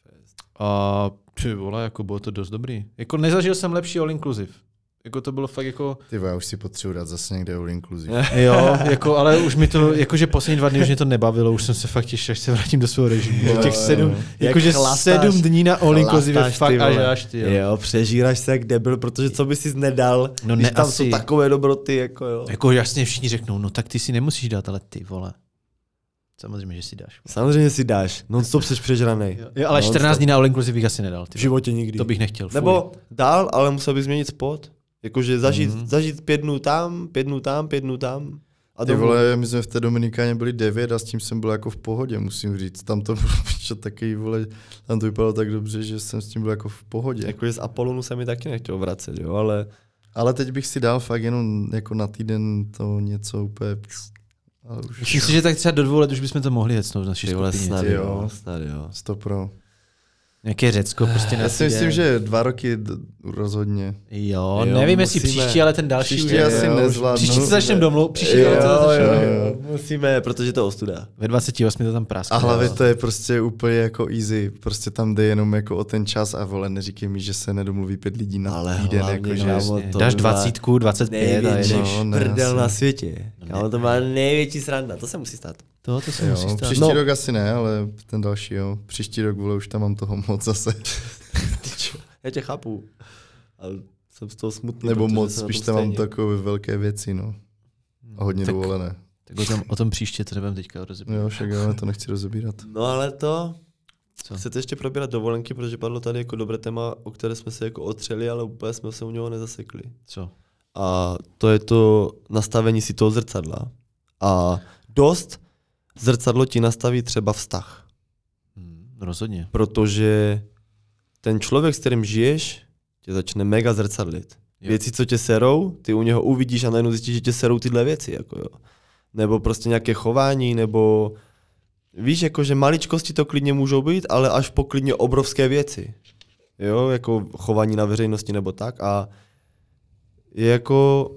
A ty vole, jako bylo to dost dobrý. Jako nezažil jsem lepší all inclusive. Jako to bylo fakt jako... Ty já už si potřebuji dát zase někde all inclusive. Jo, jako, ale už mi to, jakože poslední dva dny už mě to nebavilo, už jsem se fakt těšil, až se vrátím do svého režimu. Jo, Těch jo, sedm, jo. jakože Jak chlastáš- sedm dní na all inclusive je chlastáš, fakt ty až vole. až ty. Jo. Jo, přežíráš se jak debil, protože co by si nedal, No když ne, tam asi. jsou takové dobroty, jako jo. Jako jasně všichni řeknou, no tak ty si nemusíš dát, ale ty vole. Samozřejmě, že si dáš. Samozřejmě si dáš, non-stop jsi přežranej. Jo, ale čtrnáct dní na all inclusive bych asi nedal. Ty V životě nikdy. to bych nechtěl. Fuj. Nebo dál, ale musel bych změnit spot. Jakože zažít, Mhm. mm. zažít pět dnů tam, pět dnů tam, pět dnů tam. A Ty domů. vole, my jsme v té Dominikáně byli devět a s tím jsem byl jako v pohodě, musím říct. Tam to bylo pičo, taky, vole, tam to vypadalo tak dobře, že jsem s tím byl jako v pohodě. Jakože z Apolonu se mi taky nechtěl vracet, jo, ale Ale teď bych si dal fakt jenom jako na týden to něco úplně... Ale už Myslím si, že tak třeba do dvou let už bychom to mohli hecnout v naší ty vole, skupině. snad ty jo, jo. snad jo. sto pro. Nějaké Řecko prostě na Já si týden. myslím, že dva roky d- rozhodně. Jo, Jo, nevím, jestli musíme. příští, ale ten další Příští už je. asi jo. nezvládnu. Příští se začneme domlouvat. Příští Jo, to začneme. jo, jo. Musíme, protože to je ostuda. Ve dvaceti osmi to tam praskne. A hlavně jo. to je prostě úplně jako easy. Prostě tam jde jenom jako o ten čas a vole, neříkej mi, že se nedomluví pět lidí na Ale týden. hlavně, Jako, že... kámo, Jasně. to Dáš by byla dvacítku, dvacet pět a Největší jedeš. No, ne, prdel asi. na světě. No Kámo, ne. to má největší sranda, to se musí stát. To, to se Jo, musí stát. příští No. rok asi ne, ale ten další jo. Příští rok, vole, už tam mám toho moc zase. Já tě chápu, ale jsem z toho smutný. Nebo protože moc, jsem na spíš tom tam mám stejně. takové velké věci, no. A hodně Tak- dovolené. Tak o tom, o tom příště to nebudeme teďka rozebírat. Jo, však ale to nechci rozebírat. No ale to, Co? chcete ještě probírat dovolenky, protože padlo tady jako dobré téma, o které jsme se jako otřeli, ale úplně jsme se u něho nezasekli. Co? A to je to nastavení si toho zrcadla. A dost zrcadlo ti nastaví třeba vztah. Hmm, rozhodně. Protože ten člověk, s kterým žiješ, tě začne mega zrcadlit. Jo. Věci, co tě serou, ty u něho uvidíš a najednou zjistíš, že tě serou tyhle věci. Jako jo. Nebo prostě nějaké chování, nebo víš, jako, že maličkosti to klidně můžou být, ale až po klidně obrovské věci. Jo, jako chování na veřejnosti nebo tak. A je jako...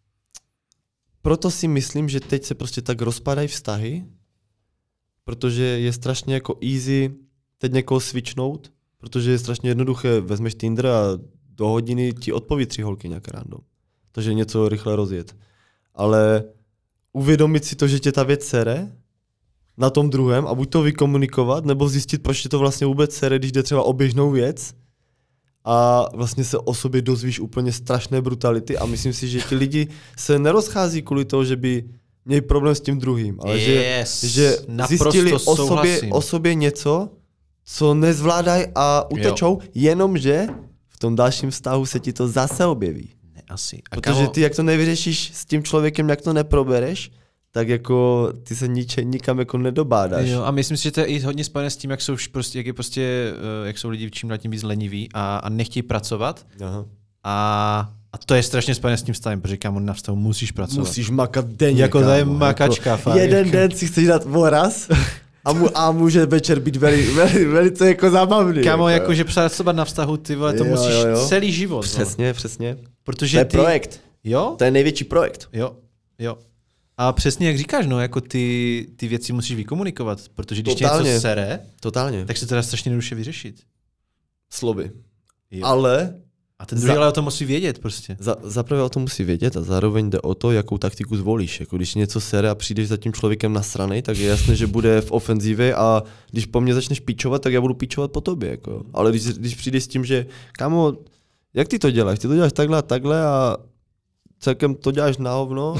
Proto si myslím, že teď se prostě tak rozpadají vztahy, protože je strašně jako easy teď někoho switchnout, protože je strašně jednoduché, vezmeš Tinder a do hodiny ti odpoví tři holky nějaké random. Takže něco rychle rozjet. ale uvědomit si to, že tě ta věc sere na tom druhém a buď to vykomunikovat, nebo zjistit, proč tě to vlastně vůbec sere, když jde třeba o běžnou věc a vlastně se o sobě dozvíš úplně strašné brutality a myslím si, že ti lidi se nerozchází kvůli toho, že by měli problém s tím druhým, ale yes, že, že zjistili o sobě, o sobě něco, co nezvládají a utečou, jo. Jenomže v tom dalším vztahu se ti to zase objeví. Ne, asi. A protože kamo... ty, jak to nevyřešíš s tím člověkem, jak to neprobereš, tak jako ty se niče, nikam jako nedobádáš. Jo, a myslím si, že to je i hodně spojené s tím, jak jsou, prostě, jak je prostě, jak jsou lidi čím dál tím víc leniví a, a nechtějí pracovat. Aha. A, a to je strašně spojené s tím stavem, protože kámo, na vztahu musíš pracovat. Musíš makat denně, jako kámo. to je makačka. Jako fakt. jeden den si chceš dát voraz a, mu, a může večer být veli, veli, velice jako zábavný. Kámo, jako, jako že pracovat na vztahu, ty vole, to jo, musíš jo, jo. celý život. Přesně, přesně. Protože to je ty... projekt. Jo? To je největší projekt. Jo, jo. A přesně jak říkáš, no, jako ty, ty věci musíš vykomunikovat, protože když tě něco sere, Totálně. tak se to dá strašně jednoduše vyřešit. Slovy. Jo. Ale... A ten druhý za... ale o tom musí vědět prostě. Za, zaprvé o tom musí vědět a zároveň jde o to, jakou taktiku zvolíš. Jako když něco sere a přijdeš za tím člověkem na strany, tak je jasné, že bude v ofenzivě a když po mně začneš píčovat, tak já budu píčovat po tobě. Jako. Ale když, když přijdeš s tím, že kámo, jak ty to děláš? Ty to děláš takhle a takhle a celkem to děláš na hovno.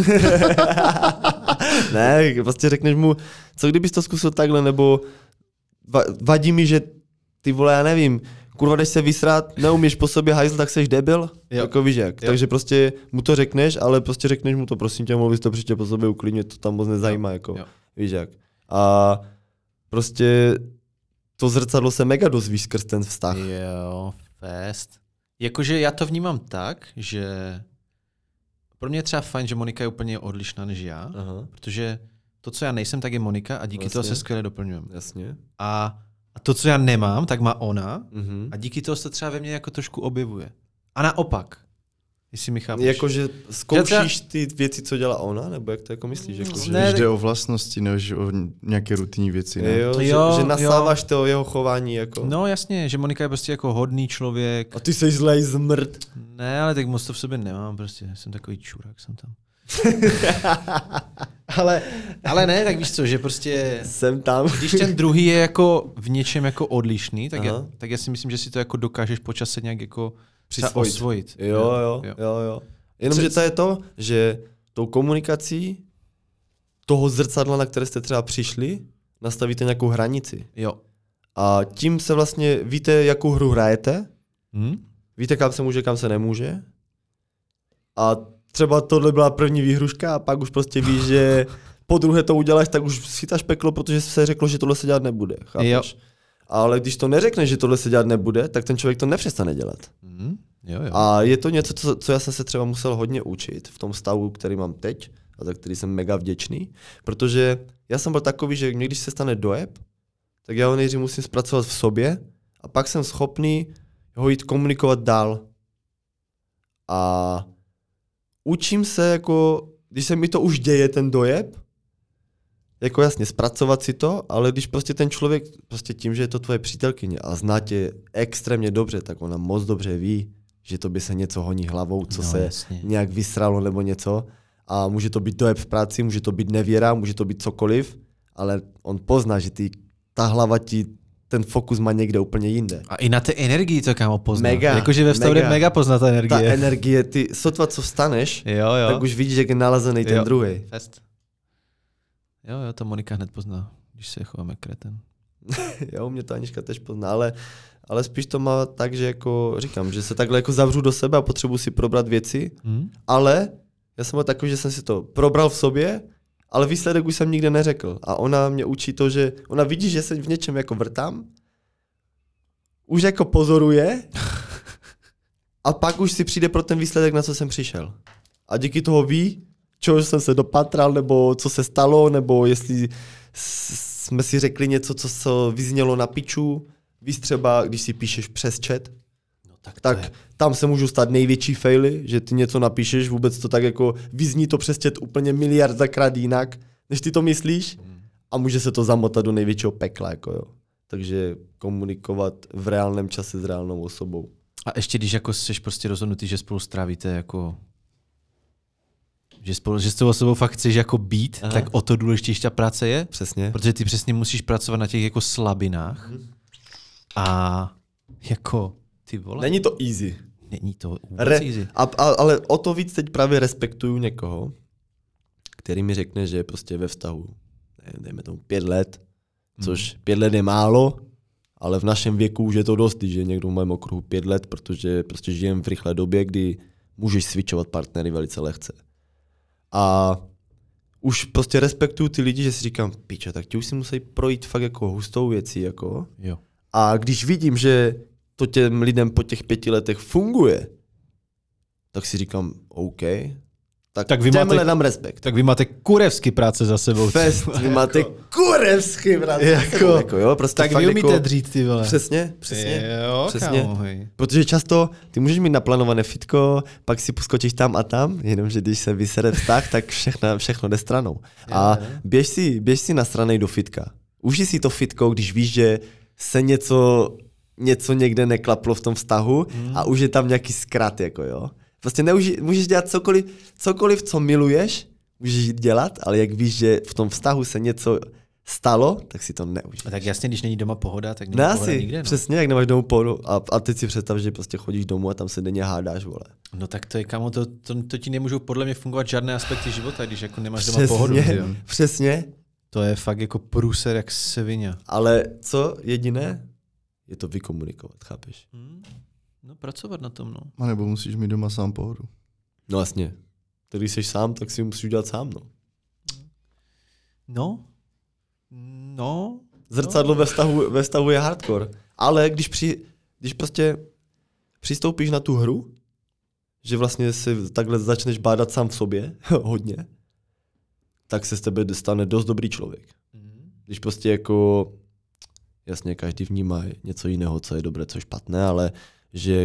Ne, prostě řekneš mu, co kdybys to zkusil takhle, nebo vadí mi, že ty vole, já nevím, kurva, jdeš se vysrát, neumíš po sobě hajzl, tak seš debil, jo. Jako víš jak. Jo. Takže prostě mu to řekneš, ale prostě řekneš mu to, prosím tě, mohl bys to příště po sobě uklidnit, to tam moc nezajímá, jo. Jako, jo. Víš jak. A prostě to zrcadlo se mega dozvíš skrz ten vztah. Jo, fest. Jakože já to vnímám tak, že pro mě je třeba fajn, že Monika je úplně odlišná než já, aha. Protože to, co já nejsem, tak je Monika a díky vlastně. Toho se skvěle doplňujeme. Jasně. A A to, co já nemám, tak má ona mm-hmm. a díky toho se třeba ve mně jako trošku objevuje. A naopak, jestli mi chápeš. Jakože zkoušíš ty věci, co dělá ona, nebo jak to jako myslíš? Jako, že ne, jde o vlastnosti, než o nějaké rutinní věci. Ne? Jo, jo, že, že nasáváš to jeho chování. Jako. No jasně, že Monika je prostě jako hodný člověk. A ty jsi zlej zmrt. Ne, ale tak moc to v sobě nemám, prostě jsem takový čurák, jsem tam. ale, ale ne, tak víš co, že prostě jsem tam. Když ten druhý je jako v něčem jako odlišný, tak já, tak já si myslím, že si to jako dokážeš po čase nějak jako osvojit. Jo, jo, jo, jo. jo. Jenomže to je to, že tou komunikací toho zrcadla, na které jste třeba přišli, nastavíte nějakou hranici. Jo. A tím se vlastně víte, jakou hru hrajete, hmm? víte, kam se může, kam se nemůže. A třeba tohle byla první výhruška a pak už prostě víš, že po druhé to uděláš, tak už schytáš peklo, protože se řeklo, že tohle se dělat nebude. Chápeš? Ale když to neřekneš, že tohle se dělat nebude, tak ten člověk to nepřestane dělat. Mm, jo, jo. A je to něco, co, co já jsem se třeba musel hodně učit v tom stavu, který mám teď a za který jsem mega vděčný, protože já jsem byl takový, že když se stane dojeb, tak já ho nejdřív musím zpracovat v sobě a pak jsem schopný ho jít komunikovat dál. A učím se, jako, když se mi to už děje, ten dojeb, jako jasně, zpracovat si to, ale když prostě ten člověk, prostě tím, že je to tvoje přítelkyně a zná tě extrémně dobře, tak ona moc dobře ví, že to by se něco honí hlavou, co no, se jasně. nějak vysralo nebo něco. A může to být dojeb v práci, může to být nevěra, může to být cokoliv, ale on pozná, že ty, ta hlava ti ten fokus má někde úplně jinde. A i na té energii to kámo pozná. Mega. Jakože ve vztahu mega. mega pozná ta energie. Ta energie, ty sotva co vstaneš, jo, jo. tak už vidíš, jak je nalazený ten druhý. Fest. Jo, jo, to Monika hned pozná, když se chováme kreten. Jo, mě to Anička tež pozná, ale, ale spíš to má tak, že jako říkám, že se takhle jako zavřu do sebe a potřebuji si probrat věci, hmm. ale já jsem byl takový, že jsem si to probral v sobě, ale výsledek už jsem nikde neřekl. A ona mě učí to, že ona vidí, že se v něčem jako vrtám, už jako pozoruje a pak už si přijde pro ten výsledek, na co jsem přišel. A díky toho ví, čeho jsem se dopatral, nebo co se stalo, nebo jestli jsme si řekli něco, co se vyznělo na piču. Víš třeba, když si píšeš přes chat, no, tak, tak tam se můžou stát největší faily, že ty něco napíšeš, vůbec to tak jako vyzní to přes chat úplně miliardakrát jinak, než ty to myslíš a může se to zamotat do největšího pekla. Jako jo. Takže komunikovat v reálném čase s reálnou osobou. A ještě když jako jsi prostě rozhodnutý, že spolu strávíte jako Že, spolu, že s tou osobou fakt chceš jako být, Aha. tak o to důležitější ta práce je. Přesně. Protože ty přesně musíš pracovat na těch jako slabinách. Mm. A jako ty vole. Není to easy. Není to vůbec Re, easy. A, a, ale o to víc teď právě respektuju někoho, který mi řekne, že je prostě ve vztahu, dejme tomu pět let, což pět let je málo, ale v našem věku už je to dost, že někdo v mém okruhu pět let, protože prostě žijeme v rychlé době, kdy můžeš switchovat partnery velice lehce. A už prostě respektuju ty lidi, že si říkám, piče, tak ti už si musí projít fakt jako hustou věcí. Jako. Jo. A když vidím, že to těm lidem po těch pěti letech funguje, tak si říkám, OK, tak, tak vy máte, dám respekt. Tak vy máte kurevsky práce za sebou. Fest, vy máte kurevsky práce jako, za sebou. Jako, jo, prostě tak vy umíte jako, dřít, ty vole. Přesně, přesně. Jo, přesně. Protože často ty můžeš mít naplánované fitko, pak si poskočíš tam a tam, jenomže když se vysere vztah, tak všechno, všechno jde stranou. A běž si, běž si na straně do fitka. Užij si to fitko, když víš, že se něco, něco někde neklaplo v tom vztahu hmm. a už je tam nějaký zkrat, jako jo. Prostě neuži, můžeš dělat cokoliv, cokoliv, co miluješ, můžeš dělat, ale jak víš, že v tom vztahu se něco stalo, tak si to neužiješ. A tak jasně, když není doma pohoda, tak není ne, pohoda asi, nikde. No. Přesně, jak nemáš domů pohodu. A, a teď si představ, že prostě chodíš domů a tam se denně hádáš, vole. No tak to je, kamo, to, to, to ti nemůžou podle mě fungovat žádné aspekty života, když jako nemáš přesně, doma pohodu. Tyjo. Přesně. To je fakt jako průser jak svině. Ale co jediné? Je to vykomunikovat, chápeš? Hmm. No pracovat na tom, no. A nebo musíš mít doma sám pohodu. No vlastně. Když jsi sám, tak si musíš udělat sám, no. No. No. Zrcadlo no. ve vztahu, ve vztahu je hardcore. Ale když, při, když prostě přistoupíš na tu hru, že vlastně si takhle začneš bádat sám v sobě, hodně, tak se z tebe stane dost dobrý člověk. Mm. Když prostě jako, jasně, každý vnímá něco jiného, co je dobré, co je špatné, ale že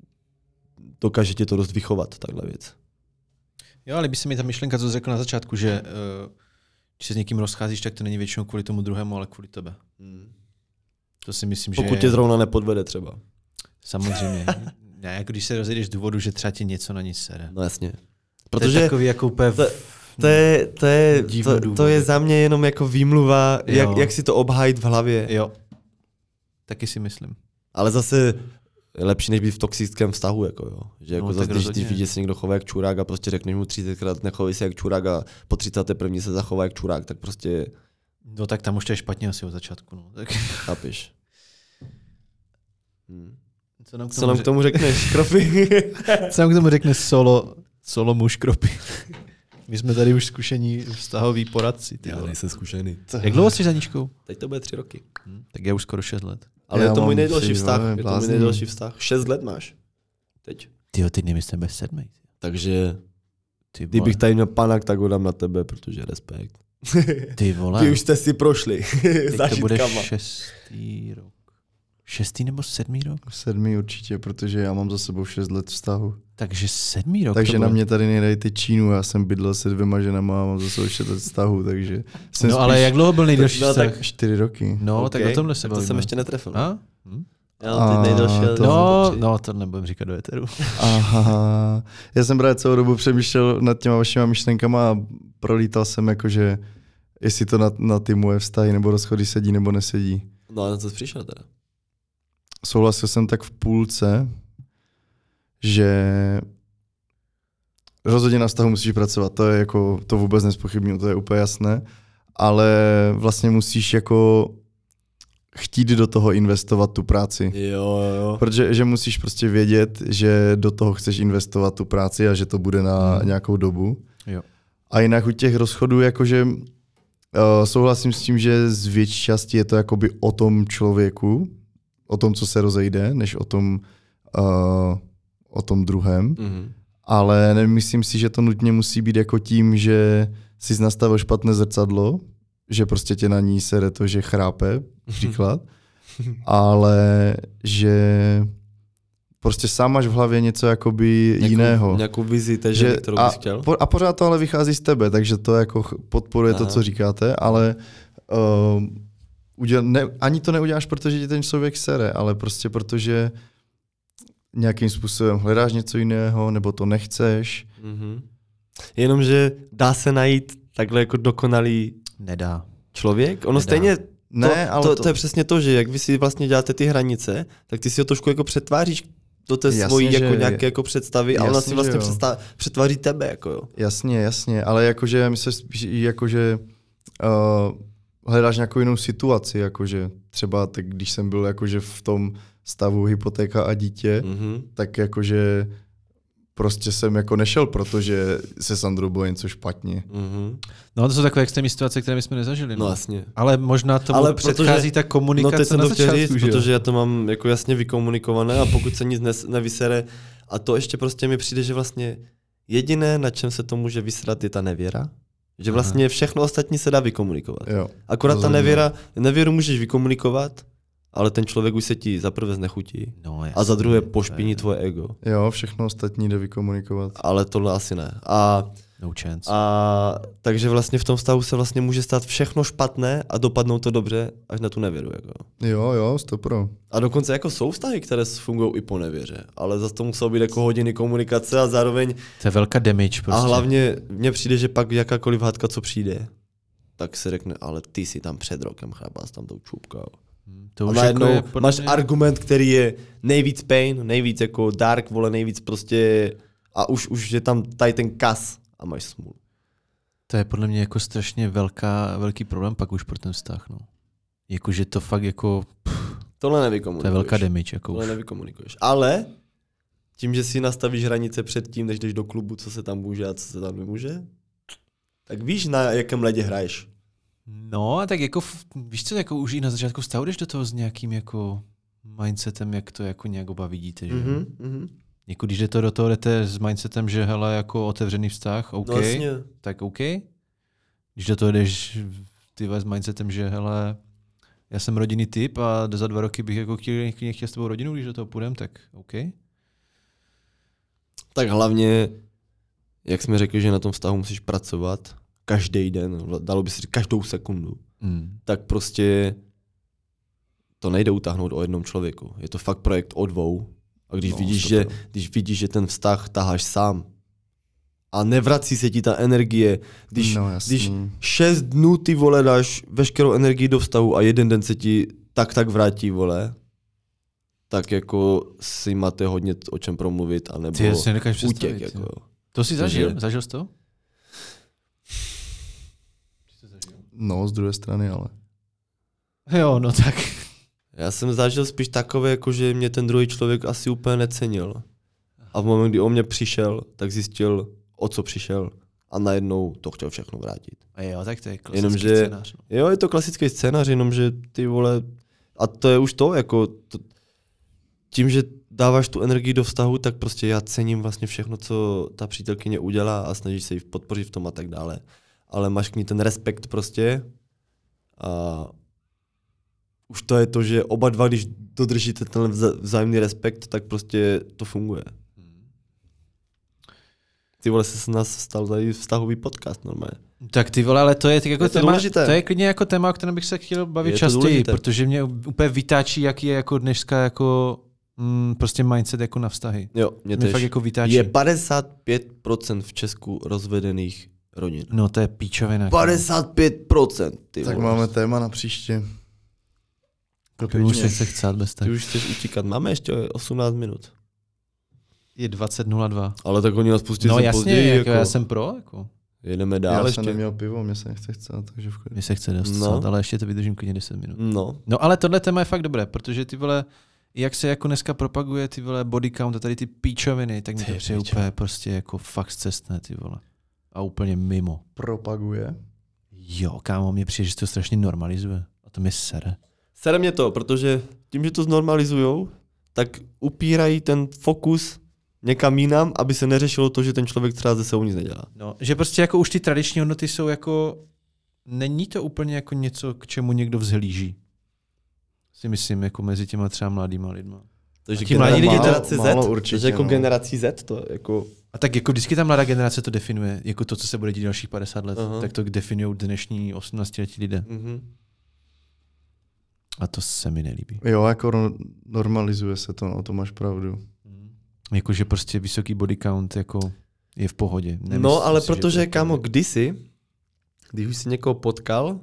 dokáže tě to dost vychovat, takhle věc. Jo, ale by se mi ta myšlenka, co jsi řekl na začátku, že uh, když se s někým rozcházíš, tak to není většinou kvůli tomu druhému, ale kvůli tebe. Hmm. To si myslím, Pokud že... Pokud tě zrovna nepodvede třeba. Samozřejmě. Ne, jako když se rozejdeš z důvodu, že třeba ti něco na ní sere. No jasně. Protože to je takový jako úplně... To, to, je, to, je, to, to je za mě jenom jako výmluva, jak, jak si to obhájit v hlavě. Jo. Taky si myslím. Ale zase je lepší, než být v toxickém vztahu, jako jo. Že jako no, zase, když, když vidíš, že se někdo chová jak čurák a prostě řekneš mu třicetkrát nechovej se jak čurák a po třicáté první se zachová jak čurák, tak prostě... No tak tam už to je špatně asi od začátku, no. Tak... Chápeš. Hmm. Co nám k tomu, Co nám k tomu řekneš, Kropy? Co nám k tomu řekne solo, solo muž Kropy? My jsme tady už zkušení vztahoví poradci. Ty já nejsem zkušený. Jak dlouho jsi za Aničkou? Teď to bude tři roky. Hmm. Tak já už skoro šest let. Ale já je to můj nejdelší vztah. Je to můj nejdelší vztah. Šest let máš. Teď. Tyjo, teď nemyslím bez sedmi. Takže ty kdybych tady měl panak, tak ho dám na tebe, protože respekt. Ty vole. Vy už jste si prošli. Teď to bude šestý rok. Šestý nebo sedmý rok? Sedmý určitě, protože já mám za sebou šest let vztahu. Takže sedmý rok. Takže na mě tady nejdají ty Čínu, já jsem bydlel se dvěma ženama a mám za sebou šest let vztahu, takže... Jsem no spíš... ale jak dlouho byl nejdelší no, vztah? Tak čtyři roky. No, okay. Tak o tomhle se bavíme. To jsem ještě netrefil. A? Hm? Já teď nejdelší. To... No, no, to nebudem říkat do éteru. Aha. Já jsem právě celou dobu přemýšlel nad těma vašima myšlenkama a prolítal jsem jakože, jestli to na, na ty moje vztahy nebo rozchody sedí nebo nesedí. No a na co jsi přišel teda? Souhlasil jsem tak v půlce, že rozhodně na vztahu musíš pracovat, to je jako, to vůbec nezpochybnuju, to je úplně jasné, ale vlastně musíš jako chtít do toho investovat tu práci. Jo, jo. Protože že musíš prostě vědět, že do toho chceš investovat tu práci a že to bude na hmm. nějakou dobu. Jo. A jinak u těch rozchodů, jakože uh, souhlasím s tím, že z větší části je to jakoby o tom člověku, o tom, co se rozejde, než o tom, uh, o tom druhém. Mm-hmm. Ale nemyslím si, že to nutně musí být jako tím, že jsi nastavil špatné zrcadlo, že prostě tě na ní sere to, že chrápe, příklad, ale že prostě sám máš v hlavě něco jakoby nějakou, jiného. Nějakou vizi té ženy, kterou bys chtěl. A pořád to ale vychází z tebe, takže to jako podporuje Aha. to, co říkáte, ale uh, uděl, ne, ani to neuděláš, protože ti ten člověk sere, ale prostě protože nějakým způsobem hledáš něco jiného, nebo to nechceš. Mm-hmm. Jenomže dá se najít takhle jako dokonalý Nedá. člověk? Ono Nedá. stejně, to, Ne, ale to, to- to je přesně to, že jak vy si vlastně děláte ty hranice, tak ty si ho trošku jako přetváříš do té Jasně, svojí jako že- nějaké jako představy a ona jasně, si vlastně že jo. představ, přetváří tebe. Jako jo. Jasně, jasně, ale jakože my se spíš, jakože uh, hledáš nějakou jinou situaci, jakože třeba tak, když jsem byl jakože v tom stavu hypotéka a dítě, Mhm. tak jakože prostě jsem jako nešel, protože se Sandrou bylo něco špatně. Mhm. No to jsou takové extrémní situace, které my jsme nezažili. No No. jasně. Ale možná tomu Ale Ale protože- předchází ta No komunikace teď jsem na to chtěl začátku, říct, že jo? protože já to mám jako jasně vykomunikované a pokud se nic nes- nevysere, a to ještě prostě mi přijde, že vlastně jediné, na čem se to může vysrat, je ta nevěra. Že vlastně všechno ostatní se dá vykomunikovat. Jo. Akorát ta rozhodně. nevěra, nevěru můžeš vykomunikovat, ale ten člověk už se ti za prvé znechutí No, a za jasně, druhé to je- pošpiní tvoje ego. Jo, všechno ostatní jde vykomunikovat. Ale tohle asi ne. A, No chance. a takže vlastně v tom vztahu se vlastně může stát všechno špatné a dopadnout to dobře až na tu nevěru. Jako. Jo, jo, stopro. A dokonce jako jsou vztahy, které fungují i po nevěře, ale zase to muselo být jako hodiny komunikace a zároveň To je velká damage prostě. a hlavně mně přijde, že pak jakákoliv hádka, co přijde, tak se řekne, ale ty si tam před rokem chrabal s tam tou čůpkou. To A už najednou jako je podle máš mě- argument, který je nejvíc pain, nejvíc jako dark, vole, nejvíc prostě a už, už je tam tady ten kas a máš smůlu. To je podle mě jako strašně velká, velký problém pak už pro ten vztah. No. Jakože to fakt jako, Tohle nevykomunikuješ. to je velká damage. Jako Tohle už. nevykomunikuješ. Ale tím, že si nastavíš hranice před tím, než jdeš do klubu, co se tam může a co se tam nemůže, tak víš, na jakém ledě hraješ. No a tak jako, v- víš co, jako už i na začátku vztahu jdeš do toho s nějakým jako mindsetem, jak to jako nějak oba vidíte, že? Mhm, mhm. Jako když jde to do toho, jdete s mindsetem, že hele, jako otevřený vztah, OK, No jasně. tak OK. Když do toho jdeš ty vole, s mindsetem, že hele, já jsem rodinný typ a za dva roky bych jako chtěl, chtěl s tebou rodinu, když do toho půjdem, tak OK. Tak hlavně, jak jsme řekli, že na tom vztahu musíš pracovat každý den, dalo by se říct každou sekundu, Mm. tak prostě to nejde utáhnout o jednom člověku. Je to fakt projekt o dvou. A když, No, vidíš, sto že, pro. když vidíš, že ten vztah taháš sám a nevrací se ti ta energie, když, No, jasný. když šest dnů ty vole dáš veškerou energii do vztahu a jeden den se ti tak tak vrátí, vole, tak jako si máte hodně o čem promluvit, anebo Ty si nedokážeš útěk. představit. Jako. jo. To jsi Protože- zažil? Zažil jsi to? No, z druhé strany, ale. Jo, no tak. Já jsem zažil spíš takové, jako že mě ten druhý člověk asi úplně necenil. A v moment, kdy on mě přišel, tak zjistil, o co přišel. A najednou to chtěl všechno vrátit. A jo, tak to je klasický Jenomže- scénář. No. Jo, je to klasický scénář, jenomže ty vole, a to je už to, jako to, tím, že dáváš tu energii do vztahu, tak prostě já cením vlastně všechno, co ta přítelkyně udělá a snažíš se ji podpořit v tom a tak dále. Ale máš k ní ten respekt prostě a už to je to, že oba dva, když dodržíte ten vza- vzájemný respekt, tak prostě to funguje. Ty vole, se z nás stal tady vztahový podcast normálně. Tak ty vole, ale to je, tak jako Je to téma, důležité. to je klidně jako téma, o kterém bych se chtěl bavit Je to častěji, důležité. protože mě úplně vytáčí, jaký je jako dneska jako mm, prostě mindset jako na vztahy. Jo, mě Mě tež. fakt jako vytáčí. Je padesát pět procent v Česku rozvedených rodin. No to je píčovina. padesát pět procent, ty Tak vole. máme téma na příště. Ty už se chce chcát bez tak. Ty už chceš utíkat. Máme ještě osmnáct minut. Je dvacet nula dva. Ale tak oni nás pustí No sem jasně, později, jako, jako, já jsem pro. Jako. jedeme dál Já ještě. jsem neměl pivo, mě se nechce chcát, takže v klidu. Mně se chce dost No. no. ale ještě to vydržím klidně deset minut. No, No ale tohle téma je fakt dobré, protože ty vole, jak se jako dneska propaguje ty vole body count a tady ty píčoviny, tak mi to Ty přijde pičo. úplně prostě jako fakt cestné ty vole. A úplně mimo. Propaguje. Jo, kámo, mě přijde, že to strašně normalizuje. A to mi sere. sere mě to, protože tím, že to znormalizujou, tak upírají ten fokus někam jinam, aby se neřešilo to, že ten člověk třeba ze sebou nic nedělá. No, že prostě jako už ty tradiční hodnoty jsou jako, není to úplně jako něco, k čemu někdo vzhlíží. Si myslím, jako mezi těma třeba mladýma lidma. Takže A ti mladí lidi to- generace málo Z, určitě, takže jako no. generací Z to jako... A tak jako vždycky ta mladá generace to definuje, jako to, co se bude dít dalších padesát let, Aha. tak to definují dnešní osmnáctiletí lidé. Mhm. A to se mi nelíbí. Jo, jako no, normalizuje se to, no, to máš pravdu. Jakože prostě vysoký body count, jako je v pohodě. Nemyslím no, ale si, protože, že kámo, kdysi, když už si někoho potkal,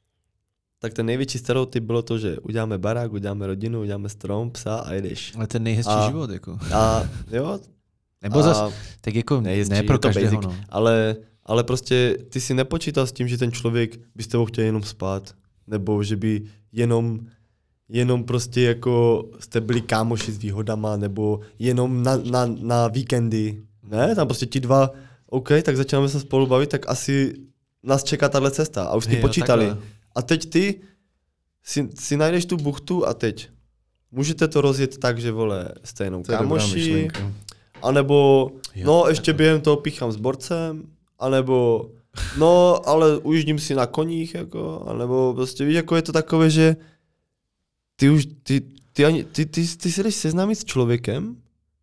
tak ten největší stereotyp bylo to, že uděláme barák, uděláme rodinu, uděláme strom, psa a jedeš. Ale ten nejhezčí a, život, jako. A jo. Nebo a, zas, tak jako nejhezčí, ne pro to každého, basic, no. ale, ale prostě ty si nepočítal s tím, že ten člověk by s tebou chtěl jenom spát, nebo že by jenom, jenom prostě jako jste byli kámoši s výhodama, nebo jenom na, na, na víkendy. Ne, tam prostě ti dva, OK, tak začínáme se spolu bavit, tak asi nás čeká tahle cesta a už ty Jo, počítali. takhle. A teď ty si, si najdeš tu buchtu a teď můžete to rozjet tak, že vole, jste jenom To je dobrá kámoši, myšlenka. anebo Jo, no takhle. ještě během toho píchám s borcem, anebo no, ale ujíždím si na koních, jako, anebo prostě víš, jako je to takové, že ty už, ty, ty, ani, ty, ty, ty, ty se jdeš seznámit s člověkem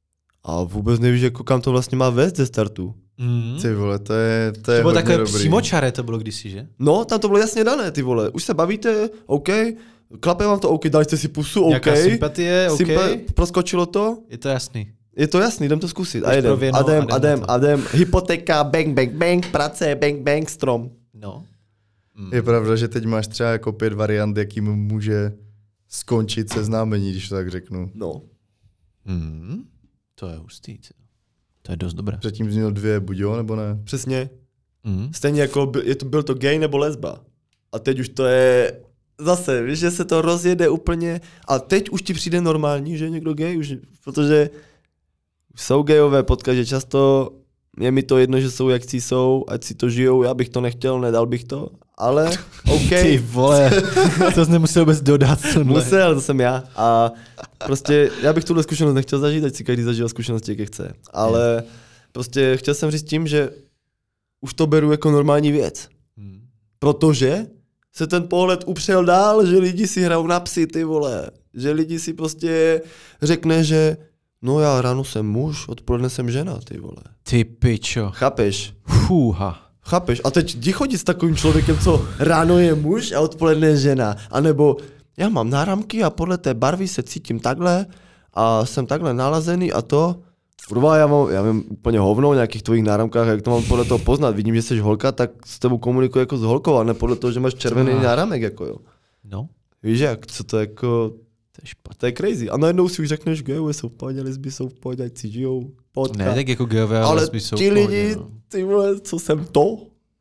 a vůbec nevíš, jako kam to vlastně má vést ze startu. Mm. Ty vole, to je, to je To bylo hodně takové dobrý. přímočaré, to bylo kdysi, že? No, tam to bylo jasně dané, ty vole. Už se bavíte, OK, klape vám to, OK, dali jste si pusu, OK. Nějaká sympatie, OK. Sympa- proskočilo to, Je to jasný. je to jasný, jdem to zkusit. A Jdeš jedem, pro věno a jdem, a a jdem jdem, na to. a jdem, hypotéka, bang, bang, bang, práce, bang, bang, strom. No. Mm. Je pravda, že teď máš třeba jako pět variant, jakým může skončit seznámení, když to tak řeknu. No. Mm. To je hustý. co? To je dost dobré. Předtím jsi měl dvě, buď jo, nebo ne? Přesně. Mm. Stejně jako byl, je to, byl to gay nebo lesba. A teď už to je zase, víš, že se to rozjede úplně a teď už ti přijde normální, že je někdo gay, už, protože jsou gayové, potkat, že často je mi to jedno, že jsou jak si jsou, ať si to žijou, já bych to nechtěl, nedal bych to, ale OK. Ty vole, to jsi nemusel vůbec dodat. Tohle. Musel, to jsem já. A prostě já bych tuhle zkušenost nechtěl zažít, ať si každý zažil zkušenosti, jaké chce. Ale prostě chtěl jsem říct tím, že už to beru jako normální věc. Mm. Protože se ten pohled upřel dál, že lidi si hrajou na psy, ty vole. Že lidi si prostě řekne, že no já ráno jsem muž, odpoledne jsem žena, ty vole. Ty pičo. Chápeš? Fúha. Chápeš? A teď jdi chodit s takovým člověkem, co ráno je muž a odpoledne je žena. A nebo já mám náramky a podle té barvy se cítím takhle a jsem takhle nalazený a to. Kurva, já mám, já vím úplně hovno o nějakých tvojich náramkách, jak to mám podle toho poznat. Vidím, že jsi holka, tak s tebou komunikuji jako s holkou, a ne podle toho, že máš červený Ah. náramek, jako jo. No, Víš jak, co to jako, to je špatné. to je crazy. A najednou si už řekneš, gejové jsou v pohodě, lesby jsou v pohodě, ať si žijou, pohodka. Ne, tak jako geové a ale lesby jsou ti v pohodě, lidi, no. ty vole, co jsem to?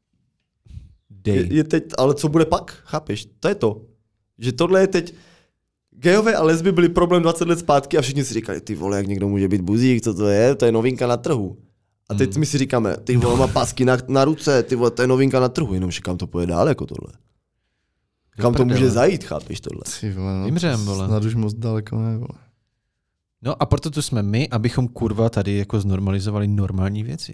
Dej. Je, je teď, ale co bude pak? Chápeš? To je to. Že tohle je teď... Gejové a lesby byly problém dvacet let zpátky a všichni si říkali, ty vole, jak někdo může být buzík, co to je? To je novinka na trhu. A teď Mm. my si říkáme, ty vole, má pásky na, na ruce, ty vole, to je novinka na trhu, jenom že kam to půjde dál jako tohle. Kam to prdele. může zajít, chápeš tohle? Ty vole, no, Vymřem, vole. snad už moc daleko ne, vole. No a proto tu jsme my, abychom kurva tady jako znormalizovali normální věci.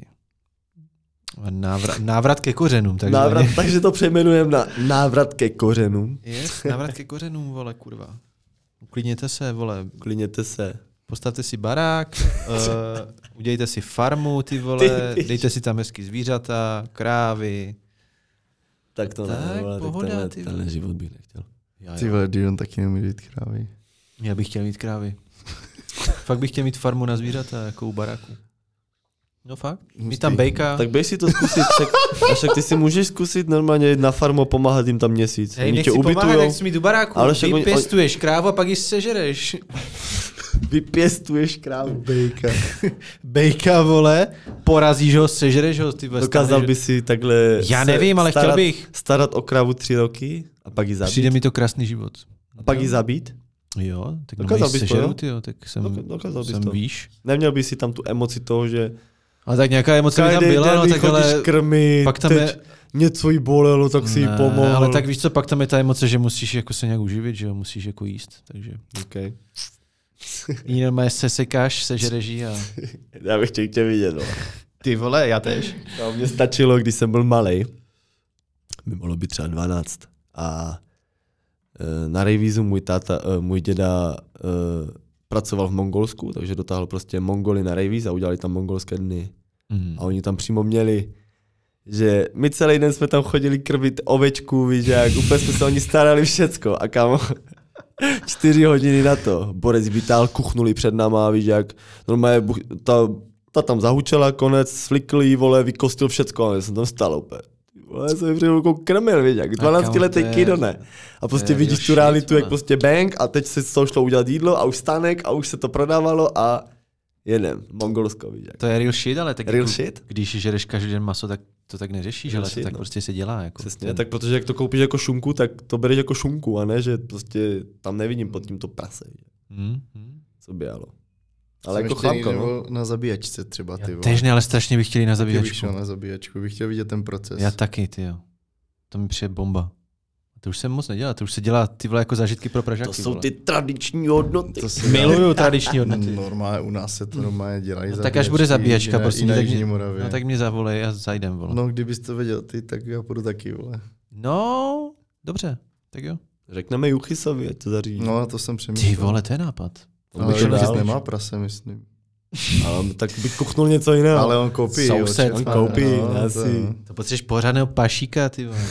A Návrat, návrat ke kořenům. Takže Návrat, takže to přejmenujeme na návrat ke kořenům. Yes, návrat ke kořenům, vole, kurva. Uklidněte se, vole, Klidněte se. postavte si barák, uh, udělejte si farmu, ty vole, Ty dejte si tam hezky zvířata, krávy. Tak to Tak, ne, vole, tak pohoda, tenhle, ty tenhle vole. život bych nechtěl. Já, Ty vole, Dion taky nemůže jít krávy. Já bych chtěl mít krávy. Fakt bych chtěl mít farmu na zvířata, jako u baráku. No fakt. Mít tam bejka. Tak běž si to zkusit, však, a však ty si můžeš zkusit normálně jít na farmu a pomáhat jim tam měsíc. Hej, Oni nechci tě pomáhat, ubytujou, nechci mít u baráku. Ale však oni- Vypěstuješ krávu a pak ji sežereš. vypěstuješ krávu. Bejka. Bejka, vole, porazíš ho, sežereš ho. Ty vole, Dokázal staneš- by si takhle Já se nevím, ale chtěl starat, bych. starat o krávu tři roky a pak ji zabít. Přijde mi to krásný život. A pak ji zabít? Jo, tak Dokázal dokázal bys to, sežeru, jo? tyjo, tak jsem, Dok- dokázal bys jsem to. víš. Neměl by si tam tu emoci toho, že Ale tak nějaká emoce by tam každý byla, den no tak chodíš ale... krmit, pak tam teď je- něco jí bolelo, tak si jí Ne, pomohl. ale tak víš co, pak tam je ta emoce, že musíš jako se nějak uživit, že jo, musíš jako jíst, takže Okay. jinak se sekáš, sežereš jí a... Já bych chtěl tě vidět. No. Ty vole, já tež. To mě stačilo, když jsem byl malej. By mohlo být třeba dvanáct. A e, na rejvízu můj táta, e, můj děda e, pracoval v Mongolsku, takže dotáhl prostě Mongoly na rejvíz a udělali tam mongolské dny. Mm. A oni tam přímo měli, že my celý den jsme tam chodili krmit ovečku, víš, jak úplně jsme se o ní starali všecko. A kámo, čtyři hodiny na to. Borec vytáhl, kuchnuli před náma, víš, jak normálně buch, ta ta tam zahučela, konec, sflikl jí, vole, vykostil všecko, ale jsem tam stál úplně. Vole, jsem mi přijel jako krmil, víš, jak dvanáctiletý kiddo, ne. A prostě vidíš tu realitu, jak prostě bang a teď se z toho šlo udělat jídlo a už stánek a už se to prodávalo a jedem, Mongolsko, víš. Jak. To je real shit, ale tak real jako, shit? Když žereš každý den maso, tak to tak neřešíš, ale to tak no. prostě se dělá. Jako Přesně, ten... tak protože jak to koupíš jako šunku, tak to bereš jako šunku a ne, že prostě tam nevidím pod tím to prase. Hmm, hmm. Co by jalo. Ale jako chlapko, no. Na zabíjačce třeba, ty vole. Tež ne, ale strašně bych chtěl na zabíjačku. Bych šel na zabíjačku, bych chtěl vidět ten proces. Já taky, ty jo. To mi přijde bomba. To už se moc nedělá, to už se dělá ty vole jako zážitky pro Pražáky. To jsou vole. ty tradiční hodnoty. To se miluju tradiční hodnoty. Normálně u nás se to normálně dělají. No, tak až bude zabíjačka, prostě na tak, Jižní Moravě. no, tak mě zavolej a zajdem, vole. No, kdybys to věděl ty, tak já půjdu taky, vole. No, dobře, tak jo. Řekneme Juchisovi, ať to zařídí. No, to jsem přemýšlel. Ty vole, to je nápad. Ale to Juchis dál. nemá prase, myslím. Ale tak by kuchnul něco jiného. Ale on koupí. Soused, jo, on četla, koupí, no, asi. to- To potřebuješ pořádného pašíka, ty vole.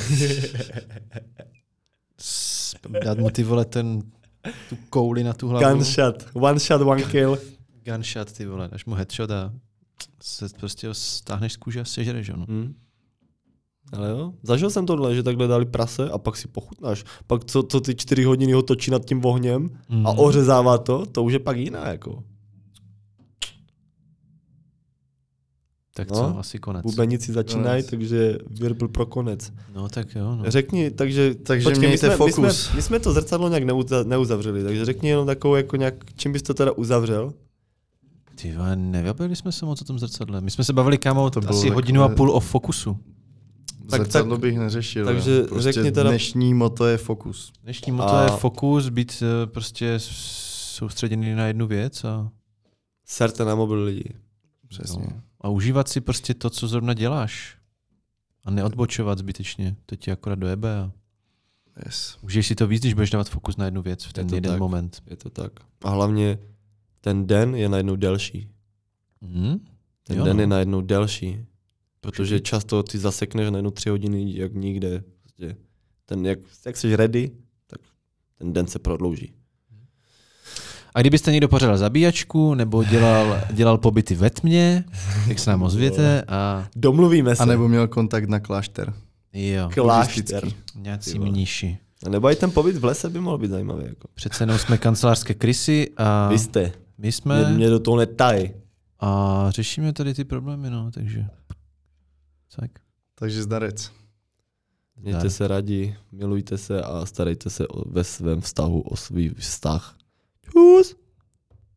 S- Dát mu ty vole ten, tu kouli na tu hlavu. Gunshot. One shot, one kill. Gunshot, ty vole, dáš mu headshot a se prostě ho stáhneš z kůže a sežereš, jo, no. Hmm. Ale jo, zažil jsem tohle, že takhle dali prase a pak si pochutnáš. Pak co, co ty čtyři hodiny ho točí nad tím ohněm Mm. a ořezává to, to už je pak jiná jako. Tak No, co, asi konec. Bubenici začínají, Konec. takže Virbl pro konec. No tak jo, no. Řekni, takže, Takže počkej, my mějte jsme, my, fokus. jsme, my jsme to zrcadlo nějak neuza, neuzavřeli, takže řekni jenom takovou, jako nějak, čím bys to teda uzavřel? Ty vole, nebavili jsme se moc o tom zrcadle. My jsme se bavili, kámo, To to bylo asi takové- hodinu a půl o fokusu. Tak- Zrcadlo tak- bych neřešil. takže jo. prostě řekni teda- dnešní moto je fokus. Dnešní moto A- je fokus, být eh, prostě soustředěný na jednu věc a, Serte na mobil lidi. Přesně. no, a užívat si prostě to, co zrovna děláš. A neodbočovat zbytečně. To ti akorát dojebe a Yes. užiješ si to víc, když budeš dávat fokus na jednu věc v ten to jeden tak. moment. Je to tak. A hlavně ten den je najednou delší. Hmm? Ten Jo, den no. je najednou delší. Protože často ty zasekneš najednou tři hodiny jak nikde. Prostě ten, jak, jak jsi ready, tak ten den se prodlouží. A kdybyste někdo pořádal zabíjačku nebo dělal, dělal pobyty ve tmě, tak se nám ozvěte a Domluvíme se. A nebo měl kontakt na klášter. jo, Klášter. nějací Ty vole. mniši. A nebo i ten pobyt v lese by mohl být zajímavý. Jako. Přece jenom jsme kancelářské krysy a Vy jste. my Mě, jsme mě do toho netají. a řešíme tady ty problémy, no, takže tak. Takže zdarec. Mějte se rádi, milujte se a starejte se o, ve svém vztahu o svůj vztah. Čus!